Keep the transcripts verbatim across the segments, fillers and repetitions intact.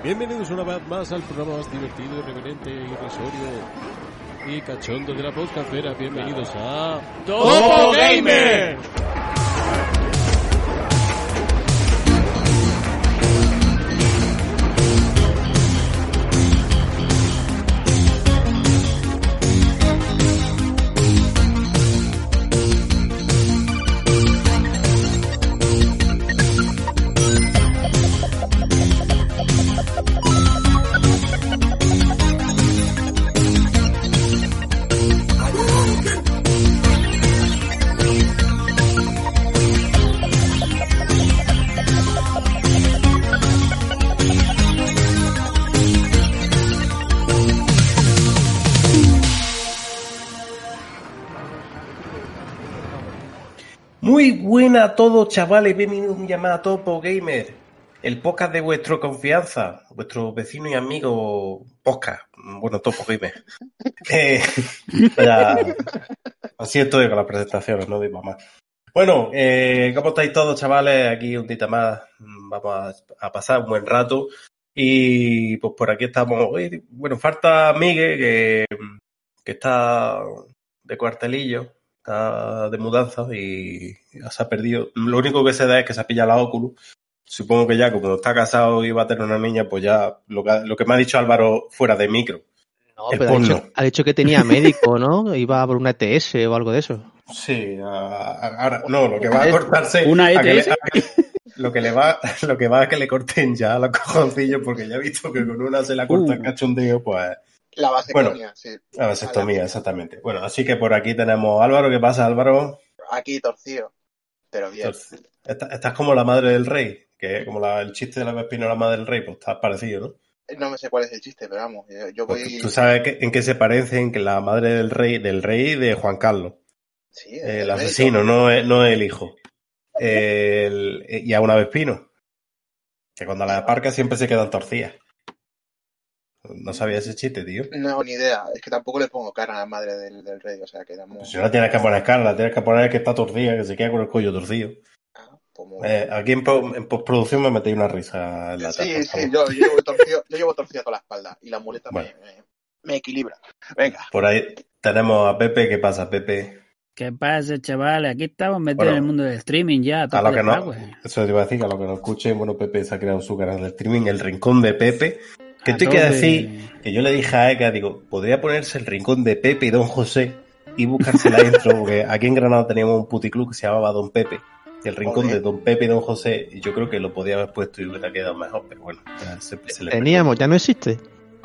Bienvenidos una vez más al programa más divertido, irreverente, irrisorio y cachondo de la podcastera. Bienvenidos a Topo Gamer. Muy buena a todos, chavales, bienvenidos a un llamado a Topo Gamer, el podcast de vuestra confianza, vuestro vecino y amigo podcast, bueno, Topo Gamer. eh, ya, así estoy con las presentaciones, no digo más. Bueno, eh, ¿cómo estáis todos, chavales? Aquí un día más, vamos a, a pasar un buen rato y pues por aquí estamos. Bueno, falta Miguel, que, que está de cuartelillo. Está de mudanza y se ha perdido. Lo único que se da es que se ha pillado la Oculus. Supongo que ya, como está casado y va a tener una niña, pues ya lo que, lo que me ha dicho Álvaro fuera de micro. No, pero ha dicho, ha dicho que tenía médico, ¿no? Iba por una E T S o algo de eso. Sí, ahora no, lo que va a cortarse. ¿Una E T S? A que le, a que, lo que le va, lo que va a que le corten ya los cojoncillos, porque ya he visto que con una se la corta el uh. cachondeo, pues. La vasectomía, bueno, sí. La vasectomía, exactamente. Bueno, así que por aquí tenemos a Álvaro. ¿Qué pasa, Álvaro? Aquí torcido, pero bien. Estás esta es como la madre del rey, que es como la, el chiste de la Vespino, la madre del rey, pues está parecido, ¿no? No me sé cuál es el chiste, pero vamos, yo, yo voy... Pues tú sabes que, en qué se parecen que la madre del rey, del rey de Juan Carlos. Sí, el, el asesino, no es, no es el hijo. El, y a una Vespino, que cuando la aparca siempre se quedan torcidas. No sabía ese chiste, tío. No, ni idea. Es que tampoco le pongo cara a la madre del, del rey, o sea, que damos... Pues si no tienes que poner cara, la tienes que poner que está torcida, que se queda con el cuello torcido. Ah, como... eh, aquí en, en postproducción me metéis una risa en la Sí, tapa, sí, yo, yo, llevo torcido, yo llevo torcido toda la espalda y la muleta bueno. me, me, me equilibra. Venga. Por ahí tenemos a Pepe. ¿Qué pasa, Pepe? ¿Qué pasa, chavales? Aquí estamos metidos bueno, en el mundo del streaming ya. A lo que no, pago, eh. Eso te iba a decir, que a lo que nos escuchen, bueno, Pepe se ha creado su canal de streaming, El Rincón de Pepe. Que esto hay que decir, que yo le dije a Eka, digo, podría ponerse El Rincón de Pepe y Don José y buscarse la intro, porque aquí en Granada teníamos un puticlub que se llamaba Don Pepe, y El Rincón Joder. de Don Pepe y Don José, y yo creo que lo podía haber puesto y hubiera quedado mejor, pero bueno, ya se, se le teníamos, ya no existe.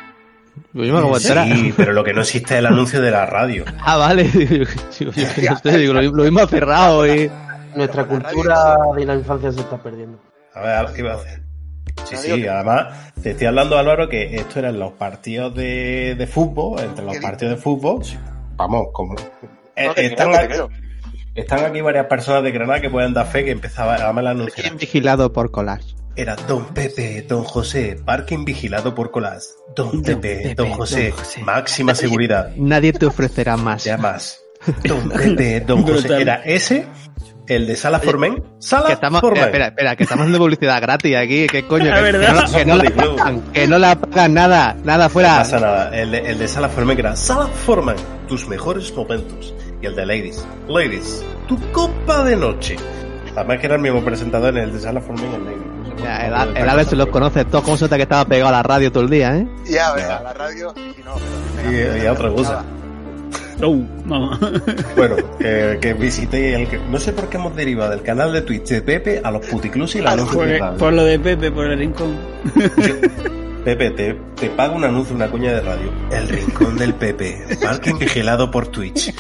Yo me acabo de enterar. Sí, pero lo que no existe es el anuncio de la radio. Ah, vale, digo, yo, yo, usted, digo, lo, lo mismo cerrado y... Nuestra cultura de la infancia se está perdiendo. A ver, ¿qué iba a hacer? Sí, sí, además te estoy hablando, Álvaro, que esto eran los partidos de, de fútbol, entre los partidos de fútbol, vamos, como... No, eh, están, aquí, están aquí varias personas de Granada que pueden dar fe que empezaba a darme la anunciar. Vigilado por Colás. Era Don Pepe, Don José, parking vigilado por Colás. Don Pepe, Don, Pepe, Don, José, Don José, máxima seguridad. Nadie te ofrecerá más. Ya más. Don Pepe, Don José, era ese... El de Sala Formen. Sala que estamos, Formen. Espera, espera, que estamos haciendo publicidad gratis aquí. ¿Qué coño? La que, verdad. Que no, que no la pagan, que no la pagan nada, nada fuera. No pasa nada. El de, el de Sala Formen que era Sala Formen, tus mejores momentos. Y el de Ladies. Ladies, tu copa de noche. Además que era el mismo presentador en el de Sala Formen y el Ladies. No sé ya, el el Alex se los conoce todos. ¿Cómo se nota que estaba pegado a la radio todo el día, eh? Ya, ves, a la radio, y no. Pero y, y a otra cosa. Oh, mamá. Bueno, eh, que visité el que... No sé por qué hemos derivado del canal de Twitch de Pepe a los puticlus y la anuncio de radio. Por lo de Pepe, por el rincón. Yo, Pepe, te, te pago un anuncio, una cuña de radio. El Rincón del Pepe, parking vigilado por Twitch.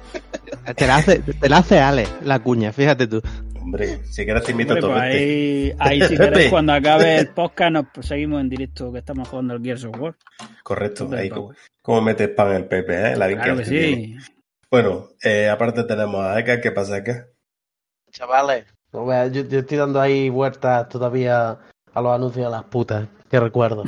Te la hace, te la hace Ale, la cuña, fíjate tú. Hombre, si quieres te invito Hombre, a todo pues ahí, ahí si quieres, cuando acabe el podcast nos seguimos en directo que estamos jugando al Gears of War. Correcto, ahí como, como metes pan el Pepe, ¿eh? La claro que sí. Tiene. Bueno, eh, aparte tenemos a Eka. ¿Qué pasa, Eka? Chavales, yo, yo estoy dando ahí vueltas todavía a los anuncios de las putas, que recuerdo.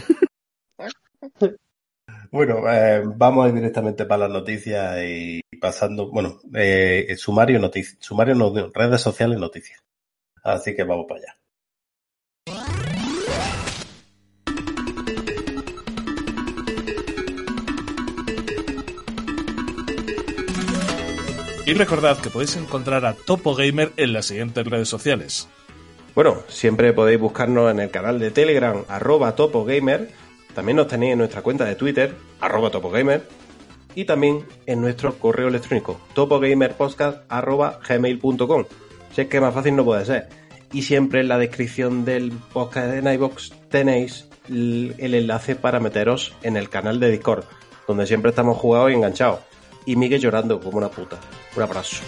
Bueno, eh, vamos a ir directamente para las noticias y pasando, bueno, eh, sumario, noticias, sumario, no, redes sociales, noticias. Así que vamos para allá. Y recordad que podéis encontrar a Topo Gamer en las siguientes redes sociales. Bueno, siempre podéis buscarnos en el canal de Telegram, arroba Topo Gamer. También nos tenéis en nuestra cuenta de Twitter, arroba Topo Gamer. Y también en nuestro correo electrónico, topogamerpodcast arroba gmail punto com. Si es que más fácil no puede ser. Y siempre en la descripción del podcast de Nightbox tenéis el enlace para meteros en el canal de Discord, donde siempre estamos jugados y enganchados. Y Miguel llorando como una puta. Un abrazo.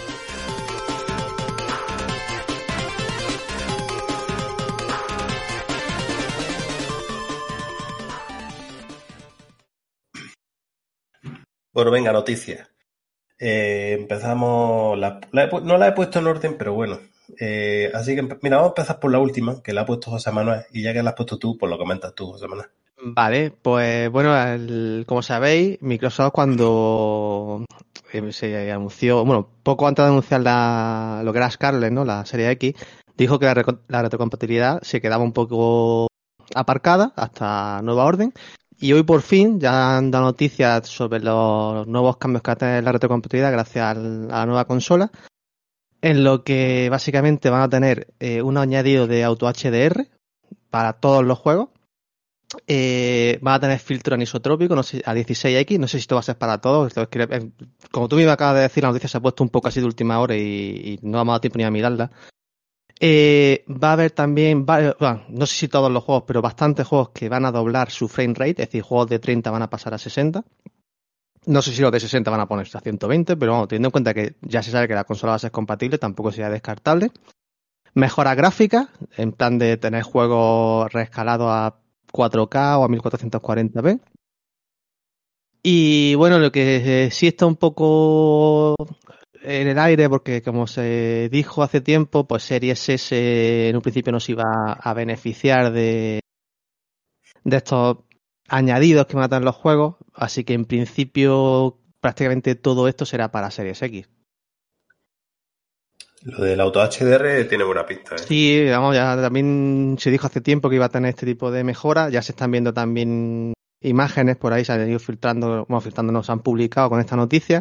Bueno, venga, noticias. Eh, empezamos... La, la he, no la he puesto en orden, pero bueno. Eh, así que, mira, vamos a empezar por la última, que la ha puesto José Manuel. Y ya que la has puesto tú, pues lo comentas tú, José Manuel. Vale, pues bueno, el, como sabéis, Microsoft cuando eh, se anunció, bueno, poco antes de anunciar la, lo que era Scarlett, ¿no? La serie X, dijo que la, la retrocompatibilidad se quedaba un poco aparcada hasta nueva orden. Y hoy por fin ya han dado noticias sobre los nuevos cambios que va a tener la retrocompatibilidad gracias al, a la nueva consola, en lo que básicamente van a tener eh, un añadido de Auto H D R para todos los juegos. Eh, van a tener filtro anisotrópico, no sé, a dieciséis equis, no sé si esto va a ser para todos. Como tú me acabas de decir, la noticia se ha puesto un poco así de última hora y, y no vamos a dar tiempo ni a mirarla. Eh, va a haber también, va, bueno, no sé si todos los juegos, pero bastantes juegos que van a doblar su frame rate, es decir, juegos de treinta van a pasar a sesenta. No sé si los de sesenta van a ponerse a ciento veinte, pero bueno, teniendo en cuenta que ya se sabe que la consola va a ser compatible, tampoco sería descartable. Mejoras gráficas, en plan de tener juegos reescalados a cuatro K o a mil cuatrocientos cuarenta p. Y bueno, lo que sí está un poco en el aire, porque como se dijo hace tiempo, pues Series S en un principio nos iba a beneficiar de, de estos añadidos que van a tener los juegos, así que en principio prácticamente todo esto será para Series X. Lo del Auto H D R tiene buena pinta, ¿eh? Sí, vamos, ya también se dijo hace tiempo que iba a tener este tipo de mejoras. Ya se están viendo también imágenes por ahí, se han ido filtrando, bueno, filtrando, nos han publicado con esta noticia.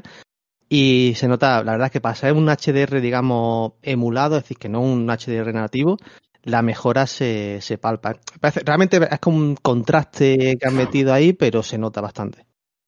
Y se nota, la verdad es que para ser un H D R, digamos, emulado, es decir, que no un H D R nativo, la mejora se, se palpa. Parece, realmente es como un contraste que han metido ahí, pero se nota bastante.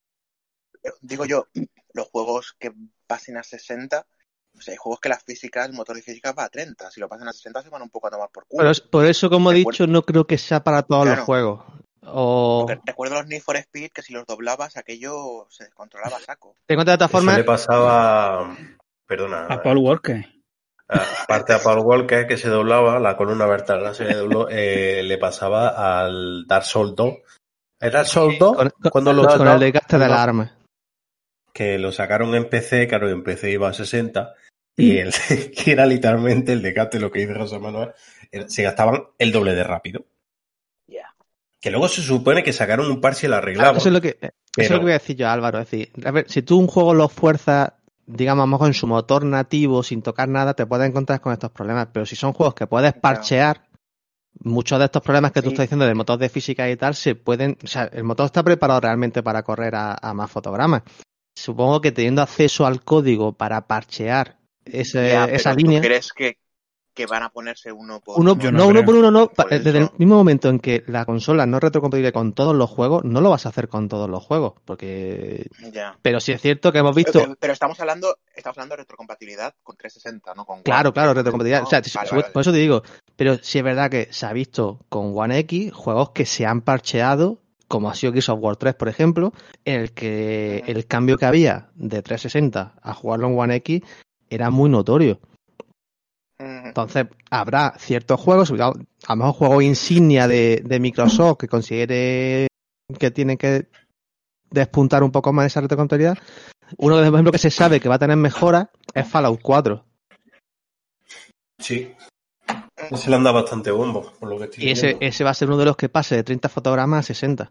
Pero, digo yo, los juegos que pasen a sesenta... O sea, hay juegos que las físicas, el motor de física va a treinta. Si lo pasan a sesenta se van un poco a tomar por culo. Pero es, por eso, como he Recuerdo... dicho, no creo que sea para todos claro. los juegos. O... Recuerdo los Need for Speed que si los doblabas aquello se descontrolaba a saco. Te cuento de esta forma. Eso le pasaba, perdona. A Paul Walker. Aparte a Paul Walker que se doblaba, la columna vertebral se le dobló, eh, le pasaba al Dark Souls dos. ¿El Dark Souls dos? Con, cuando con, lo con el desgaste de la arma. Que lo sacaron en P C, claro, en P C iba a sesenta. Y el, que era literalmente el desgaste, lo que dice José Manuel, se gastaban el doble de rápido. Yeah. Que luego se supone que sacaron un parche y lo arreglaban. Eso es lo que, pero... eso es lo que voy a decir yo, Álvaro. Es decir, a ver, si tú un juego lo fuerzas, digamos, a lo mejor en su motor nativo, sin tocar nada, te puedes encontrar con estos problemas. Pero si son juegos que puedes parchear, muchos de estos problemas que sí. tú estás diciendo del motor de física y tal, se pueden... O sea, el motor está preparado realmente para correr a, a más fotogramas. Supongo que teniendo acceso al código para parchear Ese, ya, esa ¿tú línea. crees que, que van a ponerse uno por uno? uno? No, no uno por uno, no. Por Desde eso. el mismo momento en que la consola no es retrocompatible con todos los juegos, no lo vas a hacer con todos los juegos. Porque. Ya. Pero sí es cierto que hemos visto. Pero, pero estamos hablando estamos hablando de retrocompatibilidad con trescientos sesenta, ¿no? Con claro, One, claro, retrocompatibilidad. No, o sea, vale, por vale, eso te digo. Pero sí es verdad que se ha visto con One X juegos que se han parcheado, como ha sido Gears of War tres, por ejemplo, en el que uh-huh. el cambio que había de trescientos sesenta a jugarlo en One X era muy notorio. Entonces, habrá ciertos juegos, a lo mejor juegos insignia de, de Microsoft que considere que tienen que despuntar un poco más esa retrocompatibilidad. Uno, por ejemplo, que se sabe que va a tener mejoras es Fallout cuatro. Sí. Ese le anda bastante bombo, por lo que estoy Y ese, ese va a ser uno de los que pase de treinta fotogramas a sesenta.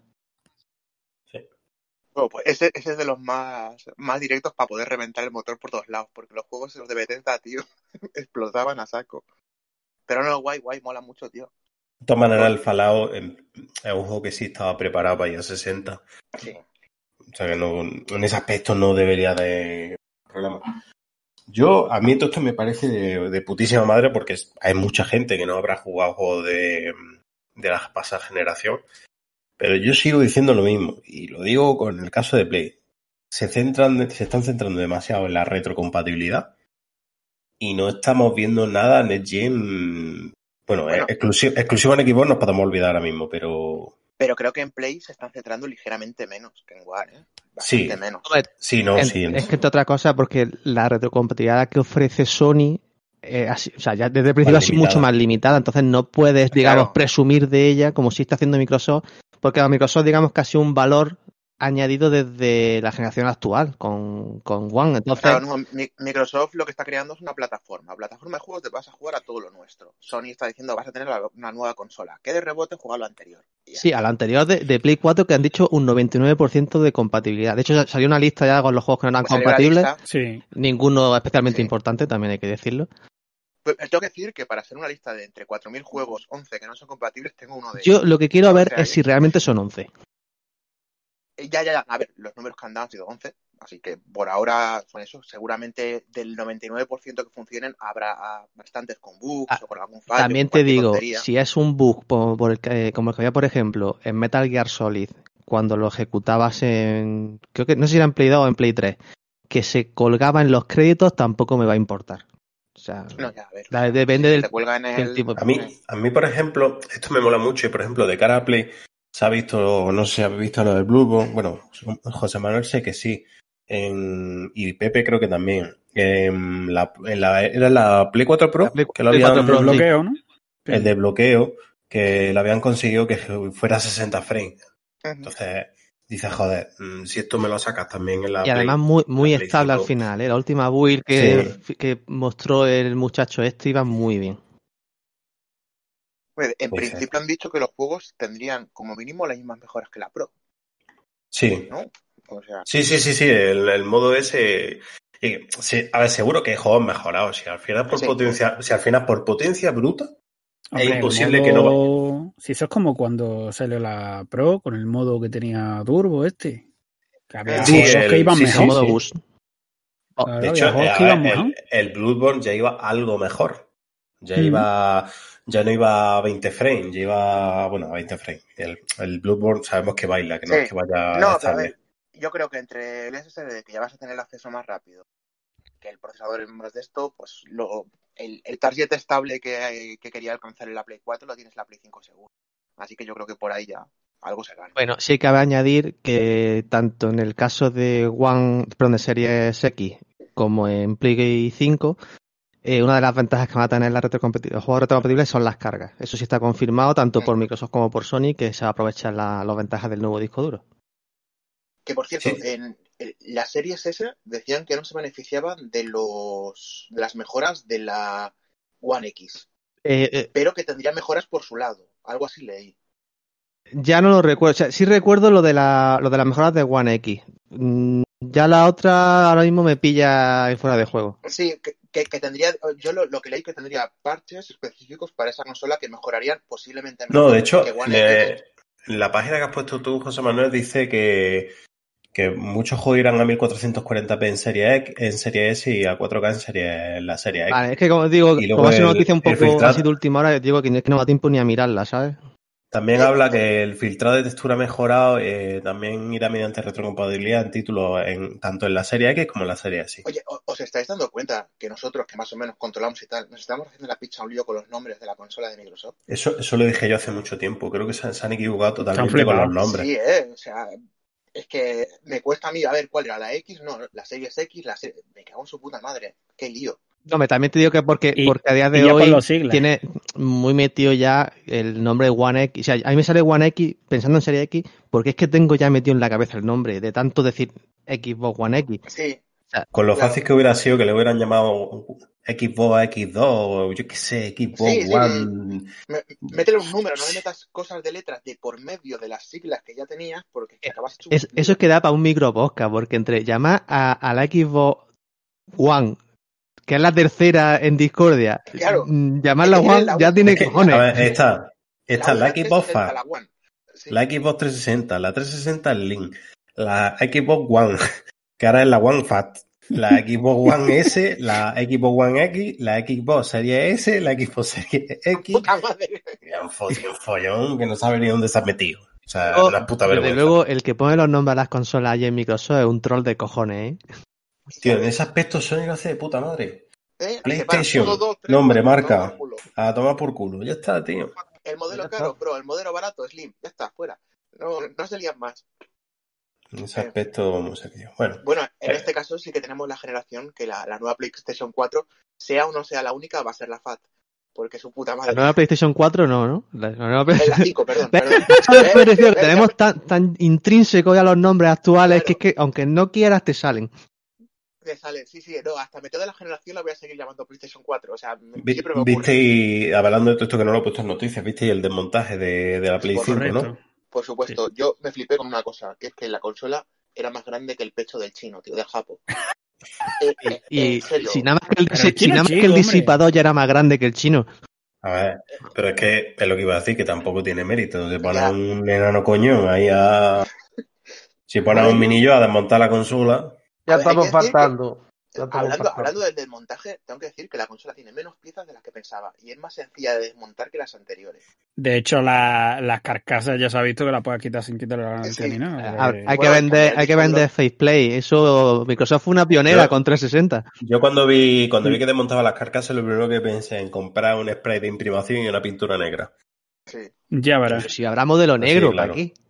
Bueno, pues ese, ese es de los más, más directos para poder reventar el motor por todos lados, porque los juegos los de Bethesda, tío, explotaban a saco. Pero no, guay, guay, mola mucho, tío. De todas maneras, el Fallout es un juego que sí estaba preparado para ir a sesenta. Sí. O sea que no, en ese aspecto no debería de problema. Yo, a mí todo esto me parece de, de putísima madre porque es, hay mucha gente que no habrá jugado juegos de, de la pasada generación, pero yo sigo diciendo lo mismo y lo digo con el caso de Play. Se centran, se están centrando demasiado en la retrocompatibilidad y no estamos viendo nada Next Gen. Bueno, bueno exclusivo, exclusivo en Xbox nos podemos olvidar ahora mismo, pero... Pero creo que en Play se están centrando ligeramente menos que en One, ¿eh? Bastante sí, menos. Sí, no, en, sí. Es que entre otra cosa, porque la retrocompatibilidad que ofrece Sony, eh, así, o sea, ya desde el principio ha sido mucho más limitada, entonces no puedes, digamos, claro. presumir de ella como si está haciendo Microsoft, porque a Microsoft, digamos, que ha sido un valor añadido desde la generación actual con, con One. Entonces, claro, no, Microsoft lo que está creando es una plataforma. Plataforma de juegos te vas a jugar a todo lo nuestro. Sony está diciendo vas a tener una nueva consola. Que de rebote juega a lo anterior. Sí, a lo anterior de, de Play cuatro que han dicho un noventa y nueve por ciento de compatibilidad. De hecho, salió una lista ya con los juegos que no eran pues compatibles. Sí. Ninguno especialmente sí. importante, también hay que decirlo. Pues tengo que decir que para hacer una lista de entre cuatro mil juegos, once que no son compatibles, tengo uno de Yo ellos. Yo lo que quiero o ver sea, es si realmente son once. Ya, ya, ya. A ver, los números que han dado han sido once, así que por ahora son eso. Seguramente del noventa y nueve por ciento que funcionen habrá bastantes con bugs ah, o con algún fallo. También te digo, tontería. Si es un bug por, por el que, como el que había, por ejemplo, en Metal Gear Solid, cuando lo ejecutabas en... Creo que no sé si era en Play dos o en Play tres, que se colgaba en los créditos, tampoco me va a importar. O sea, no, ya, a ver, la, depende si del, en el... del tipo. A mí, a mí, por ejemplo, esto me mola mucho y, por ejemplo, de cara a Play... Se ha visto, no sé si habéis visto lo del Bloodborne, bueno, José Manuel sé que sí, en, y Pepe creo que también. En la, en la, era la Play cuatro Pro, Play, que lo habían... El bloqueo, ¿no? El de bloqueo, que lo habían conseguido que fuera sesenta frames. Entonces, dices, joder, si esto me lo sacas también en la Y Play, además muy, muy Play estable cinco. Al final, ¿eh? La última build que, sí. que mostró el muchacho este iba muy bien. Pues en pues principio sí. Han dicho que los juegos tendrían como mínimo las mismas mejoras que la Pro. Sí. ¿No? O sea... Sí, sí, sí, sí. El, el modo ese. Y, sí, a ver, seguro que hay juegos mejorados. Si al final por sí. potencia, si al final por potencia bruta, Hombre, es imposible modo... que no. Si eso es como cuando salió la Pro con el modo que tenía Turbo este. Que había sí, juegos el, que iban sí, mejor. Sí, modo sí. boost. Oh, claro, de hecho, eh, a ver, el, el Bloodborne ya iba algo mejor. Ya mm. iba. Ya no iba a veinte frames, ya iba, bueno, a veinte frames. El, el Bloodborne sabemos que baila, que no sí. es que vaya no, a pero a ver, yo creo que entre el S S D, que ya vas a tener el acceso más rápido, que el procesador es más de esto, pues lo, el, el target estable que, que quería alcanzar en la Play cuatro lo tienes en la Play cinco seguro. Así que yo creo que por ahí ya algo se gana. Bueno, sí cabe añadir que tanto en el caso de One, perdón, de Series X como en Play cinco, Eh, una de las ventajas que va a tener la retrocompatibilidad, los juegos retrocompatibles son las cargas. Eso sí está confirmado tanto por Microsoft como por Sony, que se va a aprovechar la, las ventajas del nuevo disco duro. Que por cierto, sí. en, en las series S decían que no se beneficiaban de los de las mejoras de la One X, eh, eh, pero que tendría mejoras por su lado. Algo así leí. Ya no lo recuerdo. O sea, sí recuerdo lo de la lo de las mejoras de One X. Mm, ya la otra ahora mismo me pilla fuera de juego. Sí, que, que, que tendría, yo lo, lo que leí que tendría parches específicos para esa consola que mejorarían posiblemente mejor. No, de hecho, que One le, X. La página que has puesto tú, José Manuel, dice que, que muchos juegos irán a mil cuatrocientos cuarenta p en serie X, en serie S y a cuatro K en serie en la serie X. Vale, es que como digo, como es una noticia un poco así de última hora, digo que, que no da tiempo ni a mirarla, ¿sabes? También eh, habla que el filtrado de textura mejorado eh, también irá mediante retrocompatibilidad en títulos en, tanto en la serie X como en la serie S. Oye, ¿os estáis dando cuenta que nosotros, que más o menos controlamos y tal, nos estamos haciendo la picha un lío con los nombres de la consola de Microsoft? Eso, eso lo dije yo hace mucho tiempo. Creo que se, se han equivocado totalmente con los nombres. Sí, eh, o sea, es que me cuesta a mí a ver cuál era la X, no, la Series X, la serie... Me cago en su puta madre. Qué lío. No, me también te digo que porque, y, porque a día de hoy tiene muy metido ya el nombre One X. O sea, a mí me sale One X pensando en serie X porque es que tengo ya metido en la cabeza el nombre de tanto decir Xbox One X. Sí. O sea, con lo claro. fácil que hubiera sido que le hubieran llamado Xbox X dos o yo qué sé, Xbox sí, sí, One. Sí. Métele un número, no le metas cosas de letras de por medio de las siglas que ya tenías porque te acabas hecho es, Eso es que da para un micro podcast porque entre llamar a, a la Xbox One, que es la tercera en discordia, claro, llamarla One, la ya tiene cojones. A ver, esta, esta la, la Xbox Fat, la, One. Sí. la Xbox trescientos sesenta, la trescientos sesenta Link, la Xbox One, que ahora es la One Fat. la Xbox One S, la Xbox One X, la Xbox Series S, la Xbox Series X. Puta madre. Un follón, un follón que no sabe ni dónde se ha metido. O sea, Oh, una puta desde vergüenza. luego, el que pone los nombres a las consolas allí en Microsoft es un troll de cojones, ¿eh? Tío, en ese aspecto Sony lo hace de puta madre. ¿Eh? PlayStation, uno, dos, tres, nombre, cuatro, marca, toma por culo. a tomar por culo. Ya está, tío. El modelo Ya caro, está. Pro, el modelo barato, Slim, ya está, fuera. No, no se lían más. En ese aspecto, vamos a ver. Bueno, Bueno, en Eh. este caso sí que tenemos la generación que la, la nueva PlayStation cuatro, sea o no sea la única, va a ser la F A T. Porque su puta La madre. nueva PlayStation cuatro no, ¿no? La, la nueva Es la cinco, perdón. ¿Ves? perdón. Eso me refiero, que Eh, tenemos tan, tan intrínseco ya los nombres actuales Claro. que es que aunque no quieras te salen. Que sale, sí, sí, no, hasta metida de la generación la voy a seguir llamando PlayStation cuatro. O sea, vi- siempre me ocurre. viste, hablando de todo esto que no lo he puesto en noticias, viste el desmontaje de, de la Play Por cinco, Correcto. ¿no? Por supuesto, yo me flipé con una cosa, que es que la consola era más grande que el pecho del chino, tío, del Japo. Eh, eh, Y en serio. si nada más que el, Pero si- el chino si nada es más que chico, el hombre. disipador ya era más grande que el chino. A ver, pero es que es lo que iba a decir, que tampoco tiene mérito. Se pone Ya. un enano coñón ahí a... Si pone a un minillo a desmontar la consola... Ya A ver, hay estamos que decir que- faltando. Ya estamos Hablando, faltando. hablando del desmontaje, tengo que decir que la consola tiene menos piezas de las que pensaba y es más sencilla de desmontar que las anteriores. De hecho, la- las carcasas ya se ha visto que las puedes quitar sin quitarle la garantía Sí. ni nada. Ah, porque- hay que bueno, vender, el hay que disco vender duro. Faceplay. Eso, Microsoft fue una pionera Yo- con trescientos sesenta. Yo cuando vi cuando vi que desmontaba las carcasas, lo primero que pensé en comprar un spray de imprimación y una pintura negra. Sí. Ya Pero verás. si habrá modelo Sí, negro, claro. ¿para qué?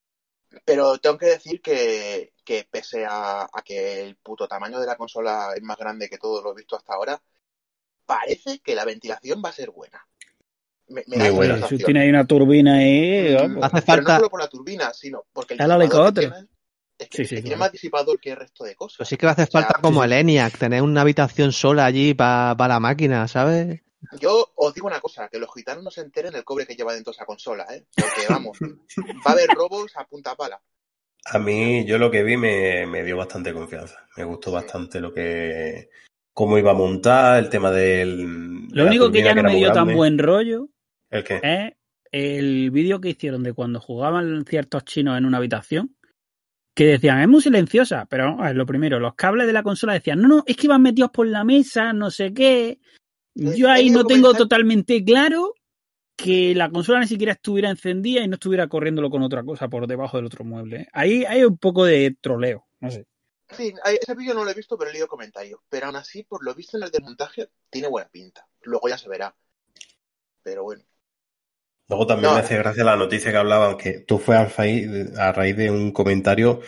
Pero tengo que decir que, que pese a, a que el puto tamaño de la consola es más grande que todo lo visto hasta ahora, parece que la ventilación va a ser buena. Me, me Muy da buena. esa Si sensación. tiene ahí una turbina ahí, Mm, vamos. Hace Pero falta- no solo por la turbina, sino porque el, El disipador que helicóptero. tiene, es que, Sí, es sí, que tiene claro. más disipador que el resto de cosas. Pues sí que va a hacer O sea, falta como sí, el ENIAC, tener una habitación sola allí para la máquina, ¿sabes? Yo os digo una cosa, que los gitanos no se enteren del cobre que lleva dentro esa consola, ¿eh? Porque, vamos, va a haber robos a punta pala. A mí, yo lo que vi me, me dio bastante confianza. Me gustó Sí. bastante lo que... Cómo iba a montar, el tema del... de Lo la único que turbina ya no era me muy dio tan grande. buen rollo ¿El qué? es el vídeo que hicieron de cuando jugaban ciertos chinos en una habitación, que decían, es muy silenciosa, pero vamos a ver, lo primero, los cables de la consola decían, no, no, es que iban metidos por la mesa, no sé qué. Yo he ahí leído no tengo comentarios- totalmente claro que la consola ni siquiera estuviera encendida y no estuviera corriéndolo con otra cosa por debajo del otro mueble. Ahí hay un poco de troleo, no sé. Sí, hay- ese vídeo no lo he visto, pero he leído comentarios. Pero aún así, por lo visto en el desmontaje, tiene buena pinta. Luego ya se verá. Pero bueno. Luego también No. me hace gracia la noticia que hablaban que tú fue a raíz, a raíz de un comentario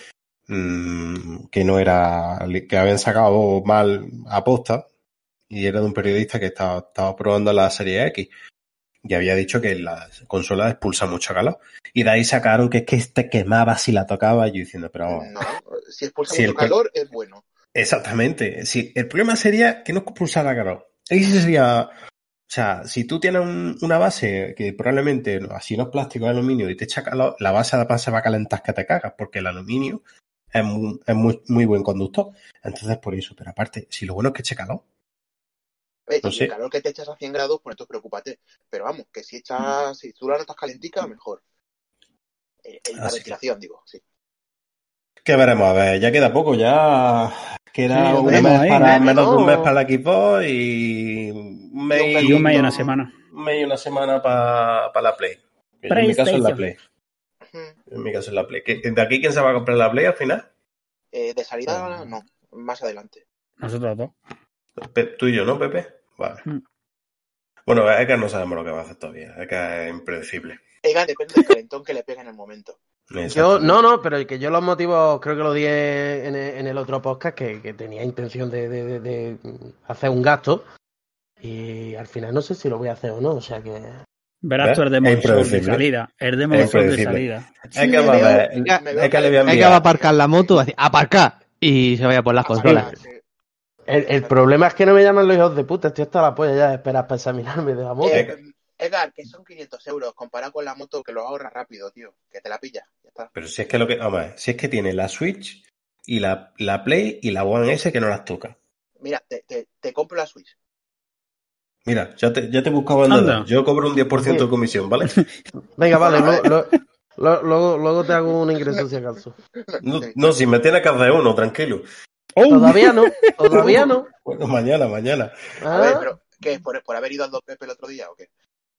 mmm, que no era, que habían sacado mal aposta y era de un periodista que estaba, estaba probando la serie X y había dicho que la consola expulsa mucho calor y de ahí sacaron que es que este quemaba si la tocaba y yo diciendo, pero No, si expulsa Sí, mucho el per- calor, es bueno. exactamente, sí, el problema sería que no expulsara calor. Ahí sí sería, o sea, si tú tienes un- una base que probablemente, no, así no es plástico, es aluminio y te echa calor, la base de la se va a calentar que te cagas, porque el aluminio es muy, es muy, muy buen conductor. Entonces, por eso, pero aparte, si lo bueno es que eche calor, Eh, No si sé. el calor que te echas a cien grados, pues entonces preocúpate. Pero vamos, que si echas, si tú la notas calentica, mejor. Eh, en la Así que- ventilación, digo, sí. ¿qué veremos? A ver, ya queda poco, ya queda Sí, lo un tenemos mes ahí, para, ¿no? menos de un mes para la Xbox y un mes Y un mes Y un mes y y una semana. un mes y una semana para la Play. Que yo en mi caso es la PlayStation. Play. Ujú. En mi caso es la Play. ¿Qué- ¿De aquí quién se va a comprar la Play al final? Eh, de salida, no. Más adelante. Nosotros dos. Pe- Tú y yo, ¿no, Pepe? Vale. Mm. Bueno, es que no sabemos lo que va a hacer todavía. Es que es impredecible. Ega, depende del calentón que le pegue en el momento. Yo, no, no, pero que yo los motivos, creo que lo di en el, en el otro podcast, que, que tenía intención de, de- de- de hacer un gasto. Y al final no sé si lo voy a hacer o no, o sea que... Verás ¿Ves? tú el Es Demon Souls de impredecible. salida. El Demon Souls de impredecible. salida. Es Sí, que va a me veo- ver. me veo Es que le voy a Es que va a enviar. aparcar la moto, así, aparcar, y se vaya por las consolas. Ah, sí. El, el problema es que no me llaman los hijos de puta, estoy hasta la polla ya de esperar para examinarme de la moto. Eh, Edgar, que son quinientos euros comparado con la moto que lo ahorra rápido, tío. Que te la pillas. Ya está. Pero si es que lo que. Vamos a ver, si es que tiene la Switch y la, la Play y la One S que no las toca. Mira, te, te, te compro la Switch. Mira, ya te, ya te buscaba Anda. nada. Yo cobro un diez por ciento de comisión, ¿vale? Venga, vale, lo- lo- lo- luego, luego te hago un ingreso si acaso. No, no, si me tiene que hacer uno, tranquilo. ¡Oh! Todavía no, todavía no. Bueno, mañana, mañana. A ver, Ah, pero ¿qué? ¿Por, por haber ido al Don Pepe el otro día o qué?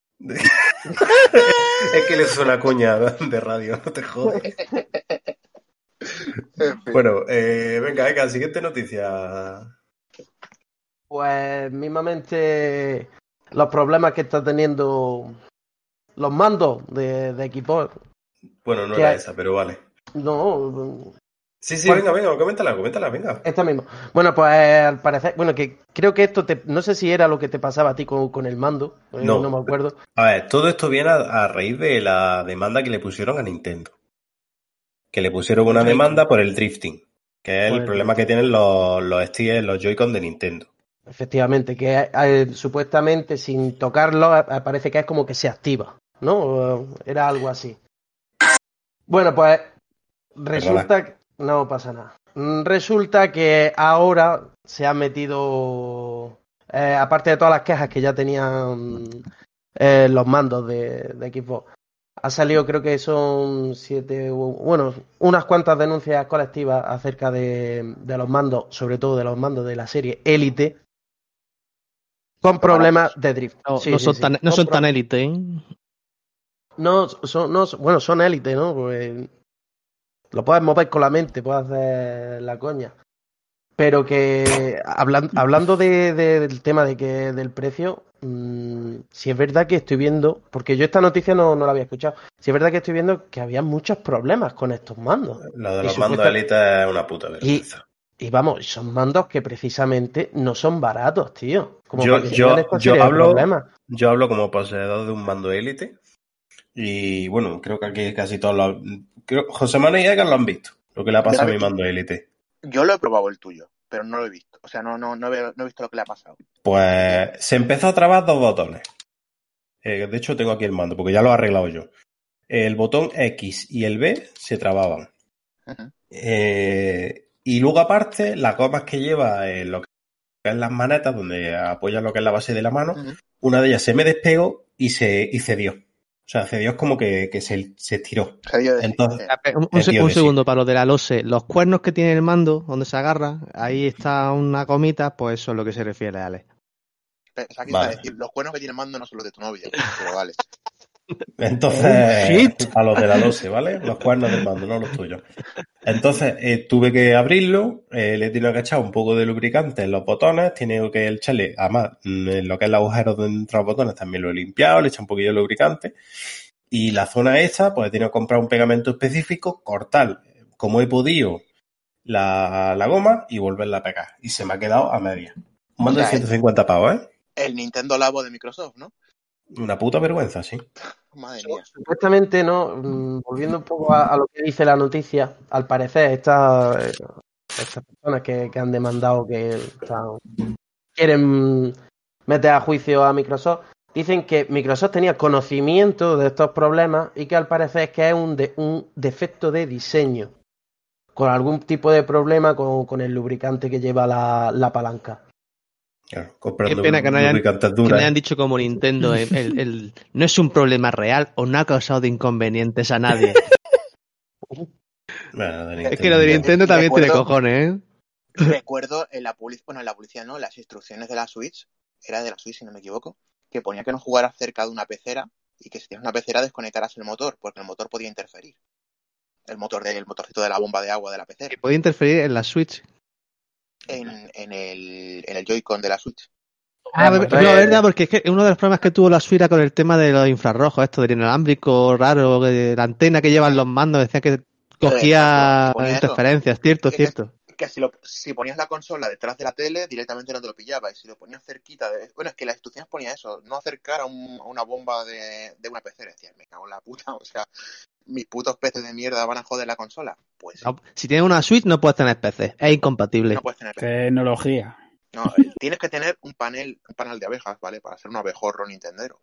Es que le suena cuña de radio, no te jodes. En fin. Bueno, eh, venga, venga, siguiente noticia. pues mismamente los problemas que está teniendo los mandos de, de equipo. Bueno, no ¿Qué era hay? esa, pero vale. No, Sí, sí, Pues- venga, venga, coméntala, coméntala, venga. esta misma. Bueno, pues al parecer, bueno, que creo que esto te, no sé si era lo que te pasaba a ti con, con el mando, eh, No. no me acuerdo. A ver, todo esto viene a, a raíz de la demanda que le pusieron a Nintendo. Que le pusieron una Joy-Con. demanda por el drifting, que es Por el el problema que tienen los, los sticks, los Joy-Con de Nintendo. Efectivamente, que eh, supuestamente sin tocarlo eh, parece que es como que se activa, ¿no? Eh, Era algo así. Bueno, pues resulta que no pasa nada. Mm, Resulta que ahora se han metido, eh, aparte de todas las quejas que ya tenían eh, los mandos de, de Xbox, ha salido, creo que son siete, u- bueno, unas cuantas denuncias colectivas acerca de, de los mandos, sobre todo de los mandos de la serie Elite, con problemas de drift. No, Sí, no sí, son sí. tan, no Con son pro- tan élite, ¿eh? No, son, no, bueno, son Elite, ¿no? Pues lo puedes mover con la mente, puedes hacer la coña. Pero que hablan- hablando de, de- del tema de que del precio, mmm, si es verdad que estoy viendo, porque yo esta noticia no, no la había escuchado, si es verdad que estoy viendo que había muchos problemas con estos mandos. Lo de Y los mandos supuesta- Elite es una puta Y, vergüenza. y vamos, son mandos que precisamente no son baratos, tío. Como Yo, para que yo, tengan esta yo serie de hablo, problemas. yo hablo como poseedor de un mando Elite y bueno, creo que aquí casi todos los... Creo, José Manuel y Edgar lo han visto, lo que le ha pasado a mi mando Elite. Yo lo he probado el tuyo, pero no lo he visto. O sea, no, no, no, veo- no he visto lo que le ha pasado. Pues se empezó a trabar dos botones. Eh, de hecho tengo aquí el mando porque ya lo he arreglado yo. El botón X y el B se trababan. Ujú. Eh, y luego aparte, las gomas que lleva en lo que es las manetas, donde apoyan lo que es la base de la mano, Ujú. una de ellas se me despegó y se y cedió. O sea, cedió es como que, que se, se estiró. O sea, yo decía, Entonces, eh, Un, un Eh, se- tío, un que sí. segundo para lo de la LOSE. Los cuernos que tiene el mando, donde se agarra, ahí está una gomita, pues eso es lo que se refiere, Ale. pensaba que Vale. iba a decir, los cuernos que tiene el mando no son los de tu novia, pero vale. Entonces, Oh, shit. a los de la LOSE, ¿vale? Los cuernos del mando, no los tuyos. Entonces, eh, tuve que abrirlo, eh, le he tenido que echar un poco de lubricante en los botones, tiene que echarle, además, mm, en lo que es el agujero dentro de los botones también lo he limpiado, le he echado un poquillo de lubricante. Y la zona esta, pues he tenido que comprar un pegamento específico, cortar como he podido la, la goma y volverla a pegar. Y se me ha quedado a media. Un mando O de sea, ciento cincuenta pavos, ¿eh? El Nintendo Labo de Microsoft, ¿no? Una puta vergüenza, sí. Madre mía. Supuestamente, ¿no? Mm, Volviendo un poco a, a lo que dice la noticia, al parecer esta- eh, estas personas que, que han demandado que están- quieren meter a juicio a Microsoft, dicen que Microsoft tenía conocimiento de estos problemas y que al parecer es que es un, de- un defecto de diseño, con algún tipo de problema con, con el lubricante que lleva la, la palanca. Claro, comprando Qué pena que no hayan, lubricantes que no duras. hayan dicho como Nintendo, el, el- el- no es un problema real o no ha causado de inconvenientes a nadie. Bueno, de Es que lo de Nintendo también tiene Recuerdo- cojones, ¿eh? Recuerdo en la publicidad, bueno, en la publicidad no, las instrucciones de la Switch, era de la Switch si no me equivoco, que ponía que no jugaras cerca de una pecera y que si tienes una pecera desconectaras el motor, porque el motor podía interferir. El motor del motorcito de la bomba de agua de la pecera. Que puede interferir en la Switch. En, en el, en el Joy-Con de la Switch. Ah, pues, no, eh, verdad, porque es que uno de los problemas que tuvo la Switch era con el tema de los infrarrojos, esto del inalámbrico raro, de la antena que llevan los mandos, decía que cogía Eh, ponía eso. interferencias, cierto, Que- cierto. Que si, lo, si ponías la consola detrás de la tele, directamente no te lo pillaba. Y si lo ponías cerquita de... Bueno, es que las instrucciones ponía eso, no acercar a, un, a una bomba de, de una pecera. Decía, me cago en la puta, o sea, mis putos peces de mierda van a joder la consola. Pues sí, No, si tienes una Switch no puedes tener P C, es incompatible. no puedes tener... Tecnología. No, tienes que tener un panel, un panel de abejas, ¿vale? Para ser un abejorro nintendero.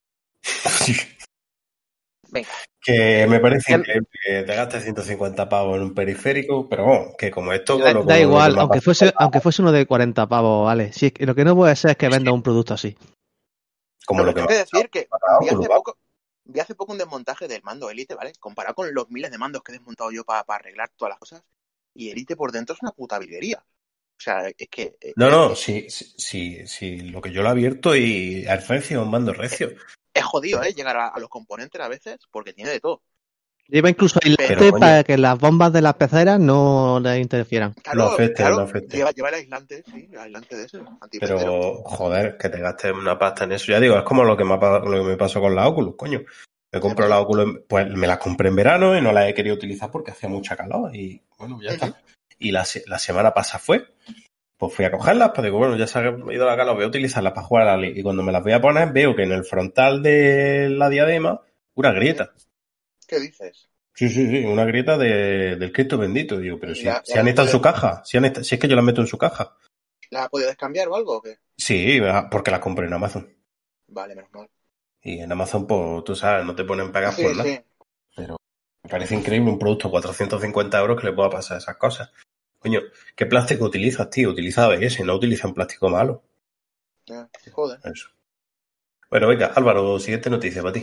Venga. Que me parece Em- increíble que te gastes ciento cincuenta pavos en un periférico, pero bueno, que como esto... Da, lo- da lo- igual, lo que me ha aunque fuese, aunque fuese uno de cuarenta pavos, vale. Si es que lo que no puede ser es que venda un producto así. Como No, lo que tengo me que ha decir que pasado, vi hace pues, va. poco, vi hace poco un desmontaje del mando Elite, ¿vale? Comparado con los miles de mandos que he desmontado yo para arreglar todas las cosas. Y Elite por dentro es una puta virguería. sea, es que... No, es, no, es, sí, sí, sí, sí, lo que yo lo he abierto y al recio, un mando recio. es jodido, ¿eh? Llegar a, a los componentes a veces porque tiene de todo. Lleva incluso aislante Pero, coño, para que las bombas de las peceras no le interfieran. no claro, afecte, claro, no afecte. lleva, lleva el aislante, sí, el aislante de ese, antipecero. Pero, joder, que te gastes una pasta en eso. Ya digo, es como lo que me, ha pa- lo que me pasó con la Oculus, coño. Me compro la Oculus, en- pues me la compré en verano y no la he querido utilizar porque hacía mucha calor y, bueno, ya Ujú. está. Y la, se- la semana pasada fue, pues fui a cogerlas, pues digo, bueno, ya se ha ido la calor, voy a utilizarlas para jugar a la Liga. Y cuando me las voy a poner, veo que en el frontal de la diadema, una grieta. ¿Qué dices? Sí, sí, sí, una grieta de, del Cristo bendito. Digo, pero ¿Y si, la, si la han has estado en su podido, caja, si, han esta- si es que yo las meto en su caja. la has podido descambiar o algo o qué? Sí, porque las compré en Amazon. Vale, menos mal. Y en Amazon, pues, tú sabes, no te ponen pegas Sí, por nada. sí. Pero me parece increíble un producto de cuatrocientos cincuenta euros que le pueda pasar esas cosas. Coño, ¿qué plástico utilizas, tío? Utiliza A B S, no utiliza un plástico malo. Ya, joder. Eso. Bueno, venga, Álvaro, siguiente noticia para ti.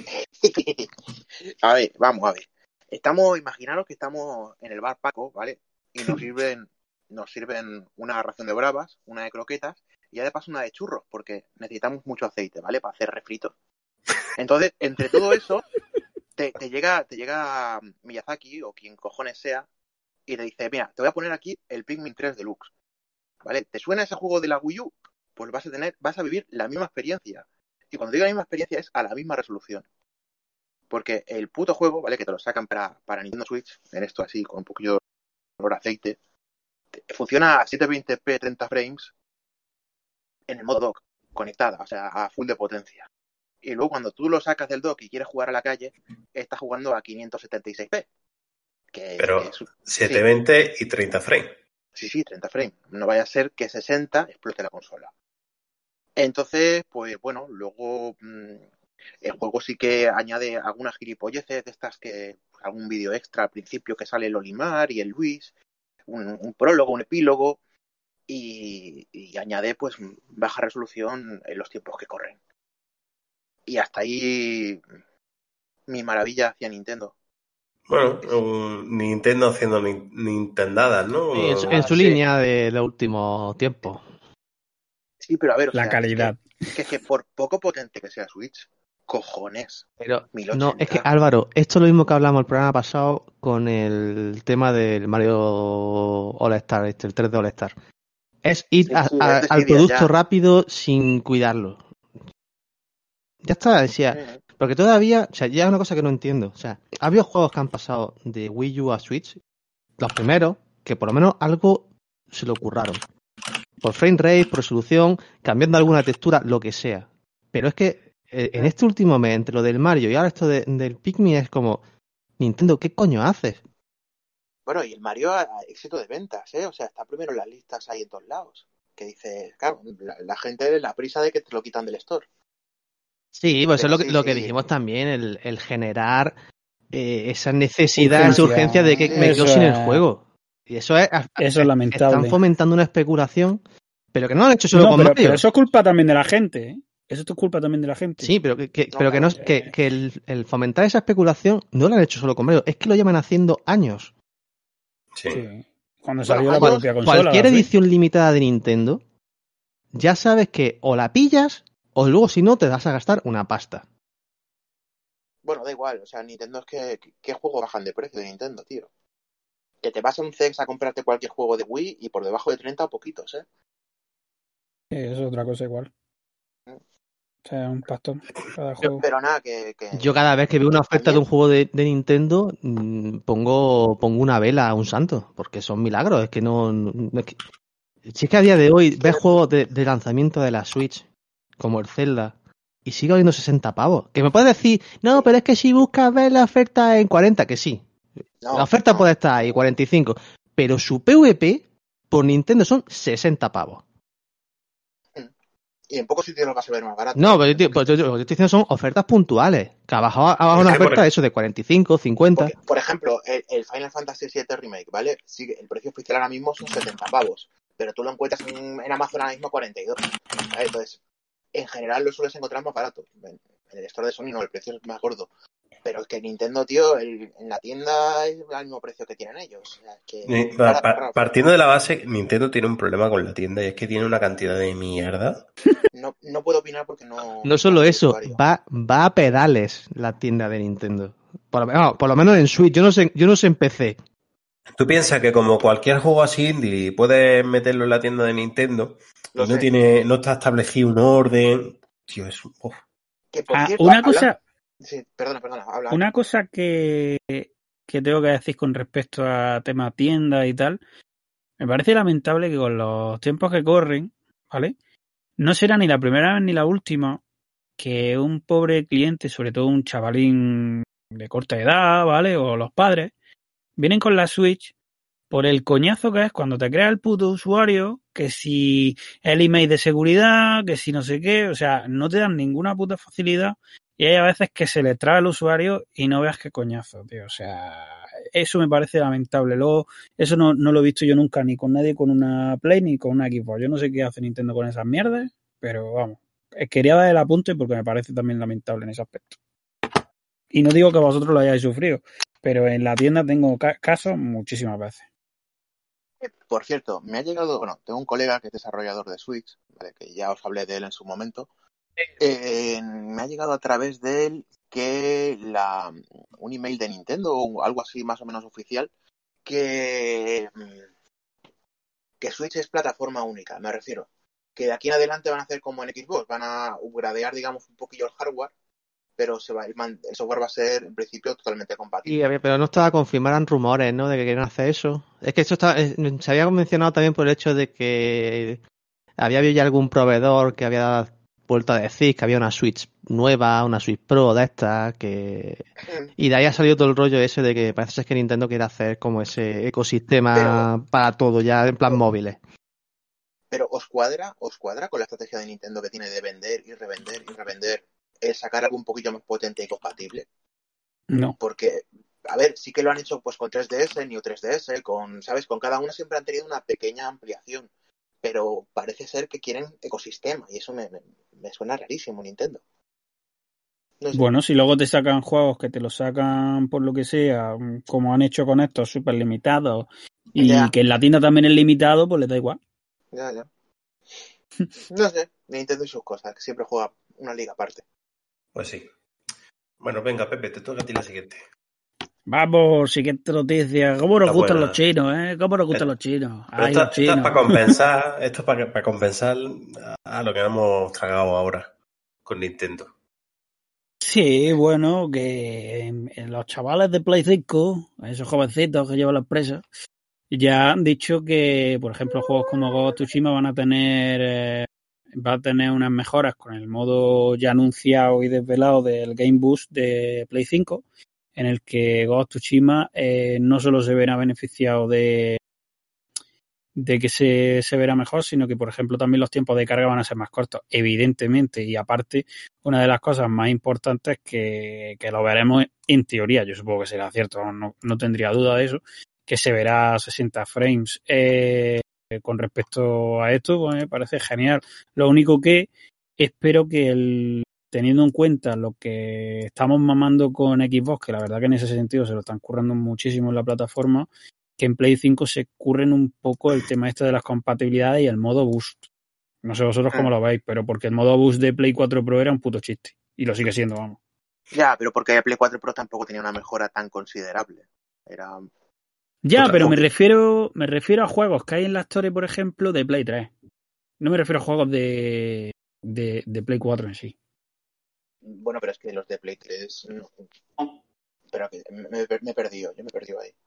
A ver, vamos a ver. Estamos, imaginaros que estamos en el bar Paco, ¿vale? Y nos sirven, nos sirven una ración de bravas, una de croquetas y ya de paso una de churros, porque necesitamos mucho aceite, ¿vale? Para hacer refritos. Entonces, entre todo eso, te, te llega, te llega Miyazaki o quien cojones sea y te dice, mira, te voy a poner aquí el Pikmin tres Deluxe, ¿vale? ¿Te suena ese juego de la Wii U? Pues vas a tener, vas a vivir la misma experiencia. Y cuando digo la misma experiencia es a la misma resolución. Porque el puto juego, ¿vale? Que te lo sacan para, para Nintendo Switch, en esto así, con un poquillo de olor a aceite, funciona a setecientos veinte p treinta frames en el modo dock, conectada, o sea, a full de potencia. Y luego cuando tú lo sacas del dock y quieres jugar a la calle, estás jugando a quinientos setenta y seis p. Que Pero es, setecientos veinte sí. Y treinta frames. Sí, sí, treinta frames. No vaya a ser que sesenta explote la consola. Entonces, pues bueno, luego mmm, el juego sí que añade algunas gilipolleces de estas que algún vídeo extra al principio que sale el Olimar y el Luis, un, un prólogo, un epílogo y, y añade pues baja resolución en los tiempos que corren. Y hasta ahí mi maravilla hacia Nintendo. Bueno, un Nintendo haciendo ni, Nintendadas, ¿no? Sí, en, su, Ah, en su sí. línea de los últimos tiempos. Sí, pero a ver, o La sea, calidad. Es que, que, es que por poco potente que sea Switch, cojones. Pero mil ochenta. no, es que Álvaro, esto es lo mismo que hablamos el programa pasado con el tema del Mario All Star, este, el tres D All Star. Es ir Sí, a, sí, a, es al producto ya. rápido sin cuidarlo. Ya está, decía. Sí. Porque todavía, o sea, ya es una cosa que no entiendo. O sea, ha habido juegos que han pasado de Wii U a Switch, los primeros, que por lo menos algo se le ocurraron. Por frame rate, por resolución, cambiando alguna textura, lo que sea. Pero es que eh, en este último mes, entre lo del Mario y ahora esto de, del Pikmin, es como, Nintendo, ¿qué coño haces? Bueno, y el Mario a, a éxito de ventas, ¿eh? O sea, está primero en las listas ahí en todos lados. Que dice, claro, la, la gente, la prisa de que te lo quitan del store. Sí, pues eso es lo que, sí, lo que sí. dijimos también, el, el generar eh, esa necesidad, urgencia, esa urgencia de que sí, me quedo sin es, el juego. Y eso es, eso es lamentable. Están fomentando una especulación, pero que no lo han hecho solo no, con pero, Mario. pero eso es culpa también de la gente, ¿eh? Eso es culpa también de la gente. Sí, pero que, que no, pero que, no, que, que el, el fomentar esa especulación no lo han hecho solo con Mario, es que lo llevan haciendo años. Sí. Sí. Cuando Bueno, salió la años, propia consola. Cualquier la edición limitada de Nintendo, ya sabes que o la pillas o luego si no te vas a gastar una pasta. Bueno, da igual, o sea, Nintendo es que, ¿qué juegos bajan de precio de Nintendo, tío? Que te vas a un C E X a comprarte cualquier juego de Wii y por debajo de treinta poquitos, ¿eh? Sí, eso es otra cosa igual. O sea, un pastor cada juego. Pero nada, que, que... Yo cada vez que veo una oferta también... de un juego de, de Nintendo, mmm, pongo, pongo una vela a un santo, porque son milagros. Es que no... no es que... Si es que a día de hoy ves juegos de, de lanzamiento de la Switch, como el Zelda, y sigue habiendo sesenta pavos. Que me puedes decir, no, pero es que si buscas ver la oferta en cuarenta, que sí. No, la oferta no. puede estar ahí, cuarenta y cinco. Pero su P V P por Nintendo son sesenta pavos. Y en pocos sitios los vas a ver más barato. No, pero yo, pues yo, yo, lo que estoy diciendo son ofertas puntuales. Que abajo, abajo una oferta de eso de cuarenta y cinco, cincuenta. Porque, por ejemplo, el, el Final Fantasy siete Remake, ¿vale? Sí, el precio oficial ahora mismo son setenta pavos. Pero tú lo encuentras en, en Amazon ahora mismo cuarenta y dos. ¿Vale? Entonces, en general lo sueles encontrar más barato. En, en el store de Sony no, el precio es más gordo. Pero es que Nintendo, tío, el, en la tienda es al mismo precio que tienen ellos. O sea, es que Eh, para, pa- para, partiendo de la base, Nintendo tiene un problema con la tienda y es que tiene una cantidad de mierda. no, no puedo opinar porque no, No solo no soy eso, usuario. va, va a pedales la tienda de Nintendo. Por, lo- no, por lo menos en Switch, yo no sé, yo no sé en P C. Tú piensas que como cualquier juego así indie puedes meterlo en la tienda de Nintendo Lo y no sé. tiene, no está establecido un orden. Tío, es un- uf. Que por Ah, cierto, una hablan- cosa, Sí, perdona, perdona, habla. una cosa que, que tengo que decir con respecto a tema tienda y tal, me parece lamentable que con los tiempos que corren, ¿vale? No será ni la primera vez ni la última que un pobre cliente, sobre todo un chavalín de corta edad, ¿vale? O los padres, vienen con la Switch por el coñazo que es cuando te crea el puto usuario, que si el email de seguridad, que si no sé qué, o sea, no te dan ninguna puta facilidad y hay a veces que se le trae al usuario y no veas qué coñazo, tío, o sea, eso me parece lamentable. Luego, eso no, no lo he visto yo nunca ni con nadie con una Play ni con una Xbox. Yo no sé qué hace Nintendo con esas mierdas, pero vamos, eh, quería dar el apunte porque me parece también lamentable en ese aspecto. Y no digo que vosotros lo hayáis sufrido, pero en la tienda tengo ca- casos muchísimas veces. Por cierto, me ha llegado, bueno, tengo un colega que es desarrollador de Switch, ¿vale? Que ya os hablé de él en su momento. Eh, me ha llegado a través de él que la, un email de Nintendo o algo así más o menos oficial que, que Switch es plataforma única, me refiero. Que de aquí en adelante van a hacer como en Xbox, van a upgradear, digamos, un poquillo el hardware, pero se va, el, man- el software va a ser en principio totalmente Y, compatible. a ver, pero no estaba confirmado, eran rumores, ¿no? De que querían hacer eso. Es que esto está, eh, se había mencionado también por el hecho de que había habido ya algún proveedor que había vuelto a decir que había una Switch nueva, una Switch Pro de estas, que... Y de ahí ha salido todo el rollo ese de que parece ser que Nintendo quiere hacer como ese ecosistema Pero, para todo, ya en plan móviles. pero ¿os cuadra, os cuadra con la estrategia de Nintendo que tiene de vender y revender y revender el sacar algo un poquillo más potente y compatible? No. Porque, a ver, sí que lo han hecho pues con tres D S, New tres D S, con, ¿sabes? Con cada uno siempre han tenido una pequeña ampliación, pero parece ser que quieren ecosistema y eso me, me, me suena rarísimo, Nintendo. No sé. Bueno, si luego te sacan juegos que te los sacan por lo que sea, como han hecho con estos, súper limitados, y Ya, que en la tienda también es limitado, pues les da igual. ya, ya. No sé, Nintendo y sus cosas, que siempre juega una liga aparte. Pues sí. Bueno, venga, Pepe, te toca a ti la siguiente. Vamos, siguiente noticia. ¿Cómo nos Está gustan buena. los chinos, eh? ¿Cómo nos gustan Eh, los chinos? Pero Ay, esta, los esta es chinos. para compensar, esto es para, para compensar a lo que hemos tragado ahora con Nintendo. Sí, bueno, que en- en los chavales de Play cinco, esos jovencitos que llevan la empresa, ya han dicho que, por ejemplo, juegos como Ghost of Tsushima van a tener eh, va a tener unas mejoras con el modo ya anunciado y desvelado del Game Boost de Play cinco, en el que Ghost of Tsushima eh, no solo se verá beneficiado de de que se, se verá mejor, sino que, por ejemplo, también los tiempos de carga van a ser más cortos, evidentemente, y aparte, una de las cosas más importantes que, que lo veremos en teoría, yo supongo que será cierto, no, no tendría duda de eso, que se verá a sesenta frames. Eh, con respecto a esto, pues me parece genial. Lo único que espero que el, teniendo en cuenta lo que estamos mamando con Xbox, que la verdad que en ese sentido se lo están currando muchísimo en la plataforma, que en Play cinco se curren un poco el tema este de las compatibilidades y el modo boost. No sé vosotros cómo lo veis, pero porque el modo boost de Play cuatro Pro era un puto chiste. Y lo sigue siendo, vamos. Ya, pero porque Play cuatro Pro tampoco tenía una mejora tan considerable. Era... Ya, Otra- pero me un- refiero, me refiero a juegos que hay en la Store, por ejemplo, de Play tres. No me refiero a juegos de, de, de Play cuatro en sí. Bueno, pero es que los de Play tres... No. Pero que me, me, me he perdido, yo me he perdido ahí.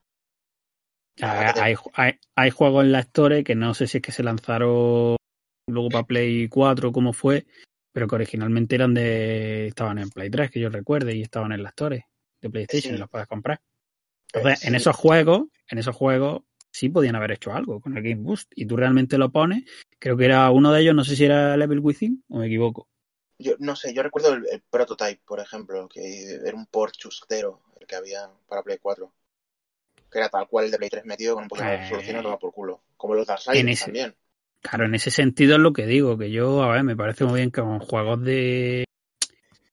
Ah, hay, hay, hay juegos en la Store que no sé si es que se lanzaron luego para Play cuatro, cómo fue, pero que originalmente eran de estaban en Play tres, que yo recuerde, y estaban en la Store de PlayStation, Sí. y los puedes comprar. Eh, Entonces, sí. en esos juegos, en esos juegos sí podían haber hecho algo con el Game Boost, y tú realmente lo pones. Creo que era uno de ellos, no sé si era Level Within o me equivoco. Yo no sé, yo recuerdo el, el Prototype, por ejemplo, que era un port chustero el que había para Play cuatro. Que era tal cual el de Play tres metido con un poquito de Eh, resolución a tomar por culo. Como los en Darksiders ese, también. Claro, en ese sentido es lo que digo, que yo, a ver, me parece muy bien que con juegos de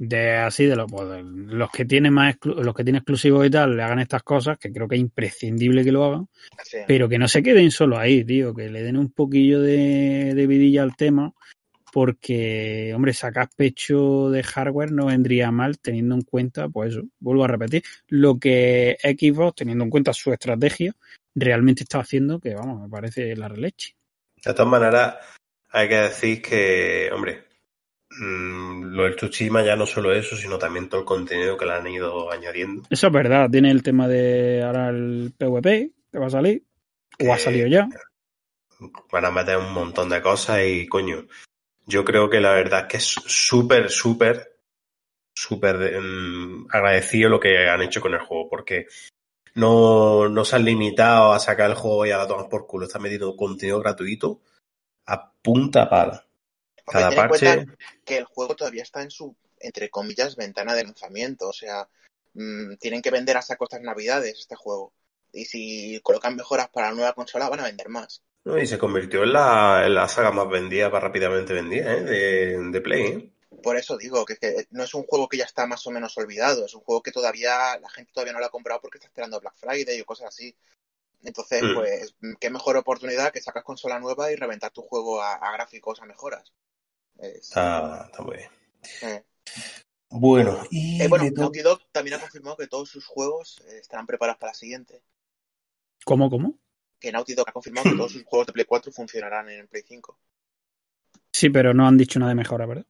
de así de los, pues, de los que tienen más exclu- los que tienen exclusivos y tal le hagan estas cosas, que creo que es imprescindible que lo hagan, Sí. pero que no se queden solo ahí, tío, que le den un poquillo de, de vidilla al tema, porque, hombre, sacar pecho de hardware no vendría mal teniendo en cuenta, pues eso, vuelvo a repetir, lo que Xbox, teniendo en cuenta su estrategia, realmente está haciendo, que vamos, me parece la releche. De todas maneras, hay que decir que, hombre, mmm, lo del Tsushima ya no solo eso, sino también todo el contenido que le han ido añadiendo. Eso es verdad, tiene el tema de ahora el PvP, que va a salir, o ha salido ya. Van a meter un montón de cosas y, coño, yo creo que la verdad es que es súper, súper, súper mmm, agradecido lo que han hecho con el juego, porque no, no se han limitado a sacar el juego y a la tomar por culo, están metiendo contenido gratuito a punta pala. Cada Hombre, ten en parche... cuenta que el juego todavía está en su, entre comillas, ventana de lanzamiento. O sea, mmm, tienen que vender hasta estas navidades este juego. Y si colocan mejoras para la nueva consola, van a vender más. No, y se convirtió en la, en la saga más vendida, más rápidamente vendida, ¿eh? de, de Play. ¿eh? Por eso digo que, que no es un juego que ya está más o menos olvidado. Es un juego que todavía la gente todavía no lo ha comprado porque está esperando Black Friday o cosas así. Entonces, Mm. pues, qué mejor oportunidad que sacas consola nueva y reventar tu juego a, a gráficos, a mejoras. Es, Está, está muy bien. eh. Bueno, y Eh, bueno, me to- Naughty Dog también ha confirmado que todos sus juegos eh, estarán preparados para la siguiente. ¿Cómo, cómo? Que Naughty Dog ha confirmado que todos sus juegos de Play cuatro funcionarán en el Play cinco. Sí, pero no han dicho nada de mejora, ¿verdad?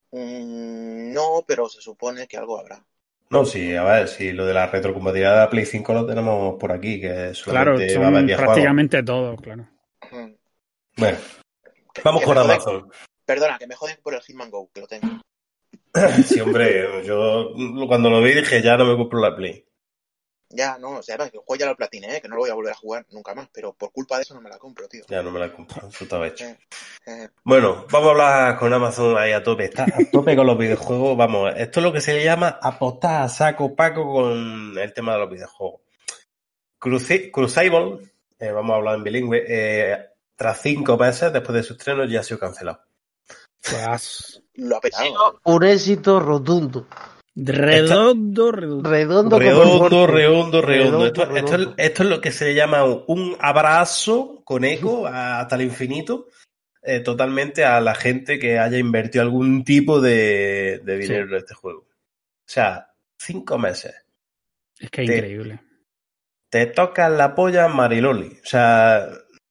Mm, no, pero se supone que algo habrá. No, sí, a ver, si lo de la retrocompatibilidad de la Play cinco lo tenemos por aquí, que Claro, solamente va a haber son diez prácticamente todos, claro. Mm. Bueno, Que- vamos que con me joden- Amazon. Perdona, que me joden por el Hitman Go, que lo tengo. Sí, hombre, yo cuando lo vi dije, ya no me compro la Play. Ya, no, o sea, que el juego ya lo platiné, ¿eh? Que no lo voy a volver a jugar nunca más, pero por culpa de eso no me la compro, tío. Ya no me la compro, eso estaba hecho. Eh, eh, Bueno, vamos a hablar con Amazon ahí a tope. Está a tope con los videojuegos. Vamos, esto es lo que se le llama apostar a saco paco con el tema de los videojuegos. Cruci- Crucible, eh, vamos a hablar en bilingüe, eh, tras cinco meses después de su estreno ya ha sido cancelado. Pues lo ha petado. sido un éxito rotundo. redondo, redondo. Redondo, como el Redondo, muerto. redondo, redondo. Esto, Redondo, esto es, redondo. esto es lo que se le llama un abrazo con eco hasta el infinito, eh, totalmente a la gente que haya invertido algún tipo de, de dinero Sí. en este juego. O sea, cinco meses. Es que es Te- increíble. Te tocan la polla Mariloli. O sea,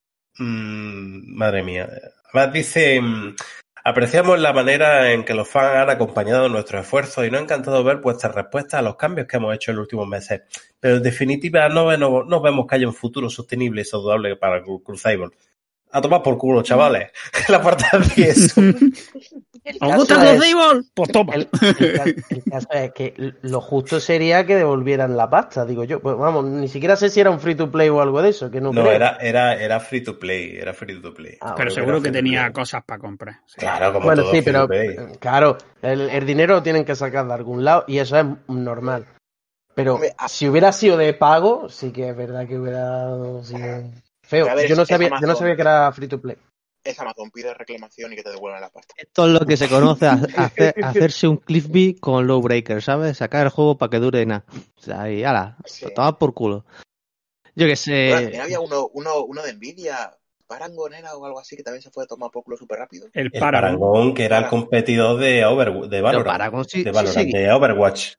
mmm, madre mía. Además dice, mm, apreciamos la manera en que los fans han acompañado nuestros esfuerzos y nos ha encantado ver vuestras respuestas a los cambios que hemos hecho en los últimos meses. Pero en definitiva no, ve- no, no vemos que haya un futuro sostenible y saludable para Cru- Crucible. A tomar por culo, chavales. La portada dice eso. El ¿Os caso gusta es- Crucible? Pues toma. El, el ca- el caso es que lo justo sería que devolvieran la pasta, digo yo. Pues vamos, ni siquiera sé si era un free to play o algo de eso, que no, No, creo. era, era, era free to play. Era free to play. Ah, Pero Creo seguro era que free to tenía play. cosas para comprar. Sí. Claro, como Bueno, todo sí, free pero to play. claro, el, el dinero lo tienen que sacar de algún lado y eso es normal. Pero Hombre, a- si hubiera sido de pago, sí que es verdad que hubiera sido feo. Pero a ver, Yo no es- es sabía, yo no Amazon. sabía que era free to play. Es Amazon, pide reclamación y que te devuelvan la pasta. Esto es lo que se conoce a, a hacer, a hacerse un clickbait con low breaker, ¿sabes? Sacar el juego para que dure nada. O sea, y ala, Sí. tomad por culo. Yo que Bueno, también sé. había uno, uno, uno de Nvidia, Paragon era o algo así, que también se fue a tomar por culo súper rápido. El El Paragon. Parangón, que era el Paragon. competidor de, Over, de Valorant. Paragon sí- de, sí Valorant, sigue. de Overwatch.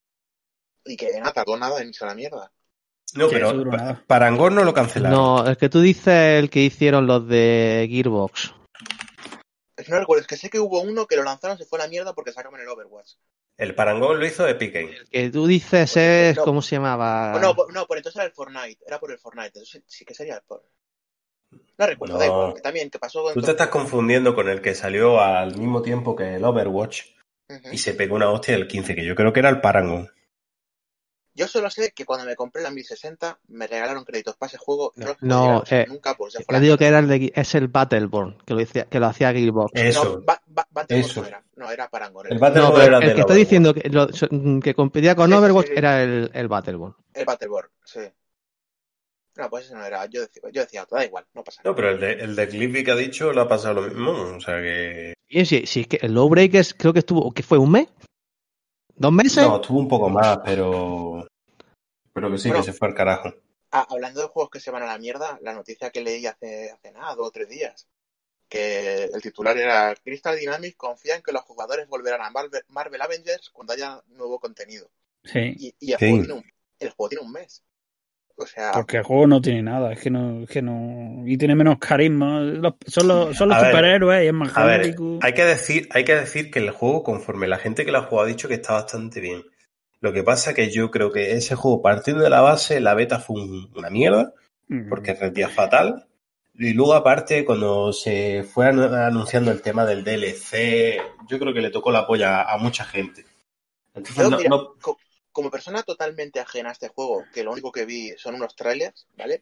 Y que nada, tardó nada en irse a la mierda. No, Que eso pero duró pa- nada. Parangón no lo cancelaron. No, el que tú dices el que hicieron los de Gearbox. Es que no recuerdo, es que sé que hubo uno que lo lanzaron, se fue a la mierda porque sacaron el Overwatch. El Parangón lo hizo Epic Games. El que tú dices Pues, es. no. ¿Cómo se llamaba? Oh, no, por- no, por entonces era el Fortnite, era por el Fortnite, entonces sí que sería por... No recuerdo, No. da igual, que también, que pasó con... Tú te estás confundiendo con el que salió al mismo tiempo que el Overwatch Ujú. y se pegó una hostia del quince, que yo creo que era el Parangón. Yo solo sé que cuando me compré la mil sesenta me regalaron créditos para ese juego, no los pude No, llegar a usar eh, nunca, pues ya fue Te la digo que mierda. era el de, es el Battleborn, que lo, hacía, que lo hacía Gearbox. Eso. No, Ba- Ba- Battleborn Eso. no era, no, era Parangón. El El, Battleborn No, pero era el del que estoy Overwatch. diciendo que, lo- que competía con Sí, sí, Overwatch sí, sí. era el, el Battleborn. el Battleborn, sí. No, pues ese no era, yo decía, yo decía otro, da igual, no pasa nada. No, pero el de, el de Clippy que ha dicho le ha pasado lo mismo. O sea que. Y sí, sí, es que el Lowbreakers creo que estuvo, ¿qué fue? ¿Un mes? ¿Dos meses? No, tuvo un poco más, pero. Pero que sí, Bueno, que se fue al carajo. a- hablando de juegos que se van a la mierda, la noticia que leí hace, hace nada, dos o tres días, que el titular era Crystal Dynamics confía en que los jugadores volverán a Marvel, Marvel Avengers cuando haya nuevo contenido. Sí, Y, y el, Sí. juego tiene un, el juego tiene un mes. O sea, porque el juego no tiene nada, es que no, es que no, y tiene menos carisma, los- son los, son los A ver, superhéroes y es más A ver, genérico. hay que decir, hay que decir que el juego, conforme la gente que lo ha jugado ha dicho que está bastante bien. Lo que pasa que yo creo que ese juego, partiendo de la base, la beta fue un- una mierda, porque rendía fatal. Y luego, aparte, cuando se fue anu- anunciando el tema del D L C, yo creo que le tocó la polla a mucha gente. Entonces, yo, no, mira, no- co- como persona totalmente ajena a este juego, que lo único que vi son unos trailers, ¿vale?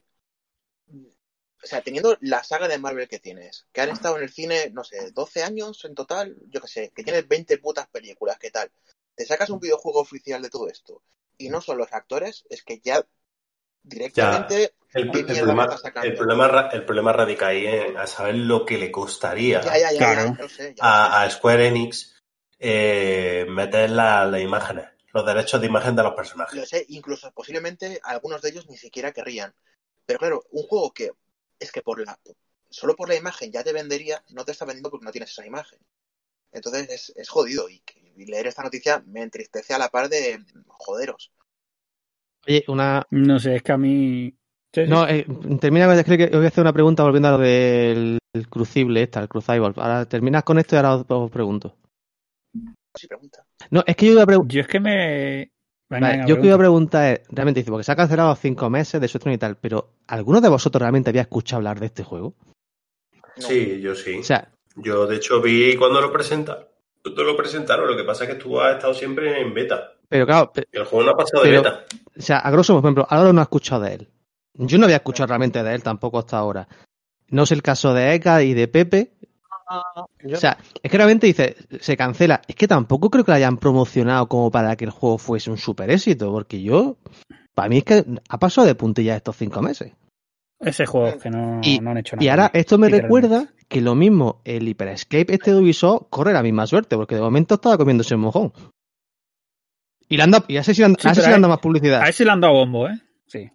O sea, teniendo la saga de Marvel que tienes, que han estado en el cine, no sé, doce años en total, yo qué sé, que tienes veinte putas películas, ¿qué tal? Te sacas un videojuego oficial de todo esto y no son los actores, es que ya ya, directamente, el, ¿qué el mierda me problema, estás el, sacando? problema, ra- el problema radica ahí en a saber lo que le costaría Ya, ya, ya, Claro. ya, ya lo sé, ya lo sé. a, a Square Enix eh, meter la- las imágenes, los derechos de imagen de los personajes. Lo sé, incluso posiblemente algunos de ellos ni siquiera querrían. Pero claro, un juego que es que por la solo por la imagen ya te vendería, no te está vendiendo porque no tienes esa imagen. Entonces es, es jodido y, y leer esta noticia me entristece a la par de joderos. Oye, una... No sé, es que a mí... Sí, sí. No, eh, termina, es que voy a hacer una pregunta volviendo a lo del el crucible, esta, el Crucible. Ahora terminas con esto y ahora os, os pregunto. Sí, pregunta. No, es que yo iba a preguntar... Yo es que me... Venga, Vale, venga, yo que iba a pregunta. preguntar es, realmente dice, porque se ha cancelado cinco meses de su estreno y tal, pero ¿alguno de vosotros realmente había escuchado hablar de este juego? No. Sí, yo sí. O sea, Yo, de hecho, vi cuando lo presentaron. Cuando lo presentaron, lo que pasa es que tú has estado siempre en beta. pero claro, pe- El juego no ha pasado pero, de beta. o sea, a grosso modo, por ejemplo, ahora no ha escuchado de él. Yo no había escuchado No. realmente de él tampoco hasta ahora. No es el caso de Eka y de Pepe. Yo O sea, es que realmente dice, se cancela. Es que tampoco creo que lo hayan promocionado como para que el juego fuese un super éxito, porque yo, para mí es que ha pasado de puntilla estos cinco meses. Ese juego que no, Y, no han hecho nada. y ahora esto me literalmente. recuerda que lo mismo, el Hyper Escape este de Ubisoft corre la misma suerte, porque de momento estaba comiéndose un mojón. Y, le han dado- y a ese sí le han, Sí, a ese sí pero le han a- dado más publicidad. A ese le han dado bombo, ¿eh? Sí.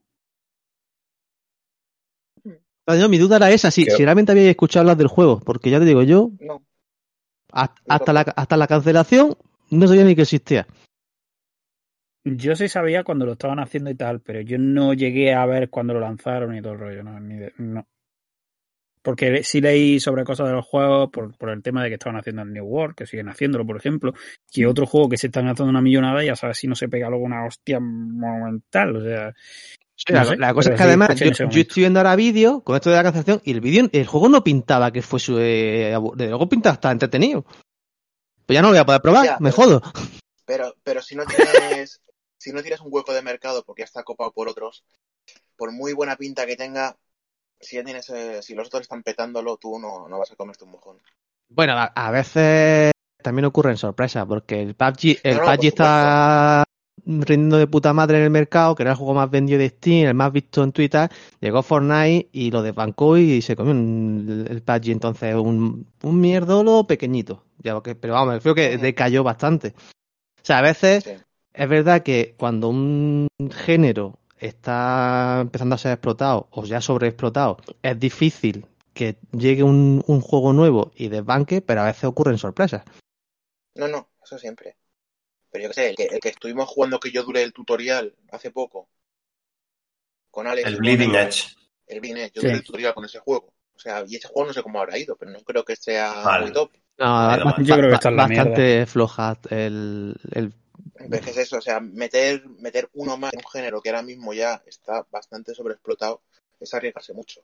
Pero yo, mi duda era esa, si, ¿Qué? si realmente había escuchado hablar del juego, porque ya te digo yo, No. hasta, Yo hasta la, tampoco. hasta la cancelación no sabía ni que existía. Yo sí sabía cuando lo estaban haciendo y tal, pero yo no llegué a ver cuando lo lanzaron y todo el rollo, no. Ni de- no. Porque sí leí sobre cosas de los juegos por, por el tema de que estaban haciendo el New World, que siguen haciéndolo, por ejemplo, que otro juego que se están haciendo una millonada y ya sabes si no se pega luego una hostia monumental, o sea... Sí, no la, sé, la cosa pero es que sí además escuché yo, en ese yo momento. estoy viendo ahora vídeos con esto de la cancelación y el vídeo, el juego no pintaba que fuese, eh, abu- de luego pinta hasta entretenido. Pues ya no lo voy a poder probar, Ya, me pero, jodo. pero, pero si no tienes si no tienes un hueco de mercado porque ya está copado por otros, por muy buena pinta que tenga, si ya tienes, eh, si los otros están petándolo, tú no, no vas a comerte un mojón. Bueno, a, a veces también ocurren sorpresas, porque el P U B G, el No, no, P U B G por supuesto. está rindiendo de puta madre en el mercado, que era el juego más vendido de Steam, el más visto en Twitter, llegó Fortnite y lo desbancó y se comió un- el P U B G entonces un, un mierdolo pequeñito. Ya, que- pero vamos, creo que Ujú. decayó bastante. O sea, a veces Sí. es verdad que cuando un género está empezando a ser explotado o ya sobreexplotado, es difícil que llegue un, un juego nuevo y desbanque, pero a veces ocurren sorpresas. No, no, eso siempre. Pero yo qué sé, el que, el que estuvimos jugando que yo duré el tutorial hace poco, con Alex El y con Bleeding Eka, Edge. el Binet, yo Sí. duré el tutorial con ese juego. O sea, y ese juego no sé cómo habrá ido, pero no creo que sea Mal. muy top. No, Ha ido ba- mal. Yo ba- creo que ba- está en la bastante floja el, el... Pero es que es eso, o sea, meter, meter uno más en un género que ahora mismo ya está bastante sobreexplotado es arriesgarse mucho.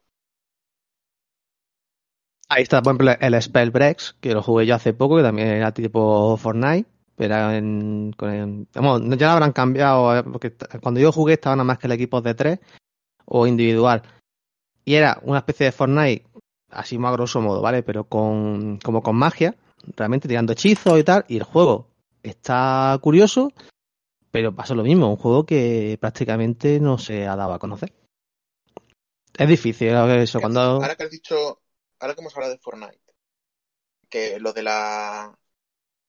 Ahí está, por ejemplo, el Spellbreaks, que lo jugué yo hace poco, que también era tipo Fortnite, pero era en, con el- vamos, ya lo habrán cambiado, eh, porque t- cuando yo jugué estaba nada más que el equipo de tres o individual. Y era una especie de Fortnite, así más a grosso modo, ¿vale? Pero con como con magia, realmente tirando hechizos y tal, y el juego está curioso, pero pasa lo mismo, un juego que prácticamente no se ha dado a conocer. Es difícil eso, cuando... Ahora que has dicho, ahora que hemos hablado de Fortnite, que lo de la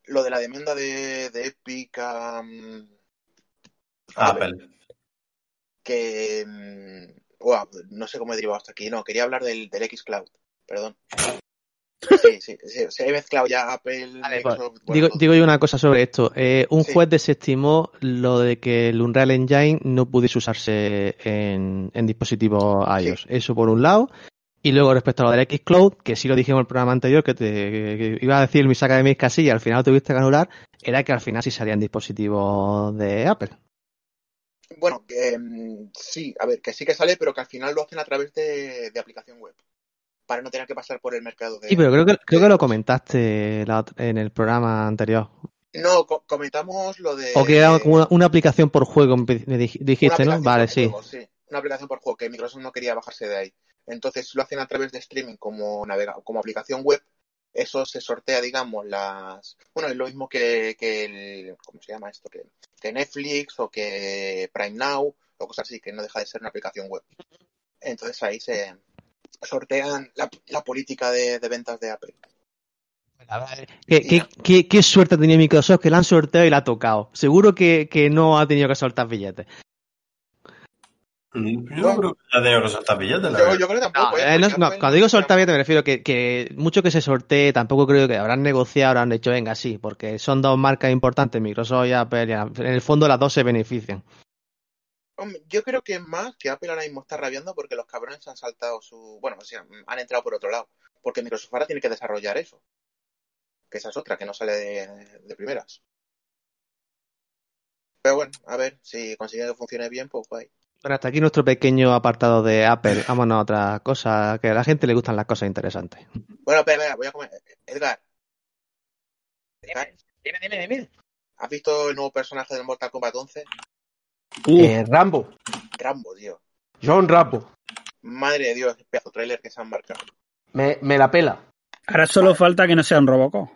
lo de la demanda de, de Epic a, um, Apple. Que... Um, wow, no sé cómo he derivado hasta aquí. No, quería hablar del, del xCloud. Perdón. Sí, sí, sí. Se ha mezclado ya Apple, Vale, Microsoft... pues, Bueno, digo, todo. digo yo una cosa sobre esto. Eh, un Sí. juez desestimó lo de que el Unreal Engine no pudiese usarse en, en dispositivos iOS. Sí. Eso por un lado. Y luego respecto a lo del xCloud, que sí lo dijimos en el programa anterior, que te que iba a decir mi saca de mis casillas, al final tuviste que anular, era que al final sí salían dispositivos de Apple. Bueno, eh, sí, a ver, que sí que sale, pero que al final lo hacen a través de, de aplicación web. Para no tener que pasar por el mercado de... Sí, pero creo que, creo que lo de- comentaste la ot- en el programa anterior. No, co- comentamos lo de... O que era como una, una aplicación por juego, me dij- Una dijiste, ¿no? aplicación Vale, por sí. juego, sí. Una aplicación por juego que Microsoft no quería bajarse de ahí. Entonces lo hacen a través de streaming como navega como aplicación web. Eso se sortea, digamos, las... Bueno, es lo mismo que, que el... ¿Cómo se llama esto? Que, que Netflix o que Prime Now o cosas así, que no deja de ser una aplicación web. Entonces ahí se sortean la, la política de, de ventas de Apple. ¿Qué, Y qué, nada. qué, qué suerte ha tenido Microsoft que la han sorteado y la ha tocado? Seguro que, que no ha tenido que soltar billetes. Yo no Bueno, creo que haya tenido que soltar billetes, la yo, verdad. yo creo que No, tampoco, ¿eh? eh, no, Porque no, Apple cuando digo no se soltar llama- billetes me refiero que, que mucho que se sortee, tampoco creo que habrán negociado, habrán dicho, venga, sí, porque son dos marcas importantes, Microsoft y Apple, y en el fondo las dos se benefician. Hombre, yo creo que es más que Apple ahora mismo está rabiando porque los cabrones han saltado su... Bueno, o sea, han entrado por otro lado. Porque Microsoft ahora tiene que desarrollar eso. Que esa es otra, que no sale de, de primeras. Pero bueno, a ver, si consiguen que funcione bien, pues guay. Bueno, hasta aquí nuestro pequeño apartado de Apple. Vámonos a otra cosa, que a la gente le gustan las cosas interesantes. Bueno, espera, espera, voy a comer. Edgar. Edgar, Dime, dime, dime. ¿has visto el nuevo personaje del Mortal Kombat once? Uh, Eh, Rambo. Rambo, tío. John Rambo. Madre de Dios, el pedazo trailer que se han marcado. Me, me la pela. ahora solo falta que no sea un Robocop.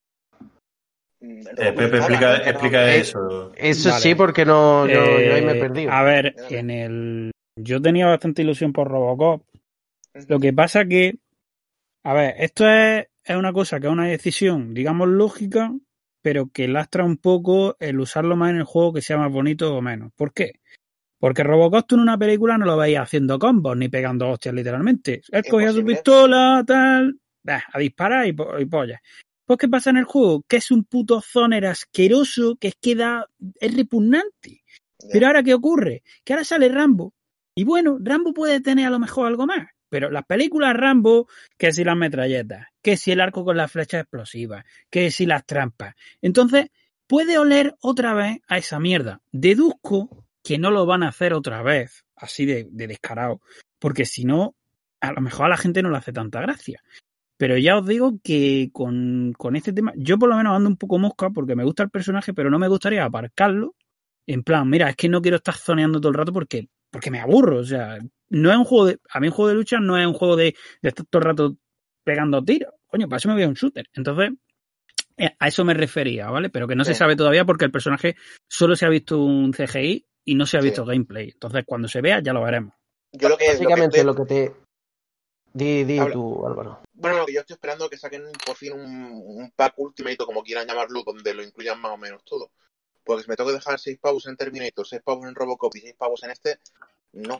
Mm, el Eh, Robocop Pepe, está, explica, la- explica Eh, eso. Eso Vale. sí, porque no, yo, yo ahí me he Eh, perdido. A ver, Espérame. en el yo tenía bastante ilusión por Robocop. Ujú. Lo que pasa que, a ver, esto es, es una cosa que es una decisión, digamos, lógica, pero que lastra un poco el usarlo más en el juego, que sea más bonito o menos. ¿Por qué? Porque Robocop tú en una película no lo veías haciendo combos ni pegando hostias literalmente. Él cogía su Imposible. pistola, tal, bah, a disparar y, po- y polla. Pues ¿qué pasa en el juego? Que es un puto zoner asqueroso que es que da, es repugnante. Ya. Pero ahora, ¿qué ocurre? Que ahora sale Rambo. Y bueno, Rambo puede tener a lo mejor algo más. Pero las películas Rambo, que si las metralletas, que si el arco con las flechas explosivas, que si las trampas. Entonces, puede oler otra vez a esa mierda. Deduzco que no lo van a hacer otra vez, así de, de descarado. Porque si no, a lo mejor a la gente no le hace tanta gracia. Pero ya os digo que con, con este tema, yo por lo menos ando un poco mosca porque me gusta el personaje, pero no me gustaría aparcarlo. En plan, mira, es que no quiero estar zoneando todo el rato porque, porque me aburro. O sea, no es un juego de. A mí un juego de lucha no es un juego de, de estar todo el rato pegando tiros. Coño, para eso me voy a un shooter. Entonces, eh, a eso me refería, ¿vale? Pero que no Sí. se sabe todavía porque el personaje solo se ha visto un C G I y no se ha Sí. visto gameplay. Entonces, cuando se vea, ya lo veremos. Yo lo que, lo que Básicamente estoy- lo que te... Di, di Habla. tú, Álvaro. Bueno, lo que yo estoy esperando es que saquen por fin un, un pack Ultimate, o como quieran llamarlo, donde lo incluyan más o menos todo. Porque si me tengo que dejar seis pavos en Terminator, seis pavos en Robocop y seis pavos en este, no.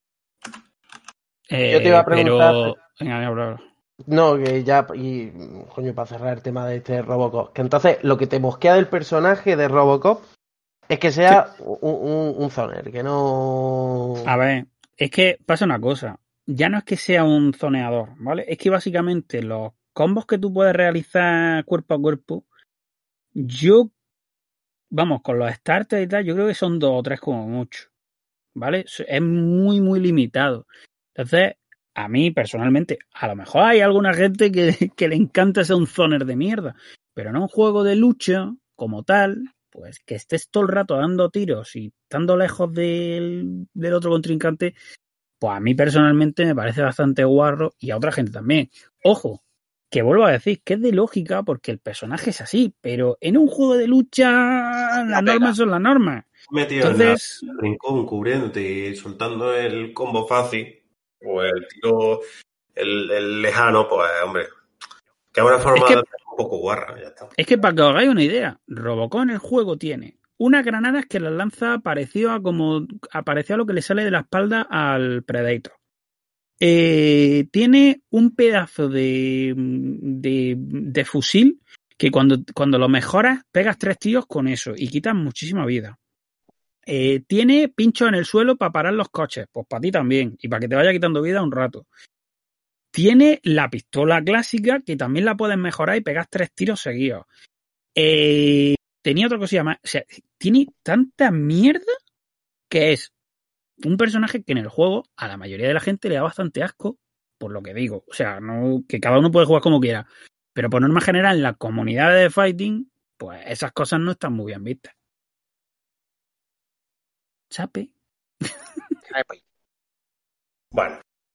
Eh, Yo te iba a preguntar- Pero. Venga, habla, habla. No, que ya, y coño, para cerrar el tema de este Robocop, que entonces lo que te mosquea del personaje de Robocop es que sea un, un, un zoner, que no... A ver, es que pasa una cosa. Ya no es que sea un zoneador, ¿vale? Es que básicamente los combos que tú puedes realizar cuerpo a cuerpo, yo, vamos, con los starters y tal, yo creo que son dos o tres como mucho, ¿vale? Es muy, muy limitado. Entonces, a mí personalmente, a lo mejor hay alguna gente que, que le encanta ser un zoner de mierda, pero en un juego de lucha como tal, pues que estés todo el rato dando tiros y estando lejos del, del otro contrincante, pues a mí personalmente me parece bastante guarro y a otra gente también. Ojo, que vuelvo a decir que es de lógica porque el personaje es así, pero en un juego de lucha las pega. normas son las normas. Metido Entonces, en el rincón, cubriéndote y soltando el combo fácil, o el tiro, el, el lejano, pues, hombre, que es una forma Es que- de hacer un poco guarra, ya está. Es que para que os hagáis una idea, Robocop en el juego tiene unas granadas que las lanza parecido a como apareció a lo que le sale de la espalda al Predator. Eh, tiene un pedazo de, de, de fusil que cuando, cuando lo mejoras pegas tres tiros con eso y quitas muchísima vida. Eh, tiene pinchos en el suelo para parar los coches, pues para ti también, y para que te vaya quitando vida un rato. Tiene la pistola clásica que también la puedes mejorar y pegas tres tiros seguidos. Eh, tenía otra cosilla más. O sea, tiene tanta mierda que es un personaje que en el juego a la mayoría de la gente le da bastante asco, por lo que digo. O sea, no, que cada uno puede jugar como quiera. Pero por norma general, en la comunidad de fighting, pues esas cosas no están muy bien vistas. Chape. Bueno.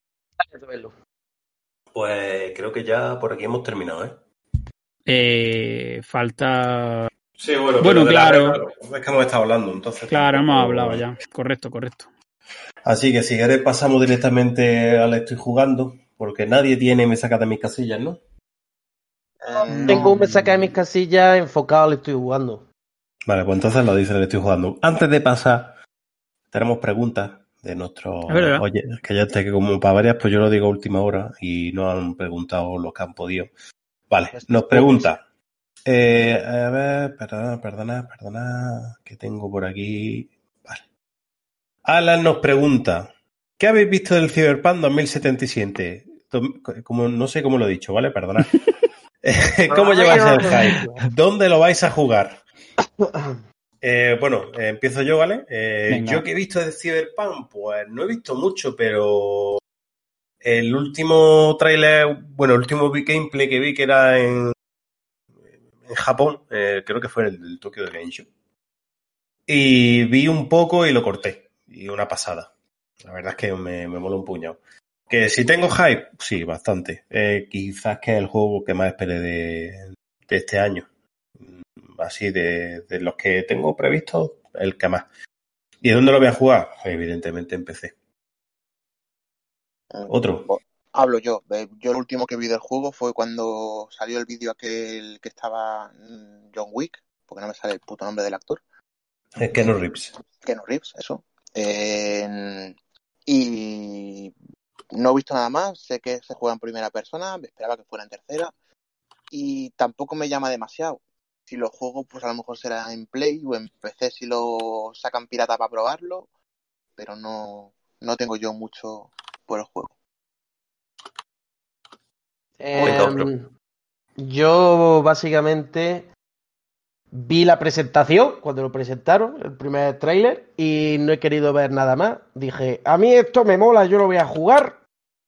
Pues creo que ya por aquí hemos terminado, ¿eh? Eh, falta... Sí, bueno, bueno, pero claro. La, es que hemos estado hablando, entonces... Claro, tampoco... hemos hablado ya. Correcto, correcto. Así que si queréis pasamos directamente al estoy jugando, porque nadie tiene me saca de mis casillas, ¿no? Um, Tengo un me saca de mis casillas enfocado al estoy jugando. Vale, pues entonces lo dice el estoy jugando. Antes de pasar, tenemos preguntas de nuestros oyentes, que ya esté que como para varias, pues yo lo digo a última hora y no han preguntado los que han podido. Vale, nos pregunta. Eh, a ver, perdona, perdona, perdona, que tengo por aquí. Vale. Alan nos pregunta, ¿qué habéis visto del Cyberpunk dos mil setenta y siete? Como, no sé cómo lo he dicho, ¿vale? Perdona. ¿Cómo lleváis el hype? ¿Dónde lo vais a jugar? Eh, bueno, eh, empiezo yo, ¿vale? Eh, yo que he visto de Cyberpunk, pues no he visto mucho, pero el último tráiler, bueno, el último gameplay que vi que era en, en Japón, eh, creo que fue el del Tokyo Game Show. Y vi un poco y lo corté. Y una pasada. La verdad es que me, me mola un puñado. Que si tengo hype, sí, bastante. Eh, quizás que es el juego que más esperé de, de este año. Así de, de los que tengo previstos, el que más. ¿Y dónde lo voy a jugar? Evidentemente en P C. Otro. Hablo yo. Yo el último que vi del juego fue cuando salió el vídeo aquel que estaba John Wick, porque no me sale el puto nombre del actor. Eh, Keanu Reeves. Keanu Reeves, eso. Eh, y no he visto nada más. Sé que se juega en primera persona. Me esperaba que fuera en tercera. Y tampoco me llama demasiado. Si lo juego, pues a lo mejor será en Play o en P C si lo sacan pirata para probarlo. Pero no, no tengo yo mucho por el juego. Eh, yo básicamente vi la presentación cuando lo presentaron, el primer tráiler, y no he querido ver nada más. Dije, a mí esto me mola, yo lo voy a jugar.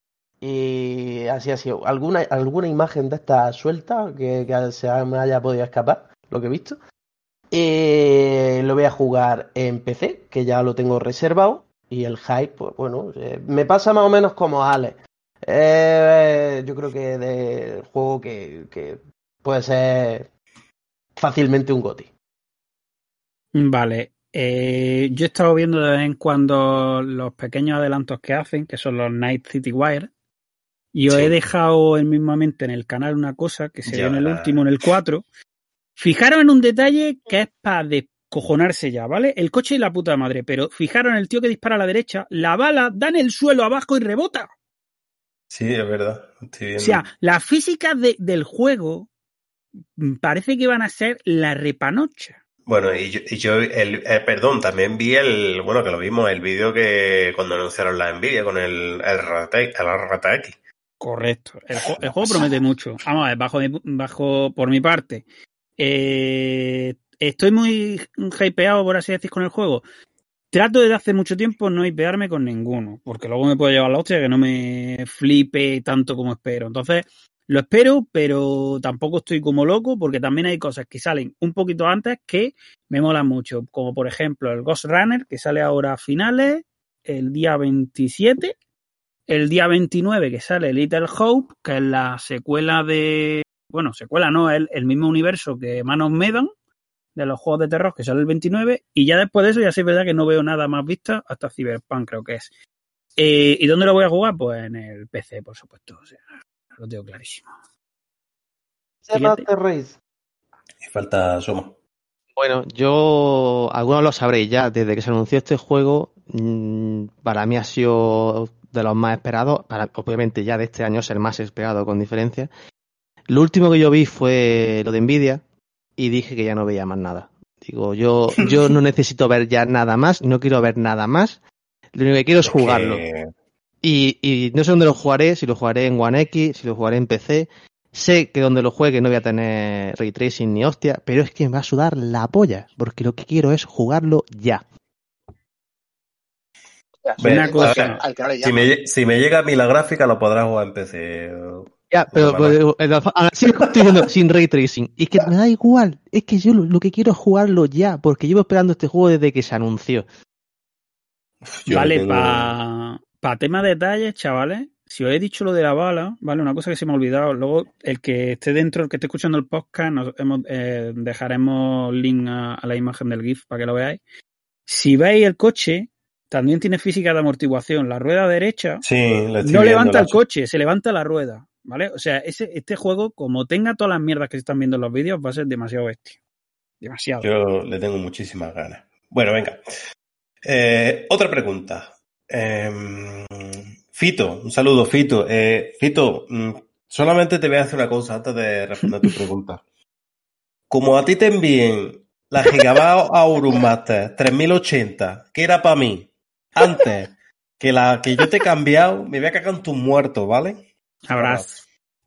Y así ha sido. ¿Alguna, alguna imagen de esta suelta que, que se me haya podido escapar? Lo que he visto. Eh, lo voy a jugar en P C, que ya lo tengo reservado. Y el hype, pues bueno, eh, me pasa más o menos como a Alex. Eh, yo creo que del juego que, que puede ser fácilmente un GOTY. Vale. Eh, yo he estado viendo de vez en cuando los pequeños adelantos que hacen, que son los Night City Wire. Y os sí. he dejado mismamente en el canal una cosa que se ya, vio en el último, en el cuatro. Fijaros en un detalle que es para descojonarse ya, ¿vale? El coche y la puta madre, pero fijaros en el tío que dispara a la derecha, la bala da en el suelo abajo y rebota. Sí, es verdad. Estoy viendo. O sea, las físicas de, del juego parece que van a ser la repanocha. Bueno, y yo, y yo el, eh, perdón, también vi el, bueno, que lo vimos, el vídeo que cuando anunciaron la Nvidia con el, el R T X. Correcto. El, el juego promete mucho. Vamos a ver, bajo, mi, bajo por mi parte. Eh, estoy muy hypeado, por así decir, con el juego. Trato desde hace mucho tiempo no hipearme con ninguno, porque luego me puede llevar la hostia que no me flipe tanto como espero. Entonces, lo espero, pero tampoco estoy como loco, porque también hay cosas que salen un poquito antes que me molan mucho, como por ejemplo el Ghost Runner, que sale ahora a finales, el día veintisiete, el día veintinueve que sale Little Hope, que es la secuela de... Bueno, secuela no, es el, el mismo universo que Man of Medan, de los juegos de terror, que sale el veintinueve, y ya después de eso ya sí es verdad que no veo nada más vista hasta Cyberpunk, creo que es. Eh, ¿Y dónde lo voy a jugar? Pues en el P C, por supuesto, o sea, lo tengo clarísimo. Master Race. Y falta Soma. Bueno, yo, algunos lo sabréis ya, desde que se anunció este juego, mmm, para mí ha sido de los más esperados, para, obviamente ya de este año es el más esperado con diferencia. Lo último que yo vi fue lo de Nvidia y dije que ya no veía más nada. Digo, yo, yo no necesito ver ya nada más, no quiero ver nada más, lo único que quiero es, es jugarlo. Que... Y, y no sé dónde lo jugaré, si lo jugaré en One X, si lo jugaré en P C. Sé que donde lo juegue no voy a tener ray tracing ni hostia, pero es que me va a sudar la polla, porque lo que quiero es jugarlo ya. Una cosa, si me, si me llega a mí la gráfica lo podrás jugar en P C. Ya, pero pues, así estoy diciendo sin ray tracing. Y es que me da igual, es que yo lo, lo que quiero es jugarlo ya, porque llevo esperando este juego desde que se anunció. Yo vale, tengo... para pa tema de detalles, chavales. Si os he dicho lo de la bala, ¿vale? Una cosa que se me ha olvidado. Luego, el que esté dentro, el que esté escuchando el podcast, nos hemos, eh, dejaremos link a, a la imagen del GIF para que lo veáis. Si veis el coche, también tiene física de amortiguación. La rueda derecha sí, no levanta el coche, se levanta la rueda, ¿vale? O sea, ese, este juego, como tenga todas las mierdas que se están viendo en los vídeos, va a ser demasiado bestia. Demasiado. Yo le tengo muchísimas ganas. Bueno, venga. Eh, otra pregunta. Eh, Fito, un saludo, Fito. Eh, Fito, solamente te voy a hacer una cosa antes de responder tu pregunta. Como a ti te envíen la Gigabyte Aurum Master tres mil ochenta, que era para mí, antes que la que yo te he cambiado, me voy a cagar en tus muertos, ¿vale? Abrazo.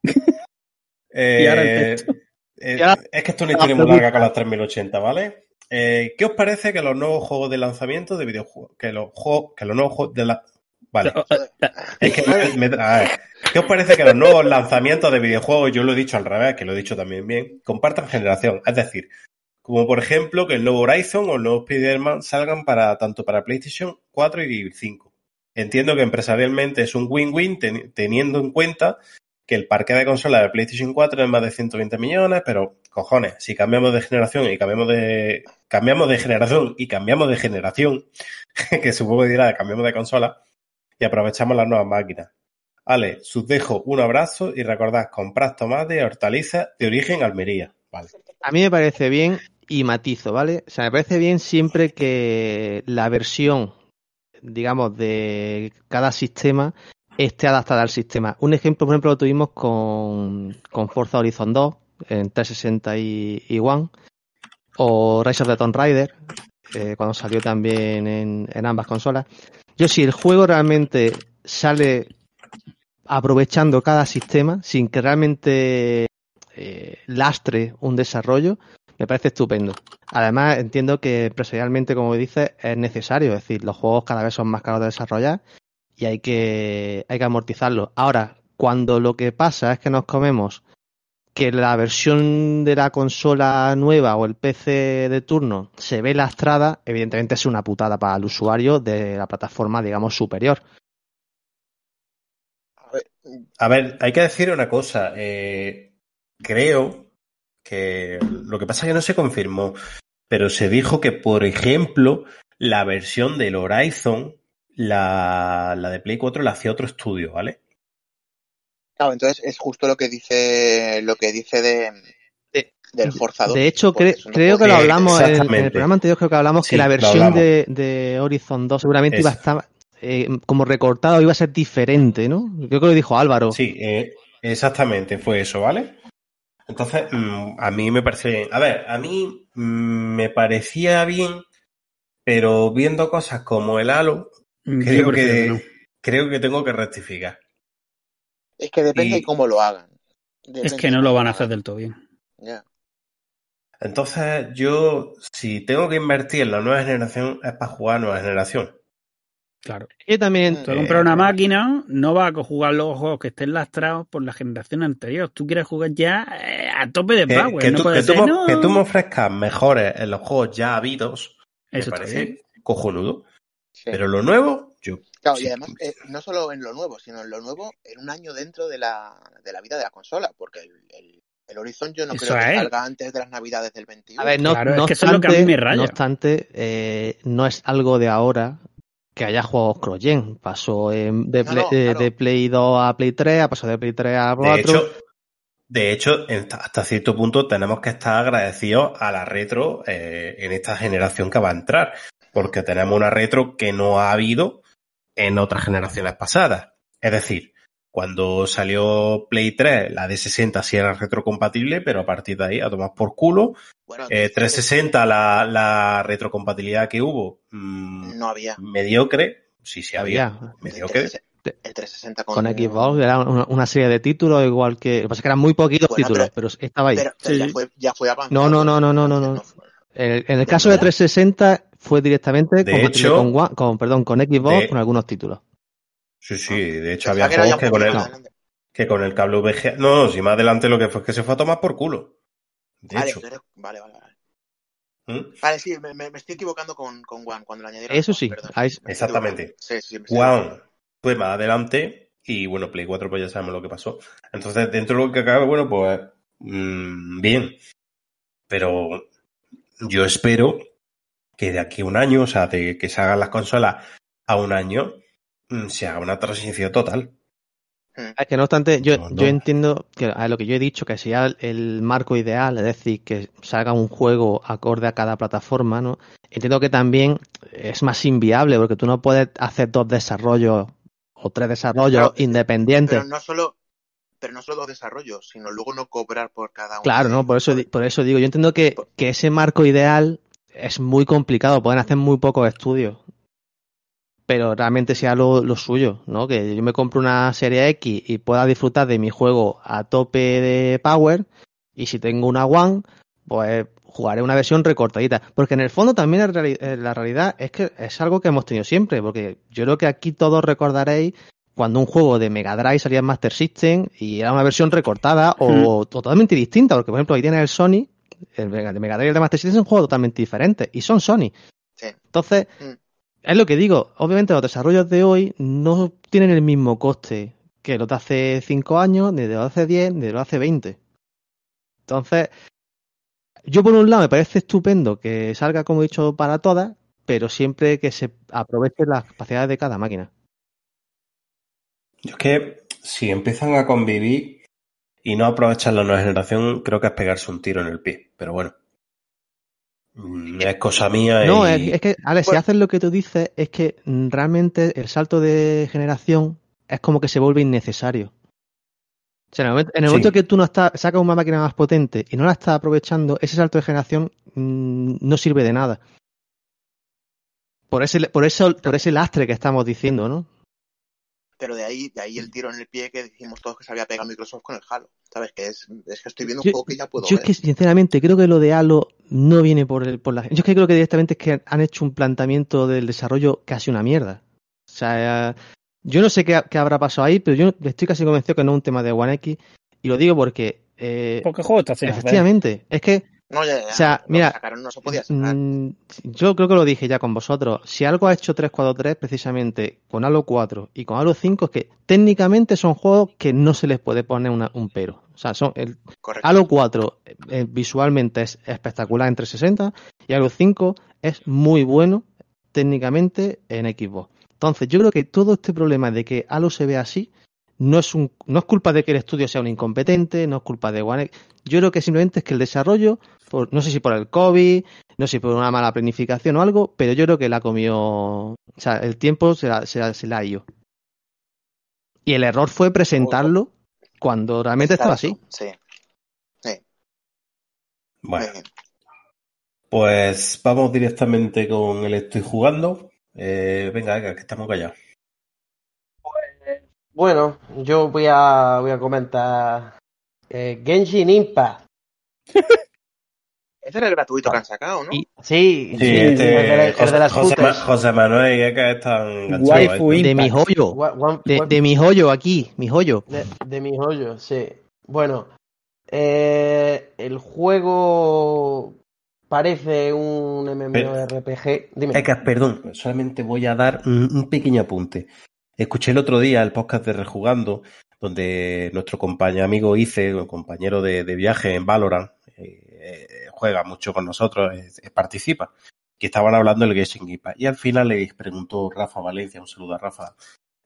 Eh, y ahora el texto. Eh, es que esto es una historia muy larga con las tres mil ochenta, ¿vale? Eh, ¿Qué os parece que los nuevos juegos de lanzamiento de videojuegos, que los juegos, que los nuevos juegos de la... Vale. Es que me, me, a ver, ¿qué os parece que los nuevos lanzamientos de videojuegos, yo lo he dicho al revés, que lo he dicho también bien, compartan generación? Es decir, como por ejemplo que el nuevo Horizon o el nuevo Spider-Man salgan para tanto para PlayStation cuatro y cinco. Entiendo que empresarialmente es un win-win ten, teniendo en cuenta que el parque de consolas de PlayStation cuatro es más de ciento veinte millones, pero cojones, si cambiamos de generación y cambiamos de cambiamos de generación y cambiamos de generación, que supongo que dirá cambiamos de consola, y aprovechamos las nuevas máquinas. Vale, os dejo un abrazo y recordad, comprad tomate y hortalizas de origen Almería. Vale. A mí me parece bien y matizo, ¿vale? O sea, me parece bien siempre que la versión, digamos, de cada sistema esté adaptada al sistema. Un ejemplo, por ejemplo, lo tuvimos con, con Forza Horizon dos en trescientos sesenta y, y One, o Rise of the Tomb Raider, eh, cuando salió también en, en ambas consolas. Yo, si el juego realmente sale aprovechando cada sistema, sin que realmente eh, lastre un desarrollo, me parece estupendo. Además, entiendo que empresarialmente, como dices, es necesario. Es decir, los juegos cada vez son más caros de desarrollar y hay que, hay que amortizarlos. Ahora, cuando lo que pasa es que nos comemos que la versión de la consola nueva o el P C de turno se ve lastrada, evidentemente es una putada para el usuario de la plataforma, digamos, superior. A ver, hay que decir una cosa. Eh, creo que lo que pasa es que no se confirmó, pero se dijo que, por ejemplo, la versión del Horizon, la, la de Play cuatro, la hacía otro estudio, ¿vale? Claro, entonces es justo lo que dice lo que dice de, de del Forza dos. De hecho, cre creo que lo hablamos en, en el programa anterior, creo que hablamos sí, que la versión de, de Horizon dos seguramente es. iba a estar eh, como recortada, iba a ser diferente, ¿no? Creo que lo dijo Álvaro. Sí, eh, exactamente, fue eso, ¿vale? Entonces, mmm, a mí me parece bien. A ver, a mí mmm, me parecía bien, pero viendo cosas como el Halo, creo que, no. creo que tengo que rectificar. Es que depende y... de cómo lo hagan. Depende es que no lo van a hacer del todo bien. Yeah. Entonces, yo, si tengo que invertir en la nueva generación, es para jugar nueva generación. Claro. Yo también. Tú eh... compras una máquina, no vas a jugar los juegos que estén lastrados por la generación anterior. Tú quieres jugar ya eh, a tope de power. Que, que, no tú, puede que, ser, tú, no. que tú me ofrezcas mejores en los juegos ya habidos, Eso me parece bien. cojonudo. Sí. Pero lo nuevo, yo... Claro, sí. Y además, eh, no solo en lo nuevo, sino en lo nuevo en un año dentro de la, de la vida de la consola, porque el, el, el Horizon yo no eso creo que es. salga antes de las navidades del veintiuno. A ver, no, claro, no es que obstante, eso es lo que a mí me raya. No obstante, eh, no es algo de ahora que haya juegos cross-gen. Pasó en, de, no, no, de, claro. de Play dos a Play tres, ha pasado de Play tres a cuatro. De hecho, De hecho, hasta cierto punto tenemos que estar agradecidos a la retro eh, en esta generación que va a entrar, porque tenemos una retro que no ha habido en otras generaciones pasadas. Es decir, cuando salió Play tres, la de sesenta sí era retrocompatible, pero a partir de ahí a tomar por culo. Bueno, eh, trescientos sesenta, la, la retrocompatibilidad que hubo, mmm, no había. Mediocre. Sí, sí había. Había. Mediocre. El trescientos sesenta con, Con Xbox era una, una serie de títulos, igual que. Lo que pasa es que eran muy poquitos Bueno, títulos, pero- pero, estaba ahí. Pero, pero Sí. ya, fue, ya fue avanzado. No, no, no, no, no, no, entonces no. fue- En el, en el ¿De caso de verdad? trescientos sesenta fue directamente De compatible hecho- con, One- con, perdón, con Xbox de- con algunos títulos. Sí, sí. De hecho, Pensaba había que era juegos ya que un con, poquito el, más adelante. que con el cable V G A... No, no, si más adelante lo que fue es que se fue a tomar por culo. De Vale, hecho. entonces- vale, vale, vale. ¿Mm? Vale, sí, me, me- me estoy equivocando con, con One cuando le añadieron. Eso One, sí, perdón. ahí- Me estoy Exactamente. equivocando. Sí, sí, me estoy equivocando. One fue más adelante y bueno, Play cuatro pues ya sabemos lo que pasó. Entonces, dentro de lo que cabe, bueno, pues mmm, bien. Pero yo espero que de aquí a un año, o sea, de que se hagan las consolas a un año, mmm, se haga una transición total. Es que no obstante, yo, No, no. yo entiendo que a lo que yo he dicho, que sea el, el marco ideal, es decir, que salga un juego acorde a cada plataforma, ¿no? Entiendo que también es más inviable, porque tú no puedes hacer dos desarrollos o tres desarrollos Claro, independientes. Pero no solo, pero no solo dos desarrollos, sino luego no cobrar por cada uno. Claro, de ¿no? Por ellos, eso, ¿sabes? di- por eso digo, yo entiendo que, que ese marco ideal es muy complicado, pueden hacer muy pocos estudios, pero realmente sea lo, lo suyo, ¿no? Que yo me compro una serie X y pueda disfrutar de mi juego a tope de power, y si tengo una One, pues jugaré una versión recortadita. Porque en el fondo también la, reali- eh, la realidad es que es algo que hemos tenido siempre, porque yo creo que aquí todos recordaréis cuando un juego de Mega Drive salía en Master System y era una versión recortada o totalmente distinta, porque por ejemplo ahí tienes el Sony, el Mega- de Mega Drive y el de Master System son juegos totalmente diferentes y son Sony. Sí. Entonces, Mm. es lo que digo, obviamente los desarrollos de hoy no tienen el mismo coste que los de hace cinco años, ni de los de hace diez, ni de los de hace veinte. Entonces, yo por un lado me parece estupendo que salga, como he dicho, para todas, pero siempre que se aprovechen las capacidades de cada máquina. Yo es que si empiezan a convivir y no aprovechan la nueva generación, creo que es pegarse un tiro en el pie. Pero bueno, mm, es cosa mía. No, y... es, es que, Alex, si Bueno. haces lo que tú dices, es que mm, realmente el salto de generación es como que se vuelve innecesario. O sea, en el momento, en el Sí. momento que tú no estás, sacas una máquina más potente y no la estás aprovechando, ese salto de generación mm, no sirve de nada. Por ese, por eso, por ese lastre que estamos diciendo, ¿no? Pero de ahí, de ahí el tiro en el pie que dijimos todos que se había pegado Microsoft con el Halo. ¿Sabes? Que es, es que estoy viendo un Yo, juego que ya puedo yo ver. es que, sinceramente, creo que lo de Halo no viene por, el, por la... Yo es que creo que directamente es que han hecho un planteamiento del desarrollo casi una mierda. O sea, eh, yo no sé qué, qué habrá pasado ahí, pero yo estoy casi convencido que no es un tema de One X. Y lo digo porque... Eh, Porque el juego está haciendo. efectivamente, es que... No, ya, ya, O sea, lo que mira, sacaron no se podía sacar. Mm, yo creo que lo dije ya con vosotros. Si algo ha hecho tres cuatro tres precisamente con Halo cuatro y con Halo cinco es que técnicamente son juegos que no se les puede poner una- un pero. O sea, son el Correcto. Halo cuatro eh, visualmente es espectacular en trescientos sesenta y Halo cinco es muy bueno técnicamente en Xbox. Entonces, yo creo que todo este problema de que Halo se vea así no es un no es culpa de que el estudio sea un incompetente, no es culpa de One X. Yo creo que simplemente es que el desarrollo, por, no sé si por el COVID, no sé si por una mala planificación o algo, pero yo creo que la comió, o sea, el tiempo se la, se la, se la ha ido. Y el error fue presentarlo cuando realmente estaba así. Sí. Sí. Bueno, Muy bien. pues vamos directamente con el estoy jugando. Eh, venga, venga, que estamos callados. Bueno, yo voy a, voy a comentar eh, Genshin Impact. Ese era el gratuito que han sacado, ¿no? Y, sí, Sí, sí, este el de, la- el José, de las José, scooters. Ma- José Manuel y Eka están enganchados. Waifu ¿eh? De mi Impact. joyo, Gua- guan- de, guan- de mi joyo aquí, mi joyo. de, de mi joyo, sí. Bueno, eh, el juego parece un MMORPG. Dime. Eka, perdón, solamente voy a dar un, un pequeño apunte. Escuché el otro día el podcast de Rejugando, donde nuestro compañero amigo Ice, un compañero de, de viaje en Valorant, eh, eh, juega mucho con nosotros, eh, eh, participa, que estaban hablando del Genshin Impact. Y al final les preguntó Rafa Valencia, un saludo a Rafa,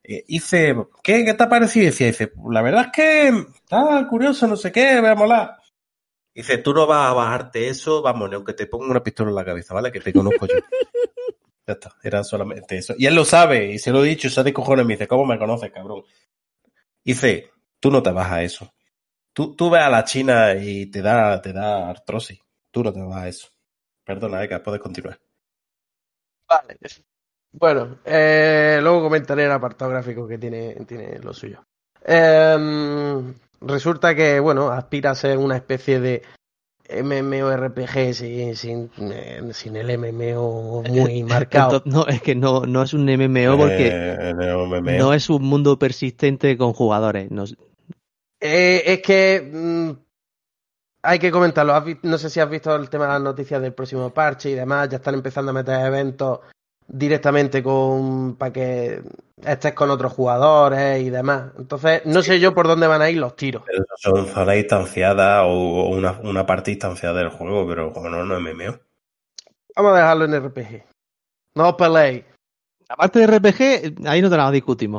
Eh, dice, ¿qué, ¿qué te ha parecido? Y decía, dice, la verdad es que está curioso, no sé qué, me va a molar. Dice, tú no vas a bajarte eso, vamos, ni aunque te ponga una pistola en la cabeza, ¿vale? Que te conozco yo. Ya está, era solamente eso. Y él lo sabe, y se lo he dicho, y se de cojones, me dice, ¿cómo me conoces, cabrón? Dice, tú no te vas a eso. Tú, tú ves a la China y te da, te da artrosis. Tú no te vas a eso. Perdona, Eka, puedes continuar. Vale. Bueno, eh, luego comentaré el apartado gráfico que tiene, tiene lo suyo. Eh, resulta que, bueno, aspira a ser una especie de MMORPG sin, sin, eh, sin el M M O muy marcado. Entonces, no, es que no, no es un M M O porque Eh, no, M M O. no es un mundo persistente con jugadores. No, Eh, es que mm, hay que comentarlo. ¿Has vi- no sé si has visto el tema de las noticias del próximo parche y demás. Ya están empezando a meter eventos directamente con para que estés con otros jugadores y demás. Entonces, no sé yo por dónde van a ir los tiros. Pero eso son zonas instanciadas o una, una parte instanciada del juego, pero como no, no es M M O. Vamos a dejarlo en R P G. No os peleéis. Aparte de R P G, ahí no te la discutimos.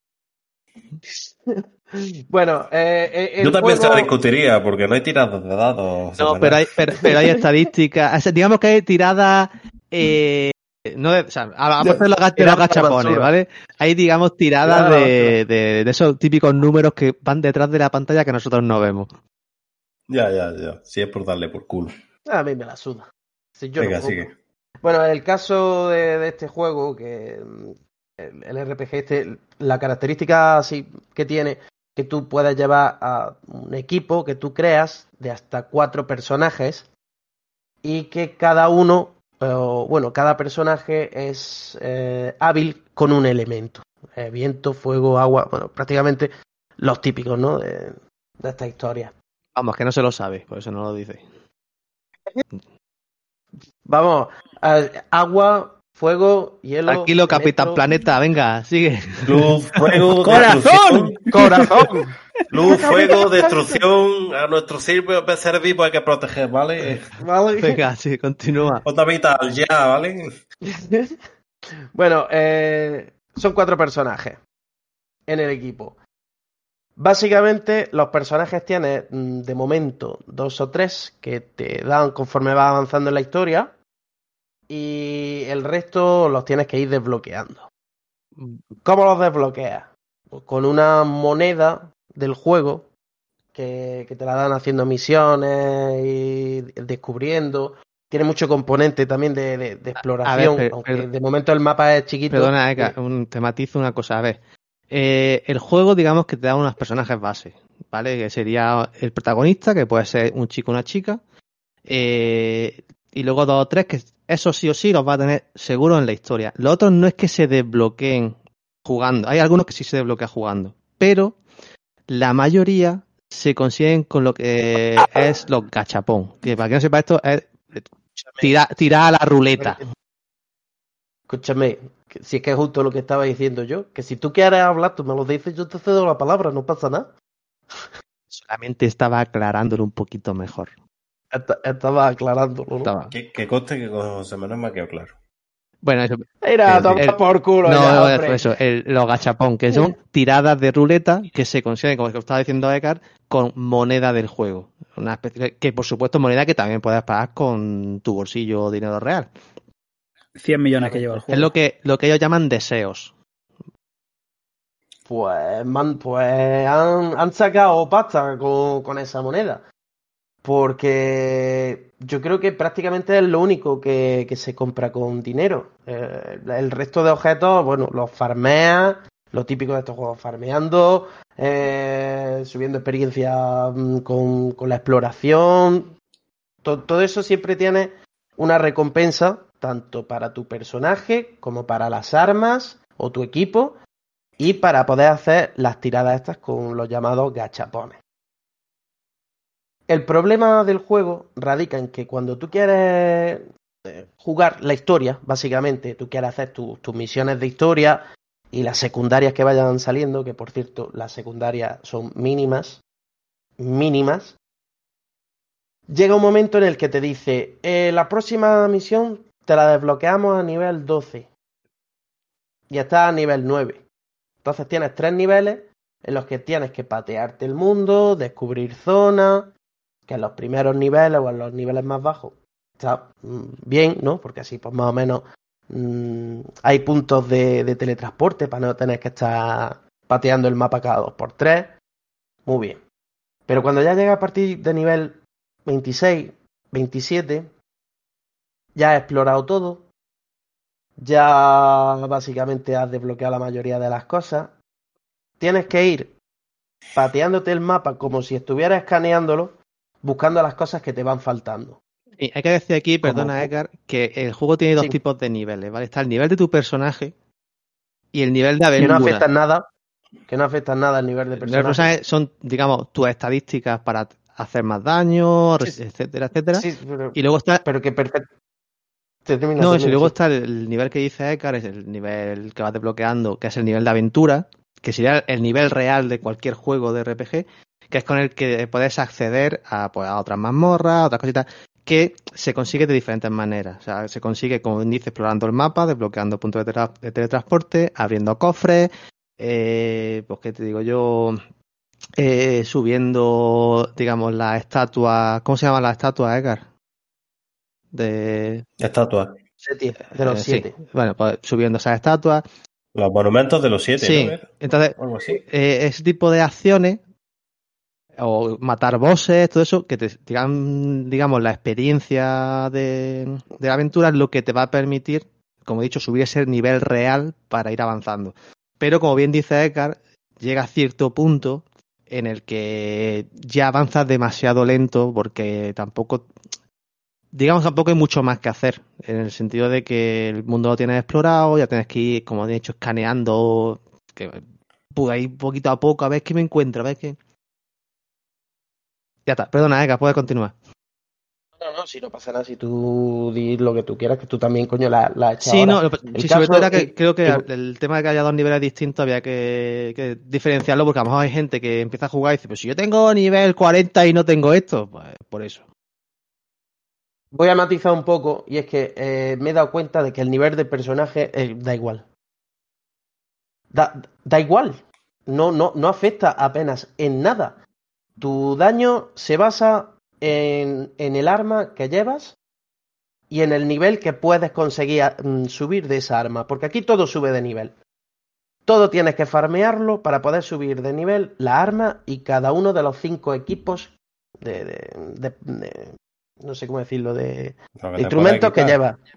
Bueno, eh, eh, el Yo también juego... se la discutiría, porque no hay tiradas de dados. No, pero hay, pero, pero hay estadísticas. O sea, digamos que hay tiradas. Eh, no de, o sea, aparte de los, gach- de los gachapones, ¿vale? Hay, digamos, tiradas Claro, de, de, de esos típicos números que van detrás de la pantalla que nosotros no vemos. Ya, ya, ya. Si es por darle por culo. A mí me la suda. Si yo Venga, no juego. sigue. Bueno, en el caso de, de este juego, que mm, el, el R P G este, la característica así que tiene, que tú puedes llevar a un equipo que tú creas de hasta cuatro personajes y que cada uno, eh, bueno, cada personaje es eh, hábil con un elemento. Eh, viento, fuego, agua, bueno, prácticamente los típicos, ¿no? De, de esta historia. Vamos, que no se lo sabe, por eso no lo dice. Vamos, eh, agua, fuego, hielo. Tranquilo, Capitán metro, Planeta, venga, sigue. Luz, fuego, ¡Corazón! destrucción. ¡Corazón! Luz, fuego, destrucción. A nuestro sirve ser vivo hay que proteger, ¿vale? ¿Vale? Venga, sí, continúa. Onda vital, ya, ¿vale? Bueno, eh, son cuatro personajes en el equipo. Básicamente, los personajes tienes mm, de momento dos o tres que te dan conforme vas avanzando en la historia. Y el resto los tienes que ir desbloqueando. ¿Cómo los desbloqueas? Pues con una moneda del juego que, que te la dan haciendo misiones y descubriendo. Tiene mucho componente también de, de, de exploración, A ver, per- aunque per- de momento el mapa es chiquito. Perdona, Eka, Eh, un, te matizo una cosa. A ver, eh, el juego, digamos que te da unos personajes base, ¿vale? Que sería el protagonista, que puede ser un chico o una chica, eh, y luego dos o tres, que eso sí o sí los va a tener seguro en la historia. Los otros no es que se desbloqueen jugando, hay algunos que sí se desbloquean jugando, pero la mayoría se consiguen con lo que es los gachapón, que para que no sepa esto es tirar tira a la ruleta. Escúchame, que si es que es justo lo que estaba diciendo yo, que si tú quieres hablar, tú me lo dices, yo te cedo la palabra, no pasa nada. Solamente estaba aclarándolo un poquito mejor. Esta- Estaba aclarándolo, ¿no? Estaba. Que, que conste que con José Manuel me ha quedado claro. Bueno, eso, Mira, el- toma el- por culo no, ya, no, hombre. eso, el- los gachapón, que son tiradas de ruleta que se consiguen, como estaba diciendo Ekar, con moneda del juego. Una especie de- que por supuesto moneda que también puedes pagar con tu bolsillo o dinero real. cien millones que lleva el Es juego. lo que, lo que ellos llaman deseos. Pues, man, pues han, han sacado pasta con, con esa moneda. Porque yo creo que prácticamente es lo único que, que se compra con dinero. Eh, el resto de objetos, bueno, los farmeas, lo típico de estos juegos, farmeando, eh, subiendo experiencia mm, con, con la exploración. To- todo eso siempre tiene una recompensa, tanto para tu personaje como para las armas o tu equipo, y para poder hacer las tiradas estas con los llamados gachapones. El problema del juego radica en que cuando tú quieres eh, jugar la historia, básicamente, tú quieres hacer tu- tus misiones de historia y las secundarias que vayan saliendo, que por cierto, las secundarias son mínimas, mínimas, llega un momento en el que te dice, eh, la próxima misión te la desbloqueamos a nivel doce. Y está a nivel nueve. Entonces tienes tres niveles en los que tienes que patearte el mundo, descubrir zonas, que en los primeros niveles o en los niveles más bajos está mm, bien, ¿no? Porque así pues más o menos mmm, hay puntos de, de teletransporte para no tener que estar pateando el mapa cada dos por tres. Muy bien. Pero cuando ya llega a partir de nivel veintiséis, veintisiete, ya has explorado todo, ya básicamente has desbloqueado la mayoría de las cosas, tienes que ir pateándote el mapa como si estuvieras escaneándolo, buscando las cosas que te van faltando. Y hay que decir aquí, perdona Como- Edgar, que el juego tiene dos Sí. tipos de niveles, ¿vale? Está el nivel de tu personaje y el nivel de Que aventura. no afectan nada, que no afectan nada al nivel de El nivel de personaje. personaje son, digamos, tus estadísticas para hacer más daño, Sí, sí. etcétera, etcétera. Sí, pero, Y luego está pero que perfecto. Termina, No, termina, eso, y luego sí. está el, el nivel que dice Ekar, es el nivel que vas desbloqueando, que es el nivel de aventura, que sería el nivel real de cualquier juego de R P G, que es con el que puedes acceder a, pues, a otras mazmorras, a otras cositas, que se consigue de diferentes maneras. O sea, se consigue, como dice, explorando el mapa, desbloqueando puntos de, tele- de teletransporte, abriendo cofres, eh, pues qué te digo yo, eh, subiendo, digamos, las estatuas, ¿cómo se llaman las estatuas, Ekar? De... Estatua. Siete, de los Eh, siete. Sí, bueno, pues subiendo esas estatuas. Los monumentos de los siete, Sí, ¿no? ¿Era? entonces, Algo así. eh, ese tipo de acciones, o matar bosses, todo eso, que te digan, digamos, la experiencia de, de la aventura es lo que te va a permitir, como he dicho, subir ese nivel real para ir avanzando. Pero, como bien dice Ekar, llega a cierto punto en el que ya avanzas demasiado lento porque tampoco... Digamos, tampoco hay mucho más que hacer, en el sentido de que el mundo lo tienes explorado, ya tienes que ir, como he dicho, escaneando, que pude ir poquito a poco, a ver qué me encuentro, a ver qué... Ya está, perdona, Eka, puedes continuar. No, no, si no pasa nada, si tú di lo que tú quieras, que tú también, coño, la, la has hecho Sí, ahora. no, lo- El sí, sobre caso todo era que es- creo que es- el tema de que haya dos niveles distintos había que, que diferenciarlo, porque a lo mejor hay gente que empieza a jugar y dice, pues si yo tengo nivel cuarenta y no tengo esto, pues por eso. Voy a matizar un poco, y es que eh, me he dado cuenta de que el nivel de personaje eh, da igual. Da, da igual. No, no, no afecta apenas en nada. Tu daño se basa en, en el arma que llevas y en el nivel que puedes conseguir mm, subir de esa arma. Porque aquí todo sube de nivel. Todo tienes que farmearlo para poder subir de nivel la arma y cada uno de los cinco equipos de, de, de- de- no sé cómo decirlo, de, Lo de te instrumentos puede que quitar. lleva.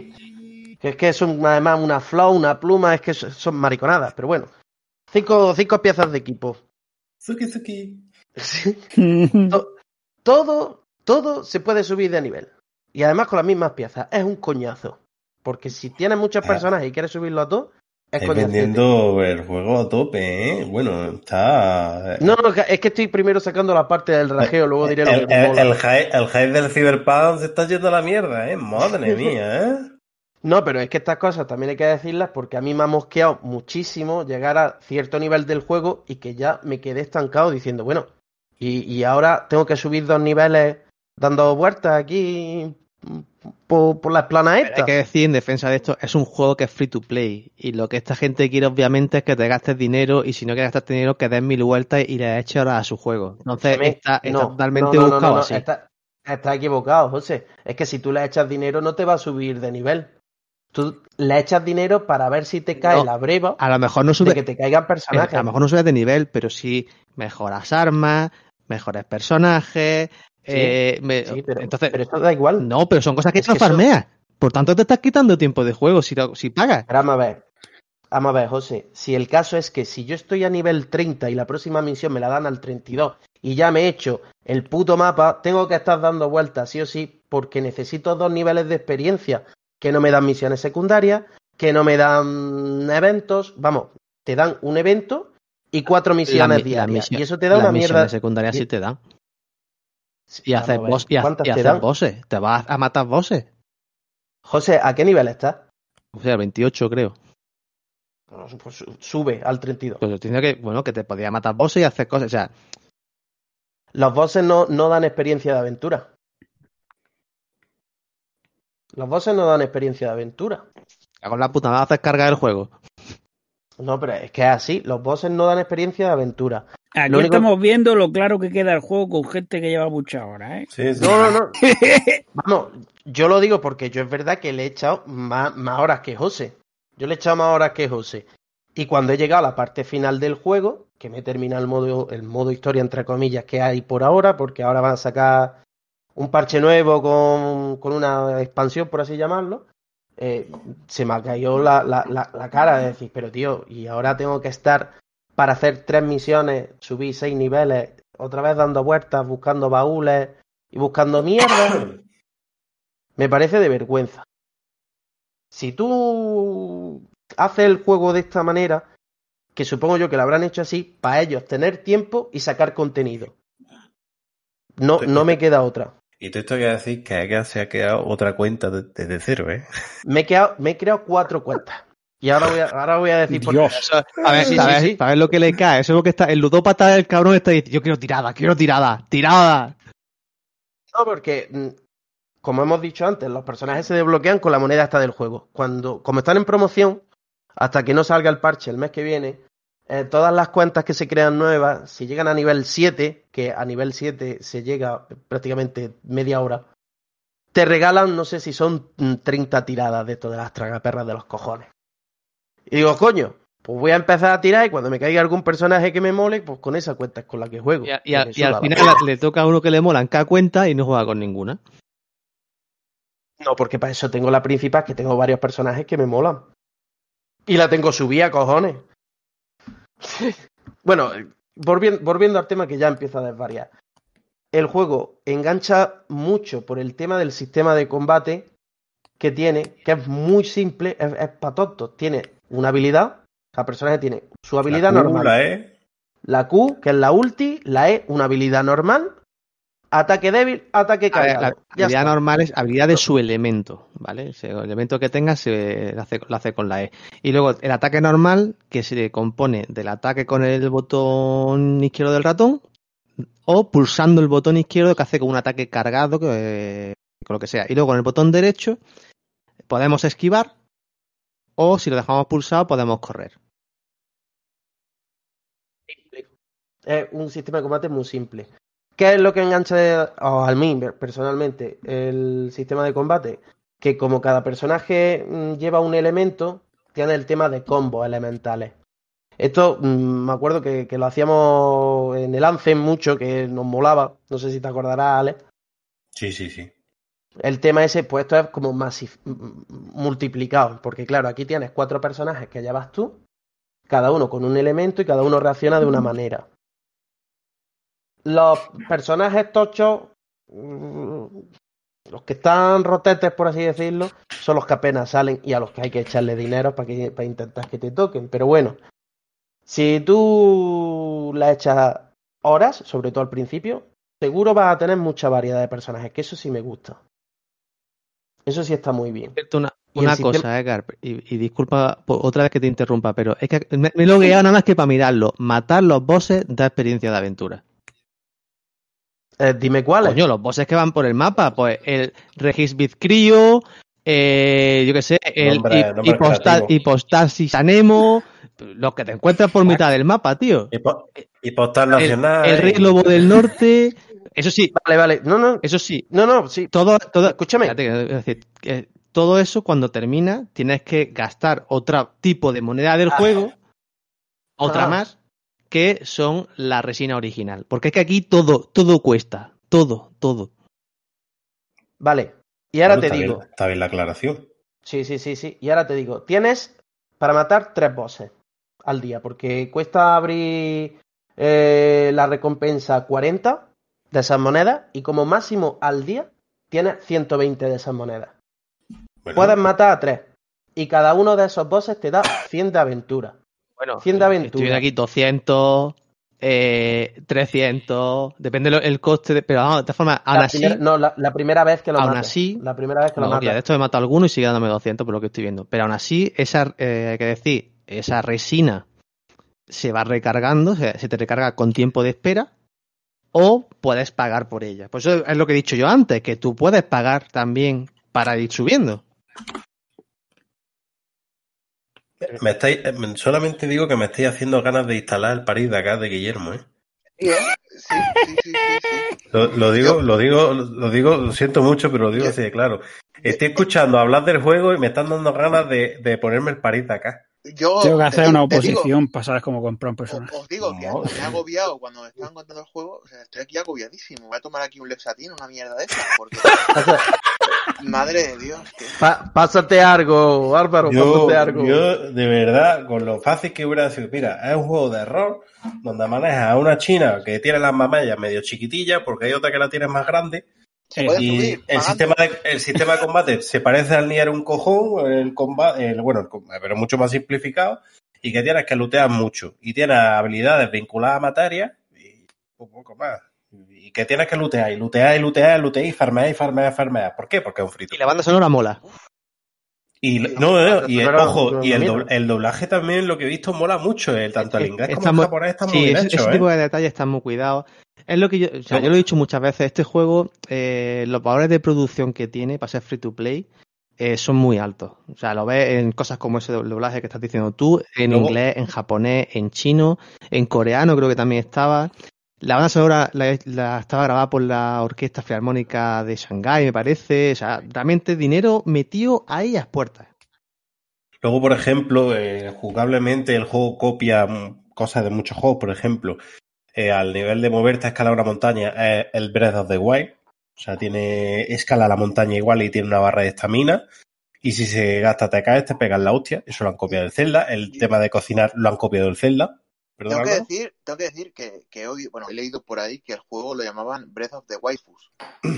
Sí, que es que son además una flow, una pluma, es que son son mariconadas, pero bueno. Cinco, cinco piezas de equipo. Zuki, zuki. Sí. To- Todo, todo se puede subir de nivel. Y además con las mismas piezas. Es un coñazo. Porque si tienes muchos Ah. personajes y quieres subirlo a todos, es Estáis coñacete. vendiendo el juego a tope, ¿eh? Bueno, está... No, no, es que estoy primero sacando la parte del rajeo, luego diré lo el, que el, mola. el hype, el hype del Cyberpunk se está yendo a la mierda, ¿eh? Madre mía, ¿eh? No, pero es que estas cosas también hay que decirlas porque a mí me ha mosqueado muchísimo llegar a cierto nivel del juego y que ya me quedé estancado diciendo, bueno, y, y ahora tengo que subir dos niveles dando vueltas aquí por, por la esplana Pero hay esta. que decir, en defensa de esto, es un juego que es free to play. Y lo que esta gente quiere, obviamente, es que te gastes dinero. Y si no quieres gastar dinero, que des mil vueltas y le eches horas a su juego. Entonces, Escúchame, está, está no, totalmente no, no, no, buscado no, no, así. está, está equivocado, José. Es que si tú le echas dinero no te va a subir de nivel. Tú le echas dinero para ver si te cae No, la breva A lo mejor no de sube, que te caigan eh, a personajes. lo mejor no subes de nivel, pero sí mejoras armas, mejores personajes. Sí, eh, me- sí, pero, entonces, pero eso da igual. no, pero son cosas que Es no que eso- farmeas. Por tanto, te estás quitando tiempo de juego si, lo- si pagas. Pero vamos a ver, vamos a ver, José. Si el caso es que si yo estoy a nivel treinta y la próxima misión me la dan al treinta y dos y ya me he hecho el puto mapa, tengo que estar dando vueltas sí o sí porque necesito dos niveles de experiencia que no me dan misiones secundarias, que no me dan eventos. Vamos, te dan un evento y cuatro misiones La mi- la diarias. misión- y eso te da las una misiones mierda. secundarias sí Y- te dan. Sí, Y vamos haces a ver, boss, y, ha- ¿cuántas y te haces dan? bosses. Te vas a matar bosses. José, ¿a qué nivel estás? O sea, veintiocho creo. Pues su- sube al treinta y dos. Pues tiene que, bueno, que te podía matar bosses y hacer cosas. O sea, Los bosses no, no dan experiencia de aventura. Los bosses no dan experiencia de aventura. con la puta, me vas a hacer cargar el juego. No, pero es que es así. Los bosses no dan experiencia de aventura. Aquí Lo único- estamos viendo lo claro que queda el juego con gente que lleva muchas horas, ¿eh? Sí, sí. No, no, no. Vamos, yo lo digo porque yo es verdad que le he echado más, más horas que José. Yo le he echado más horas que José. Y cuando he llegado a la parte final del juego, que me termina el modo, el modo historia, entre comillas, que hay por ahora, porque ahora van a sacar un parche nuevo con, con una expansión, por así llamarlo, eh, se me ha caído la, la, la, la cara de decir, pero tío, y ahora tengo que estar para hacer tres misiones, subir seis niveles, otra vez dando vueltas, buscando baúles y buscando mierda. Me parece de vergüenza. Si tú haces el juego de esta manera, que supongo yo que lo habrán hecho así, para ellos tener tiempo y sacar contenido. No, no me queda otra. Y tú esto voy a decir que Ega se ha quedado otra cuenta de- desde cero, ¿eh? Me he, quedado, me he creado cuatro cuentas. Y ahora voy a, ahora voy a decir por qué. Dios. A ver, Sí, a sí, ver, sí. para ver lo que le cae. Eso es lo que está. El ludópata del cabrón está diciendo: yo quiero tirada, quiero tirada, tirada. No, porque, mm, como hemos dicho antes, los personajes se desbloquean con la moneda esta del juego. Cuando, como están en promoción, hasta que no salga el parche el mes que viene, eh, todas las cuentas que se crean nuevas, si llegan a nivel siete, que a nivel siete se llega prácticamente media hora, te regalan, no sé si son mm, treinta tiradas de todas las tragaperras de los cojones. Y digo, coño, pues voy a empezar a tirar y cuando me caiga algún personaje que me mole, pues con esa cuenta es con la que juego. Y, a- y Me a- y suda al la final polla. le toca a uno que le mola en cada cuenta y no juega con ninguna. No, porque para eso tengo la principal, que tengo varios personajes que me molan. Y la tengo subida, cojones. Bueno, volviendo, volviendo al tema que ya empieza a desvariar. El juego engancha mucho por el tema del sistema de combate que tiene, que es muy simple, es, es para tontos. Tiene una habilidad, cada personaje tiene su habilidad La Q, normal. la E. La Q, que es la ulti, la E, una habilidad normal, ataque débil, ataque A ver, la cargado. Ya habilidad está. normal es habilidad de su elemento, ¿vale? O sea, el elemento que tenga se lo hace, lo hace con la E. Y luego el ataque normal, que se compone del ataque con el botón izquierdo del ratón o pulsando el botón izquierdo que hace con un ataque cargado, que, con lo que sea. Y luego con el botón derecho podemos esquivar o si lo dejamos pulsado podemos correr. Es un sistema de combate muy simple. ¿Qué es lo que engancha oh, a mí personalmente el sistema de combate? Que como cada personaje mm, lleva un elemento, tiene el tema de combos elementales. Esto mm, me acuerdo que, que lo hacíamos en el Anthem mucho, que nos molaba. No sé si te acordarás, Alex. Sí, sí, sí. El tema ese, pues esto es como masif- multiplicado, porque claro, aquí tienes cuatro personajes que llevas tú, cada uno con un elemento y cada uno reacciona de una manera. Los personajes tochos, mm, los que están rotetes, por así decirlo, son los que apenas salen y a los que hay que echarle dinero para, que, para intentar que te toquen. Pero bueno, si tú le echas horas, sobre todo al principio, seguro vas a tener mucha variedad de personajes, que eso sí me gusta. Eso sí está muy bien. Una, Y el una sistema- cosa, Edgar, y, y disculpa por otra vez que te interrumpa, pero es que me, me lo he logueado nada más que para mirarlo. Matar los bosses da experiencia de aventura. Eh, dime cuáles. Coño, los bosses que van por el mapa, pues el Regis Vizcrío, eh, yo qué sé, el Nombre- Hip- nombre Hipostal, creativo. Hipostasis Anemo, los que te encuentras por mitad del mapa, tío. Y, po- y postal El, nacional. el Rey y- Lobo del Norte, eso sí, Vale, vale. No, no, eso sí, no, no, sí. todo, todo, Escúchame. espérate, es decir, que todo eso cuando termina tienes que gastar otro tipo de moneda del juego, otra Ah. más, que son la resina original. Porque es que aquí todo, todo cuesta, todo, todo. Vale. Y ahora Bueno, te está digo. bien- está bien la aclaración. Sí, sí, sí, sí. Y ahora te digo. Tienes para matar tres bosses al día. Porque cuesta abrir eh, la recompensa cuarenta de esas monedas. Y como máximo al día tienes ciento veinte de esas monedas. Bueno, Puedes matar a tres. Y cada uno de esos bosses te da cien de aventura. Bueno, cien de aventura. estoy viendo aquí doscientos, eh, trescientos, depende del el coste, de, pero vamos, de todas formas, aún La así, primera- no, la, la primera vez que lo aún matas. así- La primera vez que lo no, que ya de matas. esto he matado alguno y sigue dándome doscientos por lo que estoy viendo, pero aún así, esa, eh, hay que decir, esa resina se va recargando, se, se te recarga con tiempo de espera, o puedes pagar por ella. Por eso es lo que he dicho yo antes, que tú puedes pagar también para ir subiendo. Me estáis, solamente digo que me estáis haciendo ganas de instalar el París Dakar de Guillermo, ¿eh? Sí, ¿eh? Sí, sí, sí, sí, sí. Lo, lo digo, lo digo, lo digo, lo siento mucho, pero lo digo así de claro. Estoy escuchando hablar del juego y me están dando ganas de, de ponerme el París Dakar. Yo Tengo que te hacer digo- una te digo, oposición para saber cómo comprar un o- personaje. os digo que Madre me he agobiado cuando me estaban contando el juego. O sea, estoy aquí agobiadísimo. Voy a tomar aquí un Lexatin, una mierda de esa, porque Pasa- madre de Dios. Que... pa- pásate algo, Álvaro, Yo, pásate algo. yo, de verdad, con lo fácil que hubiera sido, mira, es un juego de error donde manejas a una china que tiene las mamallas medio chiquitillas porque hay otra que la tiene más grande. Se puede Y subir el pagando. sistema, de, el sistema de combate se parece al Nier un cojón, el combate, el, bueno, el combate, pero mucho más simplificado, y que tienes que lootear mucho. Y tienes habilidades vinculadas a materia y un poco más. Y que tienes que lootear, y lootear, y lootear, y lootear, y farmear, y farmear, y farmear. ¿Por qué? Porque es un frito. Y la banda sonora mola. Y Sí, no, no, y pero- ojo, pero y el, mira. dobl- el doblaje también, lo que he visto, mola mucho. El, tanto el inglés como Está el muy- japonés están sí, muy bien ese, hechos, ese ¿eh? tipo de detalles están muy cuidados. Es lo que yo, o sea, No. yo lo he dicho muchas veces, este juego, eh, los valores de producción que tiene para ser free to play eh, son muy altos. O sea, lo ves en cosas como ese doblaje que estás diciendo tú, en Luego- inglés, en japonés, en chino, en coreano creo que también estaba. La banda sonora la, la estaba grabada por la Orquesta Filarmónica de Shanghái, me parece. O sea, realmente dinero metido ahí a las puertas. Luego, por ejemplo, eh, jugablemente el juego copia mm, cosas de muchos juegos. Por ejemplo, eh, al nivel de moverte a escalar una montaña es el Breath of the Wild. O sea, tiene escala la montaña igual y tiene una barra de estamina. Y si se gasta te caes, te pegas la hostia. Eso lo han copiado del Zelda. El tema de cocinar lo han copiado del Zelda. Perdón, Tengo que Álvaro. decir, tengo que decir que, que hoy, bueno, he leído por ahí que el juego lo llamaban Breath of the Waifus.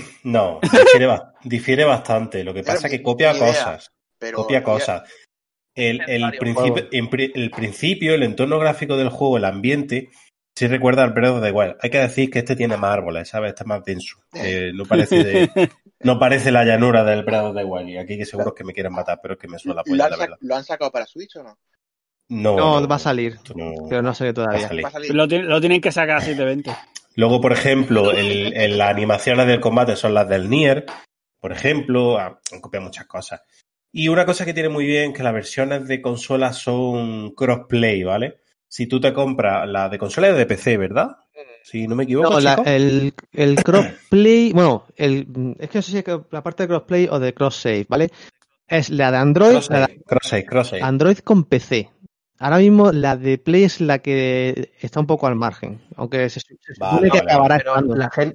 No, difiere, ba- difiere bastante. Lo que Claro, pasa es mi- que copia mi idea, cosas. Pero Copia había- cosas. El, el, varios principio, juegos. en pri- el principio, el entorno gráfico del juego, el ambiente, sí recuerda al Breath of the Wild. Hay que decir que este tiene más árboles, ¿sabes? Este es más denso. Eh, no parece de, no parece la llanura del Breath of the Wild. Y aquí que seguro es que me quieren matar, pero es que me suena la ¿Lo polla, han, la sac- verdad. ¿Lo han sacado para Switch o no? No, No, no, va a salir, esto no pero no sale va a todavía. salir. Va a salir. Lo, ti- lo tienen que sacar a siete veinte. Luego, por ejemplo, el, el- las animaciones del combate son las del Nier, por ejemplo, ah, han copiado muchas cosas. Y una cosa que tiene muy bien que las versiones de consolas son crossplay, ¿vale? Si tú te compras la de consola es de P C, ¿verdad? Si no me equivoco, No, la- chicos. el, el crossplay, bueno, el, es que no sé si es que la parte de crossplay o de cross save, ¿vale? Es la de Android, la de Cross-save, cross-save, cross-save. Android con P C. Ahora mismo la de Play es la que está un poco al margen, aunque se, se Vale, supone que vale, acabará Pero estando. la gente,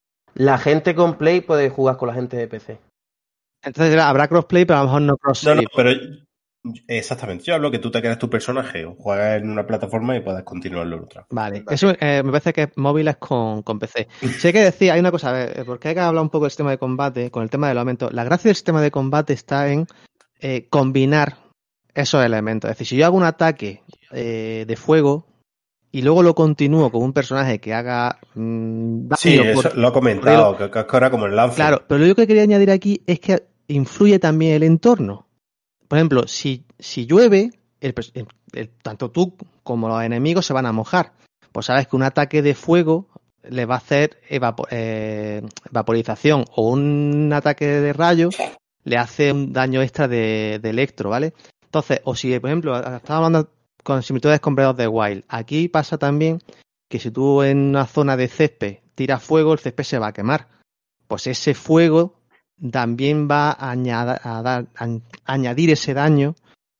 la gente con Play puede jugar con la gente de P C. Entonces habrá crossplay, pero a lo mejor no cross No, no, save. pero exactamente. Yo hablo que tú te creas tu personaje, o juegas en una plataforma y puedes continuarlo en otra. Vale, Vale. eso eh, me parece que es móviles con, con P C. Sí hay que decir, hay una cosa, a ver, porque hay que hablar un poco del sistema de combate, con el tema del aumento. La gracia del sistema de combate está en eh, combinar esos elementos. Es decir, si yo hago un ataque eh, de fuego y luego lo continúo con un personaje que haga mmm, daño Sí, por- eso lo he comentado, que, que ahora como el lance. Claro, pero lo que quería añadir aquí es que influye también el entorno. Por ejemplo, si, si llueve, el, pers- el- el- tanto tú como los enemigos se van a mojar. Pues sabes que un ataque de fuego le va a hacer evapo- eh, vaporización o un ataque de rayo le hace un daño extra de, de electro, ¿vale? Entonces, o si, por ejemplo, estaba hablando con similitudes con Breath of the Wild. Aquí pasa también que si tú en una zona de césped tiras fuego, el césped se va a quemar. Pues ese fuego también va a, añada- a dar- a añadir ese daño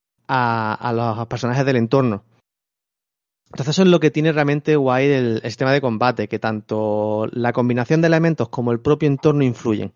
a, a los personajes del entorno. Entonces eso es lo que tiene realmente guay el, el sistema de combate, que tanto la combinación de elementos como el propio entorno influyen.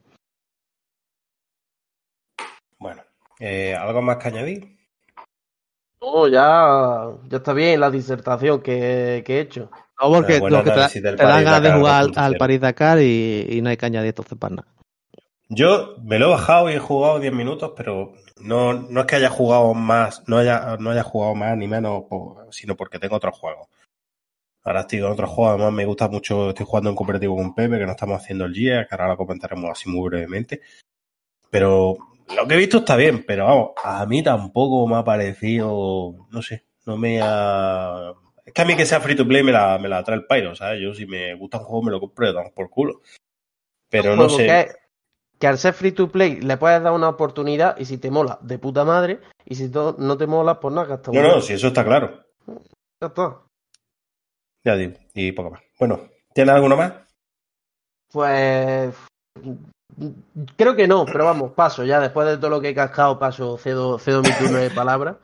Bueno, eh, ¿algo más que añadir? No, ya, ya está bien la disertación que, que he hecho. No, porque, Eh, buen porque te, análisis del te dan París ganas de Dakar jugar al, dos punto al cero. París Dakar y, y no hay que añadir entonces para nada. Yo me lo he bajado y he jugado diez minutos, pero no, no es que haya jugado más, no haya, no haya jugado más ni menos, por- sino porque tengo otros juegos. Ahora estoy con otros juegos, además me gusta mucho, estoy jugando en cooperativo con Pepe, que no estamos haciendo el G I A, que ahora lo comentaremos así muy brevemente. Pero lo que he visto está bien, pero vamos, a mí tampoco me ha parecido, no sé, no me ha... Es que a mí que sea free to play me la, me la trae el pairo, ¿sabes? Yo si me gusta un juego me lo compro y lo damos por culo. Pero Un no juego sé... que es que al ser free to play le puedes dar una oportunidad y si te mola, de puta madre, y si to- no te mola, pues nada, gasta un No, no, euro. si eso está claro. Ya está. Ya digo, y poco más. Bueno, ¿tienes alguno más? Pues creo que no, pero vamos, paso ya, después de todo lo que he cascado, paso, cedo, cedo mi turno de palabra.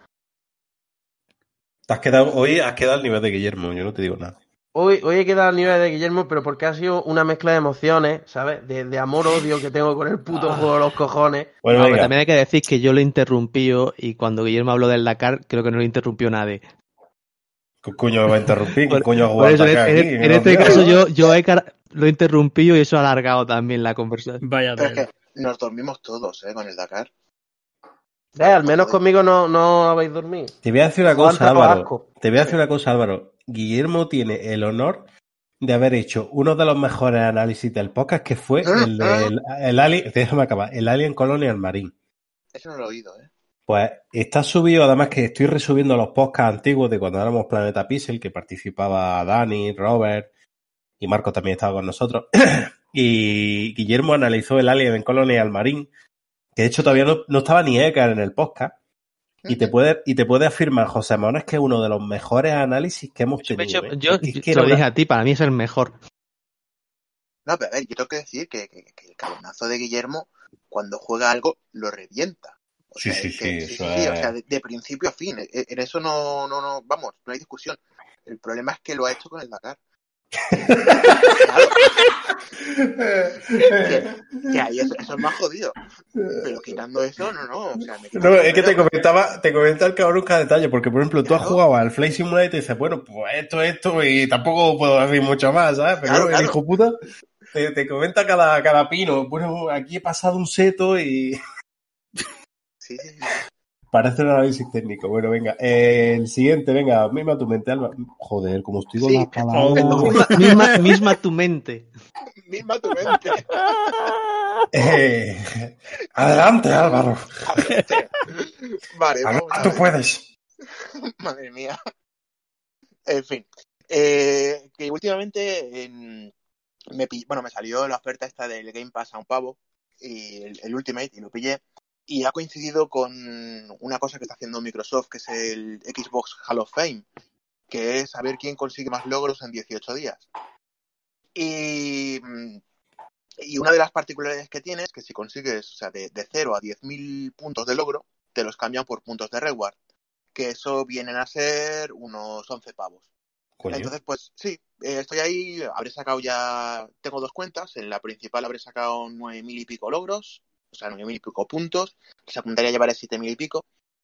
Te has quedado, hoy has quedado al nivel de Guillermo, yo no te digo nada. Hoy, hoy he quedado al nivel de Guillermo, pero porque ha sido una mezcla de emociones, ¿sabes? De, de amor-odio que tengo con el puto juego de los cojones. Bueno, No, pero venga. también hay que decir que yo lo interrumpí y cuando Guillermo habló del Dakar, creo que no lo interrumpió nadie. ¿Qué coño me va a interrumpir? ¿Qué Por, coño ha por jugado eso, en, acá en- aquí? en No, este tío. caso yo, yo he car- lo he interrumpido y eso ha alargado también la conversación. Vaya Pero es tela. que nos dormimos todos, ¿eh? Con el Dakar. Eh, al menos conmigo no, no habéis dormido. Te voy a decir una Os ha cosa, entrado Álvaro. asco. Te voy a decir una cosa, Álvaro. Guillermo tiene el honor de haber hecho uno de los mejores análisis del podcast, que fue No, no, el no, no. del el Alien, déjame acabar, el Alien Colonial Marine. Eso no lo he oído, ¿eh? Pues está subido, además que estoy resubiendo los podcasts antiguos de cuando éramos Planeta Pixel, que participaba Dani, Robert y Marco también estaba con nosotros. Y Guillermo analizó el Alien Colonial Marine, que de hecho todavía no, no estaba ni Ekar en el podcast. Y te puede, y te puede afirmar, José Mones, que es uno de los mejores análisis que hemos De tenido. hecho, ¿eh? yo Es que te era lo una- dije a ti, para mí es el mejor. No, pero a ver, yo tengo que decir que, que, que el cabronazo de Guillermo, cuando juega algo, lo revienta. O Sí, sea, sí, es que- sí, sí, eso sí, sí, es- o sea, de, de principio a fin. E- En eso no, no, no, vamos, no hay discusión. El problema es que lo ha hecho con el Dakar. Claro, que, que ahí eso, eso es más jodido. Pero quitando eso, no, no. O sea, me quita No, el es que te sombrero. comentaba, te comentaba el cabrón cada detalle, porque por ejemplo, tú has Claro. jugado al Flight Simulator y dices, bueno, pues esto, esto, y tampoco puedo decir mucho más, ¿sabes? Pero Claro, el claro. hijo puta te, te comenta cada, cada pino. Bueno, aquí he pasado un seto y Sí, sí, sí. parece un análisis técnico. Bueno, venga, eh, el siguiente, venga, misma tu mente, Alba. Joder, como estoy con Sí, las palabras. pero- Oh. Misma, misma, misma tu mente. Misma tu mente. Eh, adelante, Álvaro. Vale, vamos Hablar a tú ver. puedes. Madre mía. En fin. Eh, que últimamente en- me pi- bueno, me salió la oferta esta del Game Pass a un pavo y el, el Ultimate y lo pillé. Y ha coincidido con una cosa que está haciendo Microsoft, que es el Xbox Hall of Fame, que es saber quién consigue más logros en dieciocho días. Y, y una de las particularidades que tiene es que si consigues, o sea, de, de cero a diez mil puntos de logro, te los cambian por puntos de reward, que eso vienen a ser unos once pavos. Coño. Entonces, pues sí, eh, estoy ahí, habré sacado ya, tengo dos cuentas, en la principal habré sacado nueve mil y pico logros, o sea, nueve mil y pico puntos, la secundaria llevaré siete mil y pico,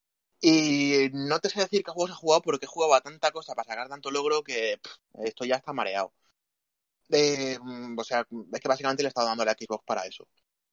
y no te sé decir qué juegos he jugado porque he jugado a tanta cosa para sacar tanto logro que pff, esto ya está mareado. Eh, o sea, es que básicamente le he estado dando a la Xbox para eso.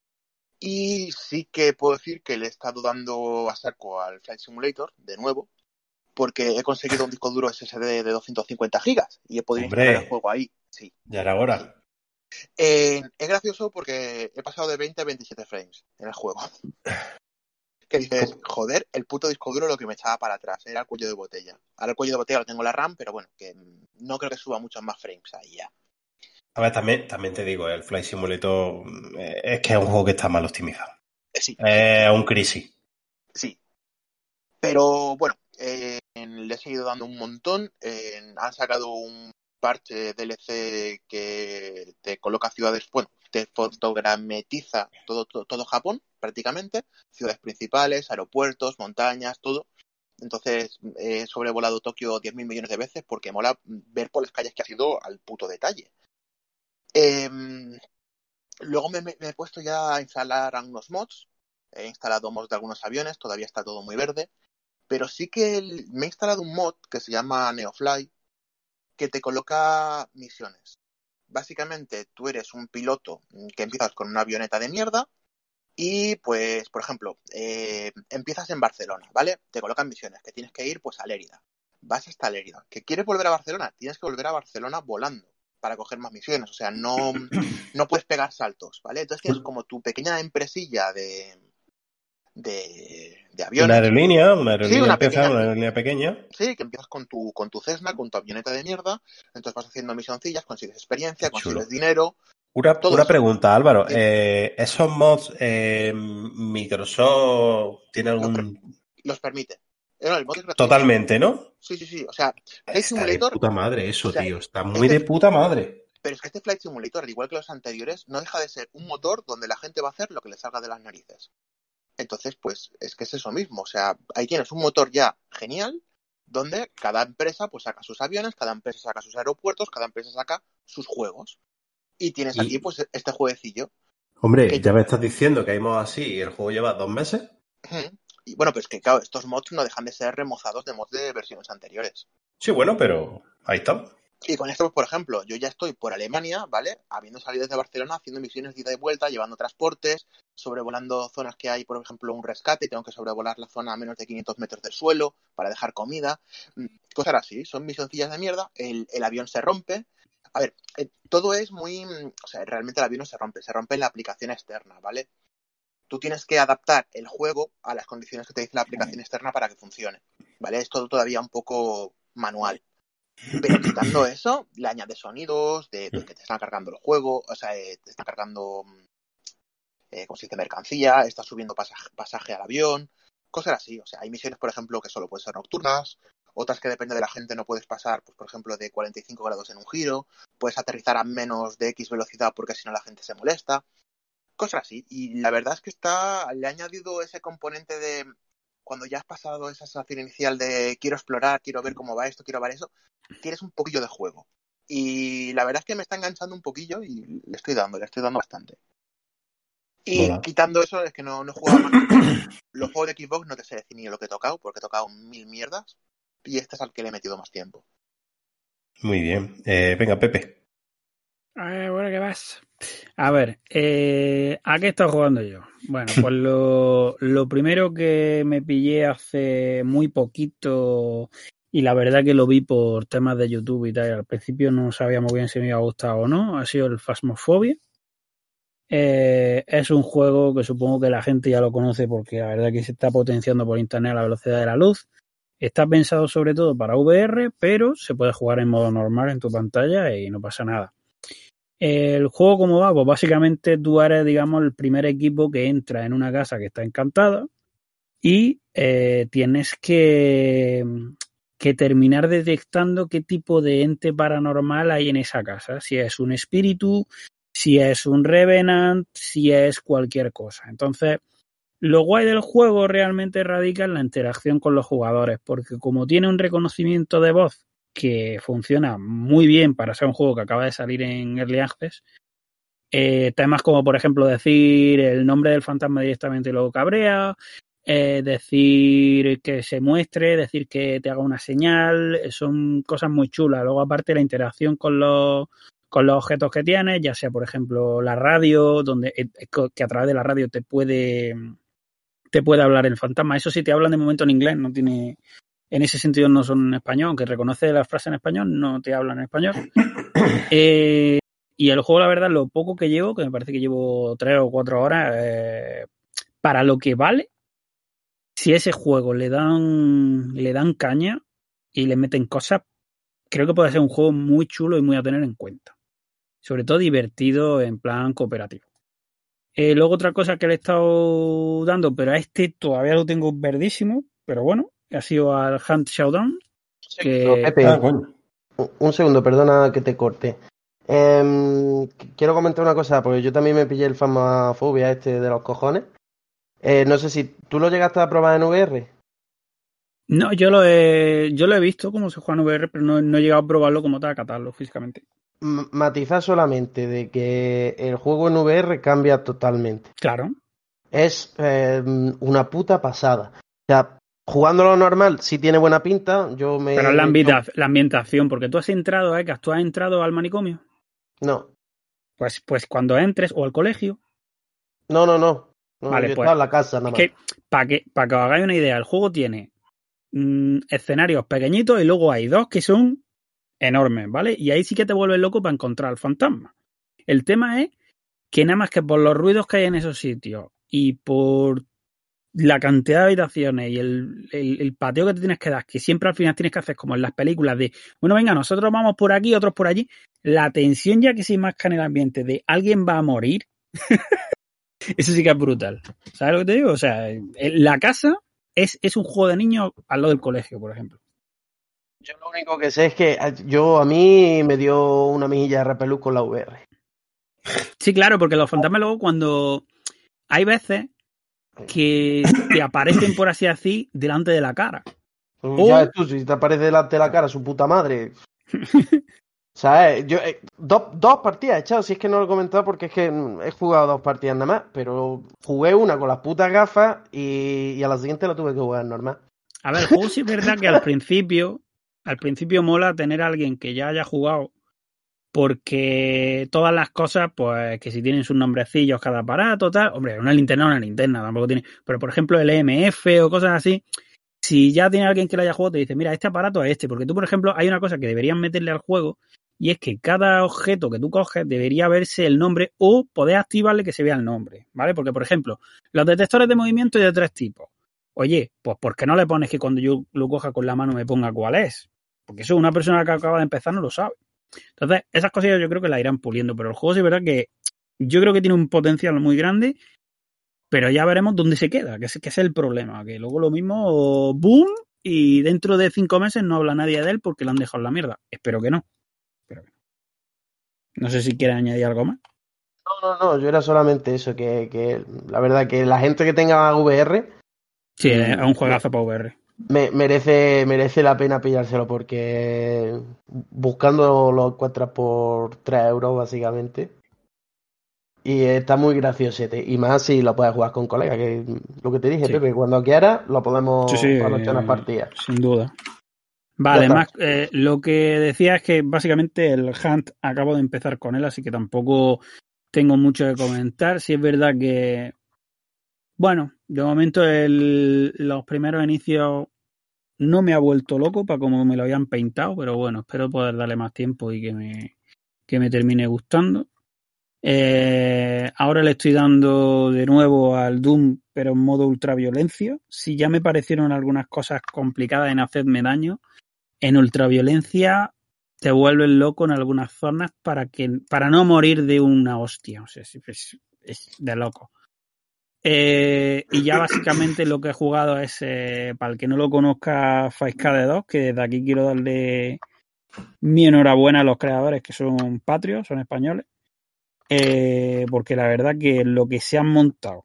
Y sí que puedo decir que le he estado dando a saco al Flight Simulator, de nuevo, porque he conseguido un disco duro S S D de doscientos cincuenta gigas y he podido Hombre. instalar el juego ahí. Sí. Ya era hora. Eh, es gracioso porque he pasado de veinte a veintisiete frames en el juego. Que dices, joder, el puto disco duro lo que me echaba para atrás, era el cuello de botella. Ahora el cuello de botella lo tengo en la RAM, pero bueno, que no creo que suba muchos más frames ahí ya. A ver, también, también te digo, el Flight Simulator eh, es que es un juego que está mal optimizado. Eh, sí, Es un crisis. sí. Pero bueno, eh, le he seguido dando un montón. Eh, han sacado un parche D L C que te coloca ciudades, bueno, te fotogrametiza todo, todo, todo Japón, prácticamente. Ciudades principales, aeropuertos, montañas, todo. Entonces he sobrevolado Tokio diez mil millones de veces porque mola ver por las calles que ha sido al puto detalle. Eh, luego me, me he puesto ya a instalar algunos mods. He instalado mods de algunos aviones, todavía está todo muy verde. Pero sí que el, me he instalado un mod que se llama Neofly, que te coloca misiones. Básicamente, tú eres un piloto que empiezas con una avioneta de mierda y, pues, por ejemplo, eh, empiezas en Barcelona, ¿vale? Te colocan misiones, que tienes que ir, pues, a Lérida. Vas hasta Lérida. ¿Que quieres volver a Barcelona? Tienes que volver a Barcelona volando para coger más misiones. O sea, no, no puedes pegar saltos, ¿vale? Entonces tienes como tu pequeña empresilla de... De, de aviones. Una aerolínea, una aerolínea Sí, una empieza, pequeña- una aerolínea pequeña. Sí, que empiezas con tu, con tu Cessna, con tu avioneta de mierda, entonces vas haciendo misioncillas, consigues experiencia, Qué chulo. consigues dinero, Una, Todo una eso. pregunta, Álvaro. Eh, Eh, ¿Esos mods eh, Microsoft tiene los, per- algún... los permite. Eh, no, el mod es gratuito. Totalmente, ¿no? Sí, sí, sí. O sea, Flight Está de Simulator, puta madre o eso, sea, tío. Está muy este, de puta madre. pero es que este Flight Simulator, al igual que los anteriores, no deja de ser un motor donde la gente va a hacer lo que le salga de las narices. Entonces, pues, es que es eso mismo. O sea, ahí tienes un motor ya genial, donde cada empresa pues saca sus aviones, cada empresa saca sus aeropuertos, cada empresa saca sus juegos. Y tienes aquí, Y, pues, este jueguecillo hombre, que... ya me estás diciendo que hay mods así y el juego lleva dos meses. Y bueno, pues que claro, estos mods no dejan de ser remozados de mods de versiones anteriores. Sí, bueno, pero ahí está. Y con esto, por ejemplo, yo ya estoy por Alemania, ¿vale? Habiendo salido desde Barcelona, haciendo misiones de ida y vuelta, llevando transportes, sobrevolando zonas que hay, por ejemplo, un rescate, tengo que sobrevolar la zona a menos de quinientos metros del suelo para dejar comida, cosas así, son misioncillas de mierda, el, el avión se rompe. A ver, eh, todo es muy... O sea, realmente el avión no se rompe, se rompe en la aplicación externa, ¿vale? Tú tienes que adaptar el juego a las condiciones que te dice la aplicación externa para que funcione, ¿vale? Es todo todavía un poco manual. Pero quitando eso, le añades sonidos de, de que te están cargando el juego, o sea, eh, te están cargando, eh, como se dice, mercancía, estás subiendo pasaje, pasaje al avión, cosas así. O sea, hay misiones, por ejemplo, que solo pueden ser nocturnas, otras que depende de la gente no puedes pasar, pues por ejemplo, de cuarenta y cinco grados en un giro, puedes aterrizar a menos de X velocidad porque si no la gente se molesta, cosas así. Y la verdad es que está, le ha añadido ese componente de... Cuando ya has pasado esa sensación inicial de quiero explorar, quiero ver cómo va esto, quiero ver eso, tienes un poquillo de juego. Y la verdad es que me está enganchando un poquillo y le estoy dando, le estoy dando bastante. Y Mola. quitando eso, es que no, no he jugado más. Los juegos de Xbox no te sé decir ni lo que he tocado, porque he tocado mil mierdas. Y este es al que le he metido más tiempo. Muy bien. Eh, venga, Pepe. A ver, bueno, ¿qué vas? A ver, eh, ¿a qué he estado jugando yo? Bueno, pues lo, lo primero que me pillé hace muy poquito, y la verdad que lo vi por temas de YouTube y tal, y al principio no sabía muy bien si me iba a gustar o no, ha sido el Phasmophobia. Eh, es un juego que supongo que la gente ya lo conoce porque la verdad que se está potenciando por internet a la velocidad de la luz. Está pensado sobre todo para V R, pero se puede jugar en modo normal en tu pantalla y no pasa nada. El juego, ¿cómo va? Pues básicamente tú eres, digamos, el primer equipo que entra en una casa que está encantada y eh, tienes que, que terminar detectando qué tipo de ente paranormal hay en esa casa. Si es un espíritu, si es un revenant, si es cualquier cosa. Entonces, lo guay del juego realmente radica en la interacción con los jugadores, porque como tiene un reconocimiento de voz que funciona muy bien para ser un juego que acaba de salir en Early Access, eh, temas como, por ejemplo, decir el nombre del fantasma directamente y luego cabrea, eh, decir que se muestre, decir que te haga una señal, son cosas muy chulas. Luego, aparte, la interacción con los con los objetos que tienes, ya sea, por ejemplo, la radio, donde que a través de la radio te puede te puede hablar el fantasma. Eso sí, te hablan de momento en inglés, no tiene... En ese sentido no son en español, aunque reconoce las frases en español, no te hablan en español. Eh, y el juego, la verdad, lo poco que llevo, que me parece que llevo tres o cuatro horas, eh, para lo que vale, si ese juego le dan, le dan caña y le meten cosas, creo que puede ser un juego muy chulo y muy a tener en cuenta. Sobre todo divertido en plan cooperativo. Eh, luego otra cosa que le he estado dando, pero a este todavía lo tengo verdísimo, pero bueno, ha sido al Hunt Showdown. Que... Pepe, Ah, bueno. un segundo, perdona que te corte. Eh, quiero comentar una cosa, porque yo también me pillé el Phasmophobia este de los cojones. Eh, no sé si tú lo llegaste a probar en V R. No, yo lo he, yo lo he visto como se juega en V R, pero no, no he llegado a probarlo como tal, a catarlo físicamente. M- matizar solamente de que el juego en V R cambia totalmente. Claro. Es eh, una puta pasada. O sea, jugándolo normal sí tiene buena pinta. Yo me Pero la, he ambienta, hecho- la ambientación, porque tú has entrado, ¿eh? Que tú has entrado al manicomio. No, Pues, pues cuando entres, o al colegio. no, no, no. No, Vale, yo pues. estaba en la casa nada Es más. que, para que, para que os hagáis una idea, el juego tiene mmm, escenarios pequeñitos y luego hay dos que son enormes, ¿vale? Y ahí sí que te vuelves loco para encontrar al fantasma. El tema es que nada más que por los ruidos que hay en esos sitios y por la cantidad de habitaciones y el, el, el pateo que te tienes que dar, que siempre al final tienes que hacer como en las películas de, bueno, venga, nosotros vamos por aquí, otros por allí, la tensión ya que se enmasca en el ambiente de alguien va a morir, eso sí que es brutal. ¿Sabes lo que te digo? O sea, la casa es, es un juego de niños al lado del colegio, por ejemplo. Yo lo único que sé es que yo a mí me dio una mejilla de repelús con la V R. Sí, claro, porque los fantasmas luego cuando hay veces que te aparecen, por así decir, delante de la cara. O... Ya ves tú, si te aparece delante de la cara su puta madre. ¿Sabes? Yo, eh, dos, dos partidas he echado, si es que no lo he comentado porque es que he jugado dos partidas nada más, pero jugué una con las putas gafas y, y a la siguiente la tuve que jugar normal. A ver, el juego sí es verdad que al principio, al principio mola tener a alguien que ya haya jugado, porque todas las cosas, pues que si tienen sus nombrecillos cada aparato, tal, hombre, una linterna una linterna, tampoco tiene, pero por ejemplo el E M F o cosas así, si ya tiene alguien que lo haya jugado, te dice, mira, este aparato es este, porque tú, por ejemplo, hay una cosa que deberían meterle al juego, y es que cada objeto que tú coges debería verse el nombre o poder activarle que se vea el nombre, ¿vale? Porque, por ejemplo, los detectores de movimiento hay de tres tipos. Oye, pues ¿por qué no le pones que cuando yo lo coja con la mano me ponga cuál es? Porque eso una persona que acaba de empezar no lo sabe. Entonces, esas cosillas yo creo que las irán puliendo, pero el juego sí es verdad que yo creo que tiene un potencial muy grande, pero ya veremos dónde se queda, que es, que es el problema, que luego lo mismo, boom, y dentro de cinco meses no habla nadie de él porque lo han dejado en la mierda. Espero que no. Espero que no. No sé si quieres añadir algo más. No, no, no, yo era solamente eso, que, que la verdad que la gente que tenga V R... Sí, es un juegazo me, para V R. Me, merece, merece la pena pillárselo porque buscando lo encuentras por tres euros básicamente. Y está muy graciosete. Y más si lo puedes jugar con colegas, que lo que te dije, sí. Pepe, cuando quieras lo podemos sí, sí, para echar unas partidas. Sin duda. Vale, más eh, lo que decía es que básicamente el Hunt acabo de empezar con él, así que tampoco tengo mucho que comentar. Si es verdad que, bueno, de momento el, los primeros inicios no me ha vuelto loco para como me lo habían pintado, pero bueno, espero poder darle más tiempo y que me, que me termine gustando. Eh, ahora le estoy dando de nuevo al Doom, pero en modo ultraviolencia. Si ya me parecieron algunas cosas complicadas en hacerme daño, en ultraviolencia te vuelves loco en algunas zonas para que para no morir de una hostia. O sea, es, es de loco. Eh, y ya básicamente lo que he jugado es, eh, para el que no lo conozca, cinco K D dos, que desde aquí quiero darle mi enhorabuena a los creadores, que son patrios, son españoles. Eh, porque la verdad que lo que se han montado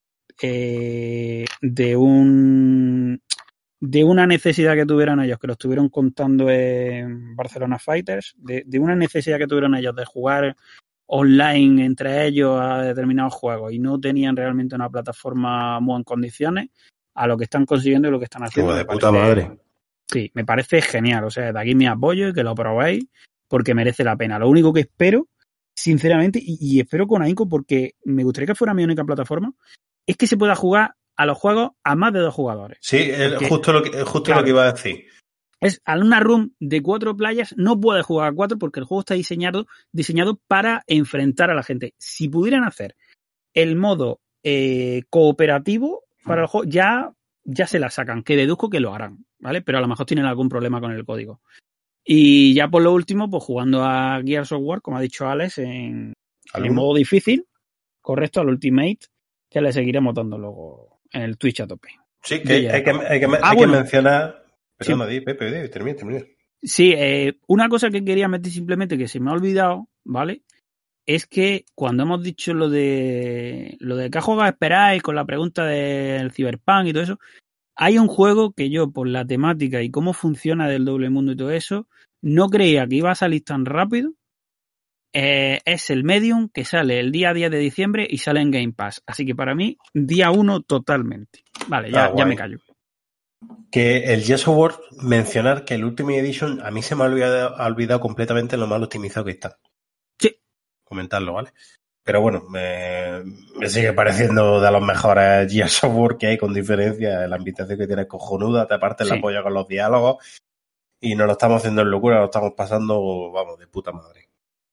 eh, de un de una necesidad que tuvieron ellos, que lo estuvieron contando en Barcelona Fighters, de, de una necesidad que tuvieron ellos de jugar online entre ellos a determinados juegos y no tenían realmente una plataforma muy en condiciones, a lo que están consiguiendo y lo que están haciendo. De puta madre. Sí, me parece genial. O sea, de aquí mi apoyo y que lo probéis porque merece la pena. Lo único que espero, sinceramente, y, y espero con ahínco porque me gustaría que fuera mi única plataforma, es que se pueda jugar a los juegos a más de dos jugadores. Sí, es justo lo que, justo claro, lo que iba a decir. Es a una room de cuatro playas, no puedes jugar a cuatro porque el juego está diseñado, diseñado para enfrentar a la gente. Si pudieran hacer el modo eh, cooperativo para el juego, ya, ya se la sacan, que deduzco que lo harán, ¿vale? Pero a lo mejor tienen algún problema con el código. Y ya por lo último, pues jugando a Gears of War, como ha dicho Alex, en, en modo difícil, correcto, al Ultimate, que le seguiremos dando luego en el Twitch a tope. Sí, que hay, hay, que, hay, que, ah, hay bueno. que mencionar... Perdona, sí. di, Pepe, termina, termina. Sí, eh, una cosa que quería meter simplemente que se me ha olvidado, ¿vale? Es que cuando hemos dicho lo de lo de qué juegos esperáis con la pregunta del Cyberpunk y todo eso, hay un juego que yo, por la temática y cómo funciona del doble mundo y todo eso, no creía que iba a salir tan rápido. Eh, es el Medium, que sale el día diez de diciembre y sale en Game Pass. Así que para mí, día uno totalmente. Vale, ya, ah, ya me callo. Que el Gears of War, mencionar que el Ultimate Edition a mí se me ha olvidado, ha olvidado completamente lo mal optimizado que está. Sí. Comentarlo, ¿vale? Pero bueno, me, me sigue pareciendo de los mejores Gears of War que hay, con diferencia. La ambientación que tiene cojonuda, te aparte sí. La polla con los diálogos, y no lo estamos haciendo en locura, lo estamos pasando, vamos, de puta madre.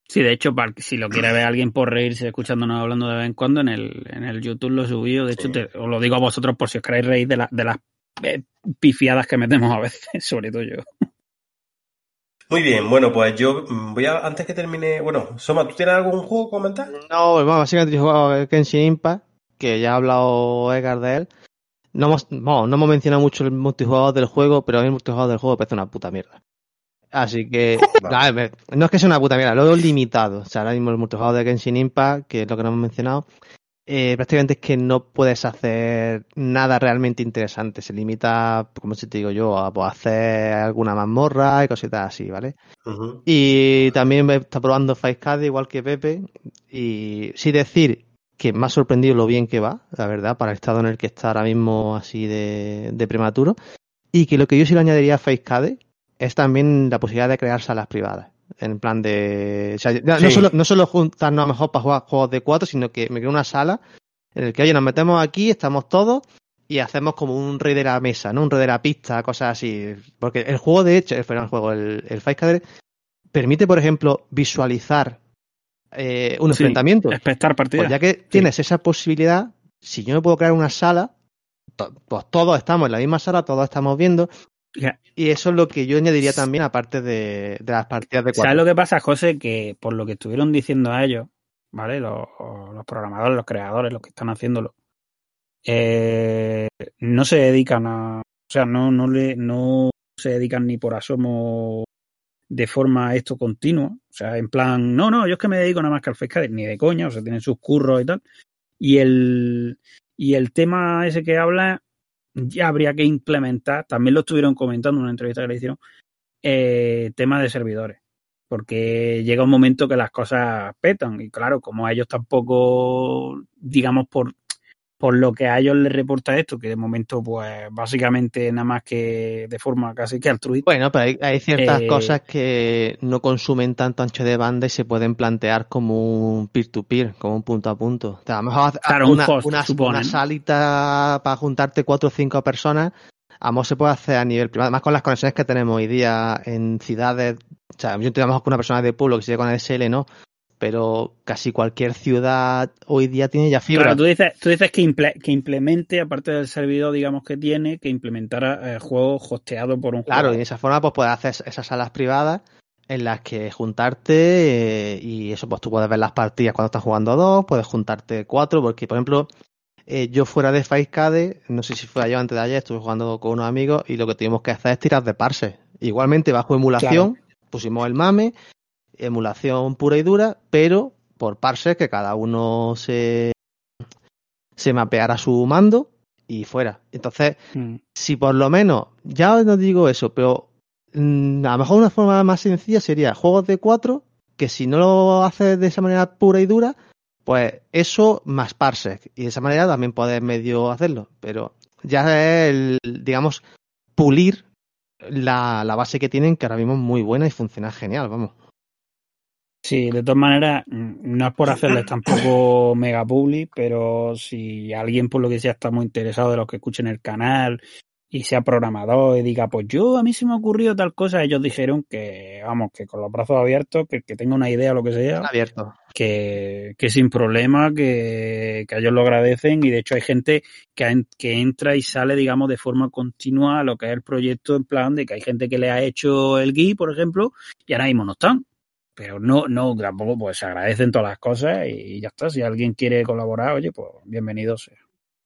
Sí, de hecho, para, si lo quiere ver alguien por reírse escuchándonos hablando de vez en cuando, en el, en el YouTube lo subí. De hecho, Sí. te, os lo digo a vosotros por si os queréis reír de, la, de las eh, pifiadas que metemos a veces, sobre todo yo. Muy bien, bueno, pues yo mm, voy a, antes que termine, bueno, Soma, ¿tú tienes algún juego que comentar? No, bueno, básicamente yo he jugado el Genshin Impact, que ya ha hablado Edgar de él. No hemos, no, no hemos mencionado mucho el multijugador del juego, pero a mí el multijugador del juego me parece una puta mierda. Así que, Vale. no, no es que sea una puta mierda, lo veo limitado. O sea, ahora mismo el multijugador de Genshin Impact, que es lo que no hemos mencionado, eh, prácticamente es que no puedes hacer nada realmente interesante. Se limita, como si te digo yo, a pues, hacer alguna mazmorra y cositas así, ¿vale? Ujú. Y también está probando Five K D igual que Pepe. Y sí decir que me ha sorprendido lo bien que va, la verdad, para el estado en el que está ahora mismo así de, de prematuro. Y que lo que yo sí le añadiría a Five K D es también la posibilidad de crear salas privadas. En plan de... O sea, no, Sí. no, solo, no solo juntarnos a lo mejor para jugar juegos de cuatro, sino que me creo una sala en el que, oye, nos metemos aquí, estamos todos y hacemos como un rey de la mesa, ¿no? Un rey de la pista, cosas así. Porque el juego, de hecho, el, el juego, el, el Five K D permite, por ejemplo, visualizar eh, un Sí, enfrentamiento. espectar partidas. Pues ya que tienes esa posibilidad, si yo me puedo crear una sala, to- pues todos estamos en la misma sala, todos estamos viendo. Ya. Y eso es lo que yo añadiría también, aparte de, de las partidas de ¿Sabes cuatro. lo que pasa, José? Que por lo que estuvieron diciendo a ellos, ¿vale? Los, los programadores, los creadores, los que están haciéndolo, eh, no se dedican a... O sea, no, no, le, no se dedican ni por asomo de forma esto continua. O sea, en plan, no, no, yo es que me dedico nada más que al Five K D, ni de coña, o sea, tienen sus curros y tal. Y el, y el tema ese que habla ya habría que implementar, también lo estuvieron comentando en una entrevista que le hicieron, eh, tema de servidores. Porque llega un momento que las cosas petan. Y claro, como a ellos tampoco, digamos, por, por lo que a ellos les reporta esto, que de momento, pues, básicamente nada más que de forma casi que altruista. Bueno, pero hay, hay ciertas Eh, cosas que no consumen tanto ancho de banda y se pueden plantear como un peer-to-peer, como un punto a punto. O sea, a lo mejor Claro, un una, host, una, supone, una ¿no? salita para juntarte cuatro o cinco personas, a lo mejor se puede hacer a nivel privado. Además, con las conexiones que tenemos hoy día en ciudades, o sea, yo tengo con una persona de pueblo que sigue con el S L, ¿no? Pero casi cualquier ciudad hoy día tiene ya fibra. Claro, tú dices, tú dices que, imple, que implemente, aparte del servidor, digamos, que tiene, que implementara el juego hosteado por un Claro, jugador. y de esa forma pues puedes hacer esas salas privadas en las que juntarte eh, y eso pues tú puedes ver las partidas cuando estás jugando dos, puedes juntarte cuatro, porque por ejemplo eh, yo fuera de Five K D, no sé si fue ayer o antes de ayer, estuve jugando con unos amigos y lo que tuvimos que hacer es tirar de parse. Igualmente bajo emulación, claro. Pusimos el mame, emulación pura y dura, pero por parse que cada uno se, se mapeara su mando y fuera. Entonces, mm. si por lo menos, ya no digo eso, pero mmm, a lo mejor una forma más sencilla sería juegos de cuatro, que si no lo haces de esa manera pura y dura, pues eso más parsec. Y de esa manera también puedes medio hacerlo. Pero ya es el, digamos, pulir la, la base que tienen, que ahora mismo es muy buena y funciona genial, vamos. Sí, de todas maneras, no es por hacerles tampoco mega public, pero si alguien por lo que sea está muy interesado de los que escuchen el canal y sea programador y diga, pues yo a mí se me ha ocurrido tal cosa, ellos dijeron que, vamos, que con los brazos abiertos, que, que tenga una idea o lo que sea, abierto. que, que sin problema, que, que ellos lo agradecen y de hecho hay gente que, que entra y sale, digamos, de forma continua a lo que es el proyecto, en plan de que hay gente que le ha hecho el guía, por ejemplo, y ahora mismo no están. Pero no, no, tampoco, pues se agradecen todas las cosas y ya está. Si alguien quiere colaborar, oye, pues bienvenido sea.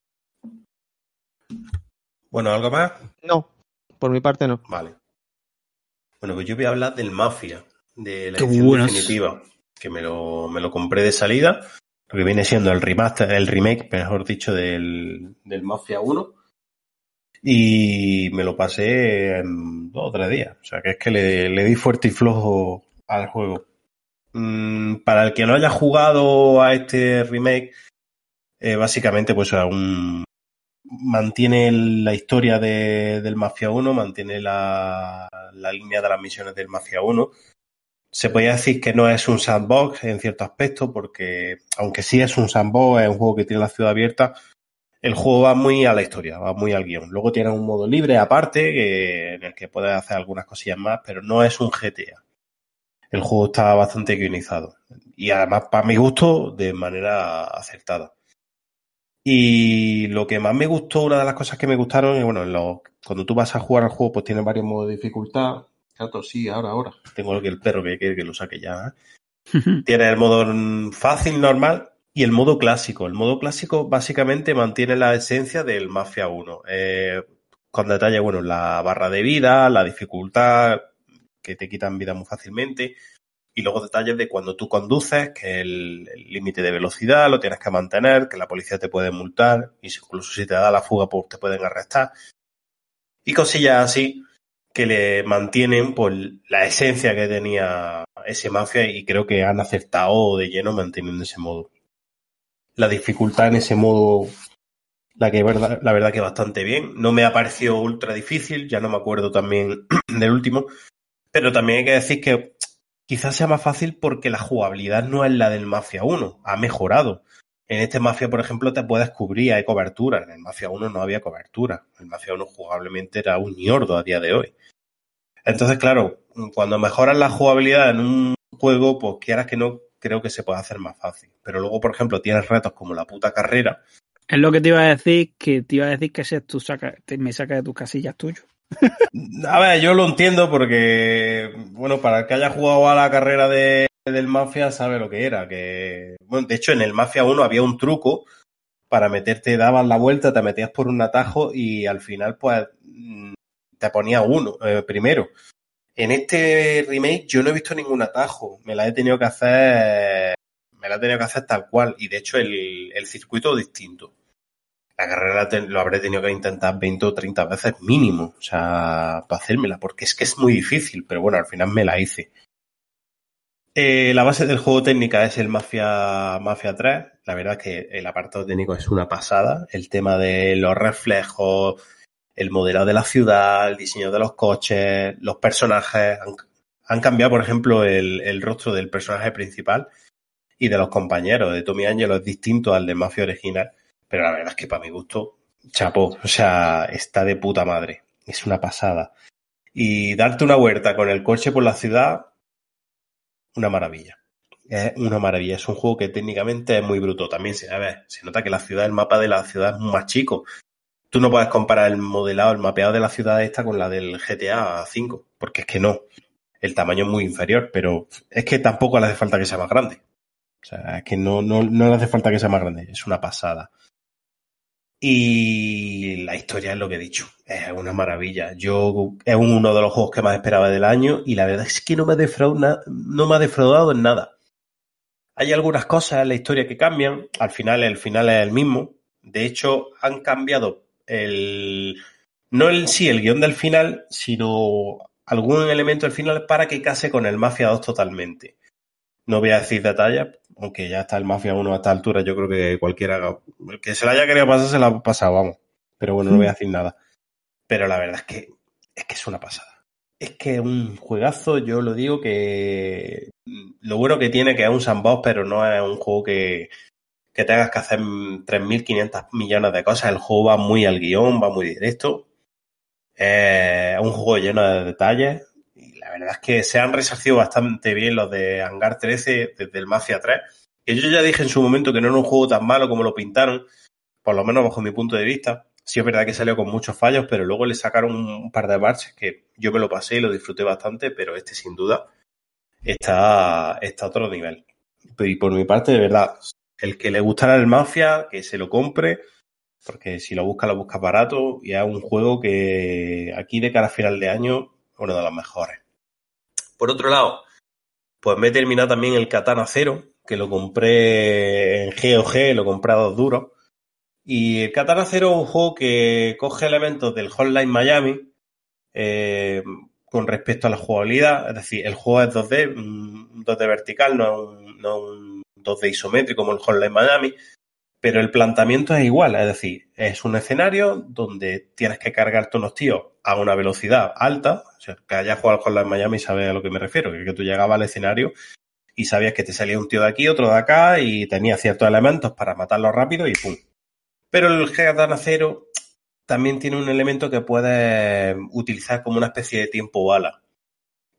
Bueno, ¿algo más? No, por mi parte no. Vale. Bueno, pues yo voy a hablar del Mafia, de la Qué edición buenas. definitiva, que me lo, me lo compré de salida, porque viene siendo el remaster, el remake, mejor dicho, del, del Mafia uno. Y me lo pasé en dos o tres días. O sea, que es que le, le di fuerte y flojo al juego. Mm, para el que no haya jugado a este remake, eh, básicamente pues un, mantiene la historia de, del Mafia uno, mantiene la, la línea de las misiones del Mafia uno. Se podría decir que no es un sandbox en cierto aspecto, porque aunque sí es un sandbox, es un juego que tiene la ciudad abierta, el juego va muy a la historia, va muy al guión. Luego tiene un modo libre aparte, que, en el que puedes hacer algunas cosillas más, pero no es un G T A. el juego está bastante guionizado. Y además, para mi gusto, de manera acertada. Y lo que más me gustó, una de las cosas que me gustaron, es bueno, en los, cuando tú vas a jugar al juego, pues tiene varios modos de dificultad. Claro, sí, ahora, ahora. Tengo aquí el perro que quiere que lo saque ya. ¿eh? Tiene el modo fácil, normal y el modo clásico. El modo clásico básicamente mantiene la esencia del Mafia uno. Eh, con detalle, bueno, la barra de vida, la dificultad, que te quitan vida muy fácilmente. Y luego detalles de cuando tú conduces, que el límite de velocidad lo tienes que mantener, que la policía te puede multar, y incluso si te da la fuga, pues te pueden arrestar. Y cosillas así que le mantienen pues la esencia que tenía ese Mafia, y creo que han acertado de lleno manteniendo ese modo. La dificultad en ese modo, la que verdad, la verdad que bastante bien. No me ha parecido ultra difícil, ya no me acuerdo también del último, pero también hay que decir que quizás sea más fácil porque la jugabilidad no es la del Mafia uno, ha mejorado. En este Mafia, por ejemplo, te puedes cubrir, hay cobertura. En el Mafia uno no había cobertura. El Mafia uno jugablemente era un ñordo a día de hoy. Entonces, claro, cuando mejoras la jugabilidad en un juego, pues quieras que no, creo que se puede hacer más fácil. Pero luego, por ejemplo, tienes retos como la puta carrera. Es lo que te iba a decir, que te iba a decir que ese tú saca, te, me saca de tus casillas tuyo. A ver, yo lo entiendo porque, bueno, para el que haya jugado a la carrera de, del Mafia sabe lo que era. Que, bueno, de hecho, en el Mafia uno había un truco para meterte, dabas la vuelta, te metías por un atajo y al final, pues, te ponía uno eh, primero. En este remake yo no he visto ningún atajo. Me la he tenido que hacer, me la he tenido que hacer tal cual. Y de hecho, el, el circuito es distinto. La carrera te, lo habré tenido que intentar veinte o treinta veces mínimo, o sea, para hacérmela, porque es que es muy difícil, pero bueno, al final me la hice. Eh, la base del juego técnica es el Mafia, Mafia tres. La verdad es que el apartado técnico es una pasada. El tema de los reflejos, el modelado de la ciudad, el diseño de los coches, los personajes. Han, han cambiado, por ejemplo, el, el rostro del personaje principal y de los compañeros. De Tommy Angelo es distinto al de Mafia original. Pero la verdad es que para mi gusto, chapó, o sea, está de puta madre. Es una pasada. Y darte una vuelta con el coche por la ciudad, una maravilla. Es una maravilla. Es un juego que técnicamente es muy bruto. También se, a ver, se nota que la ciudad, el mapa de la ciudad es más chico. Tú no puedes comparar el modelado, el mapeado de la ciudad esta con la del G T A cinco, porque es que no. El tamaño es muy inferior, pero es que tampoco le hace falta que sea más grande. O sea, es que no, no, no le hace falta que sea más grande. Es una pasada. Y la historia es lo que he dicho, es una maravilla. Yo es uno de los juegos que más esperaba del año y la verdad es que no me ha defraudado, no me ha defraudado en nada. Hay algunas cosas en la historia que cambian, al final el final es el mismo. De hecho, han cambiado el no el sí el guión del final, sino algún elemento del final para que case con el Mafia dos totalmente. No voy a decir detalles, aunque ya está el Mafia uno a esta altura, yo creo que cualquiera, el que se la haya querido pasar, se la ha pasado, vamos. Pero bueno, no voy a decir nada. Pero la verdad es que es que es una pasada. Es que es un juegazo, yo lo digo que lo bueno que tiene que es un sandbox, pero no es un juego que, que tengas que hacer tres mil quinientos millones de cosas. El juego va muy al guión, va muy directo. Es un juego lleno de detalles. La verdad es que se han resarcido bastante bien los de Hangar trece desde el Mafia tres. Que yo ya dije en su momento que no era un juego tan malo como lo pintaron, por lo menos bajo mi punto de vista. Sí es verdad que salió con muchos fallos, pero luego le sacaron un par de parches que yo me lo pasé y lo disfruté bastante, pero este sin duda está, está a otro nivel. Y por mi parte, de verdad, el que le gustara el Mafia, que se lo compre, porque si lo busca, lo busca barato, y es un juego que aquí de cara a final de año, uno de los mejores. Por otro lado, pues me he terminado también el Katana Zero, que lo compré en G O G, lo compré a dos duros. Y el Katana Zero es un juego que coge elementos del Hotline Miami eh, con respecto a la jugabilidad. Es decir, el juego es dos D, un dos D vertical, no un, no un dos D isométrico como el Hotline Miami, pero el planteamiento es igual. Es decir, es un escenario donde tienes que cargarte unos tíos a una velocidad alta. O sea, que haya jugado al Hotline Miami sabe a lo que me refiero, que, que tú llegabas al escenario y sabías que te salía un tío de aquí, otro de acá, y tenía ciertos elementos para matarlo rápido y ¡pum! Pero el Katana Zero también tiene un elemento que puedes utilizar como una especie de tiempo bala,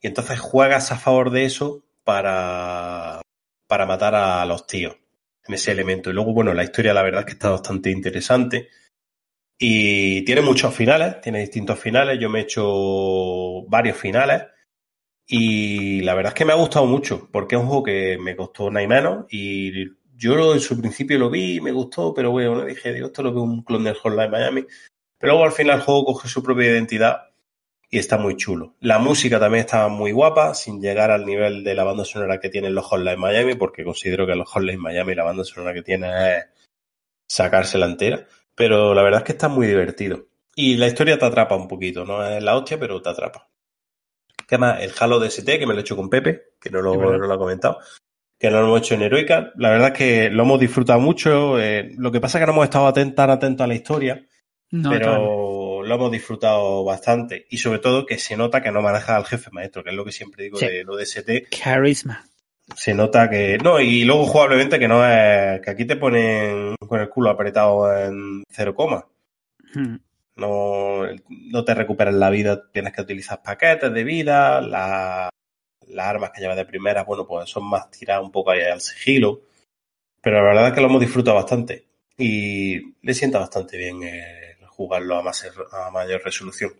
y entonces juegas a favor de eso para, para matar a los tíos en ese elemento. Y luego, bueno, la historia la verdad es que está bastante interesante y tiene muchos finales, tiene distintos finales. Yo me he hecho varios finales y la verdad es que me ha gustado mucho porque es un juego que me costó nada y menos y yo en su principio lo vi y me gustó, pero bueno, dije, digo, esto lo veo un clon del Hotline Miami. Pero luego al final el juego coge su propia identidad y está muy chulo. La música también está muy guapa, sin llegar al nivel de la banda sonora que tienen los Hotline Miami, porque considero que los Hotline Miami la banda sonora que tiene es sacársela entera. Pero la verdad es que está muy divertido. Y la historia te atrapa un poquito, no es la hostia, pero te atrapa. ¿Qué más? El Halo D S T, que me lo he hecho con Pepe, que no lo, no lo ha comentado, que no lo hemos hecho en Heroica. La verdad es que lo hemos disfrutado mucho. Eh, lo que pasa es que no hemos estado atent- tan atentos a la historia. No, pero claro, lo hemos disfrutado bastante y sobre todo que se nota que no maneja al jefe maestro, que es lo que siempre digo sí. de lo de S T. Carisma. Se nota que... No, y luego jugablemente que no es... Que aquí te ponen con el culo apretado en cero coma. Hmm. No, no te recuperas la vida, tienes que utilizar paquetes de vida, la, las armas que llevas de primera, bueno, pues son más tiradas un poco ahí al sigilo. Pero la verdad es que lo hemos disfrutado bastante y le sienta bastante bien eh, jugarlo a, más, a mayor resolución.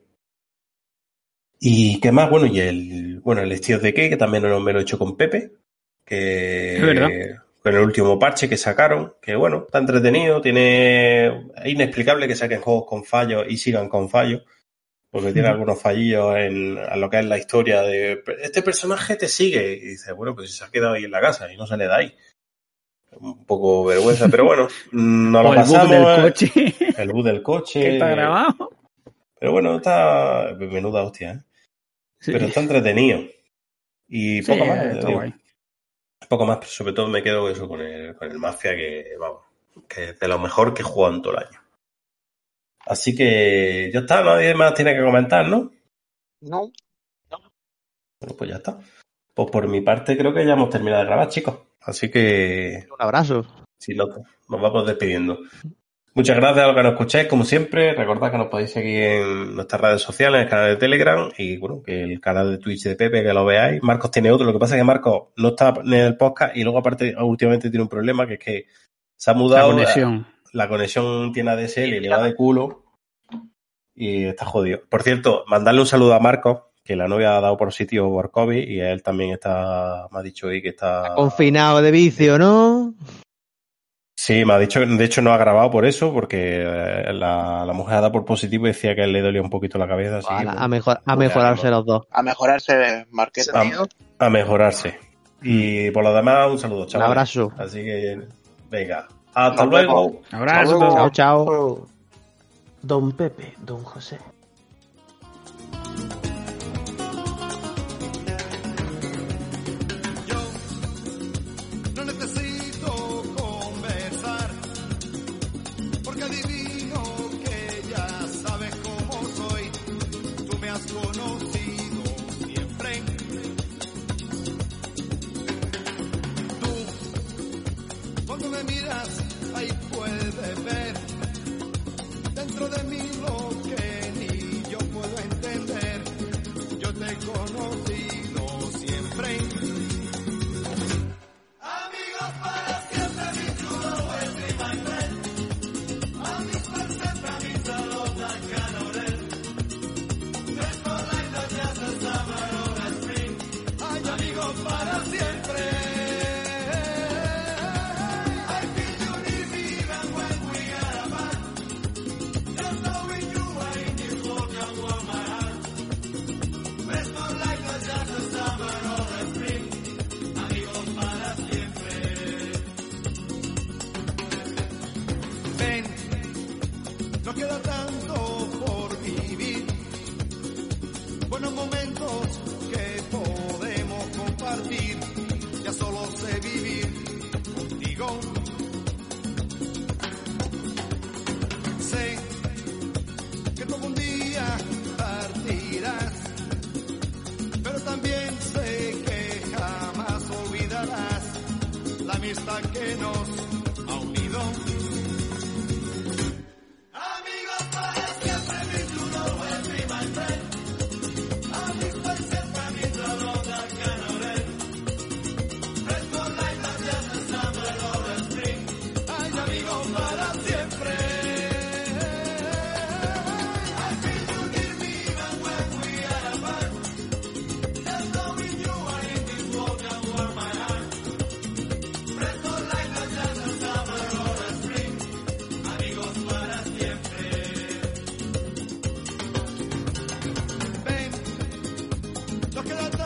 ¿Y qué más? Bueno, y el bueno el State of Decay, que también me lo he hecho con Pepe, que es verdad. Con el último parche que sacaron, que bueno, está entretenido, tiene es inexplicable que saquen juegos con fallos y sigan con fallos, porque tiene algunos fallillos en, en lo que es la historia de este personaje te sigue, y dices, bueno, pues si se ha quedado ahí en la casa y no se le da ahí. Un poco vergüenza, pero bueno, no lo el pasamos. Bug del coche. El bug del coche. Que está grabado. Pero bueno, está menuda hostia, ¿eh? Sí. Pero está entretenido. Y poco sí, más. Está digo, guay. Poco más, pero sobre todo me quedo eso con el, con el Mafia, que vamos, que es de lo mejor que he jugado en todo el año. Así que ya está, nadie más tiene que comentar, ¿no? No. no. Bueno, pues ya está. Pues por mi parte creo que ya hemos terminado de grabar, chicos. Así que... Un abrazo. Sí, no, nos vamos despidiendo. Muchas gracias a los que nos escucháis, como siempre. Recordad que nos podéis seguir en nuestras redes sociales, en el canal de Telegram y, bueno, que el canal de Twitch de Pepe, que lo veáis. Marcos tiene otro. Lo que pasa es que Marcos no está en el podcast y luego, aparte, últimamente tiene un problema, que es que se ha mudado. La conexión. La, la conexión tiene A D S L y le va de culo y está jodido. Por cierto, mandarle un saludo a Marcos, que la novia ha dado por sitio por COVID y él también está, me ha dicho hoy que está... Confinado de vicio, ¿no? Sí, me ha dicho, de hecho no ha grabado por eso, porque la, la mujer ha dado por positivo y decía que él le dolía un poquito la cabeza. Así Bueno, que, a, mejor, a mejorarse los dos. A mejorarse, Marqueta. A, a mejorarse. Y por lo demás, un saludo, chaval. Un abrazo. Así que, venga, hasta Nos luego. Vemos. Abrazo. Chao, chao. Don Pepe, don José. Just so we que la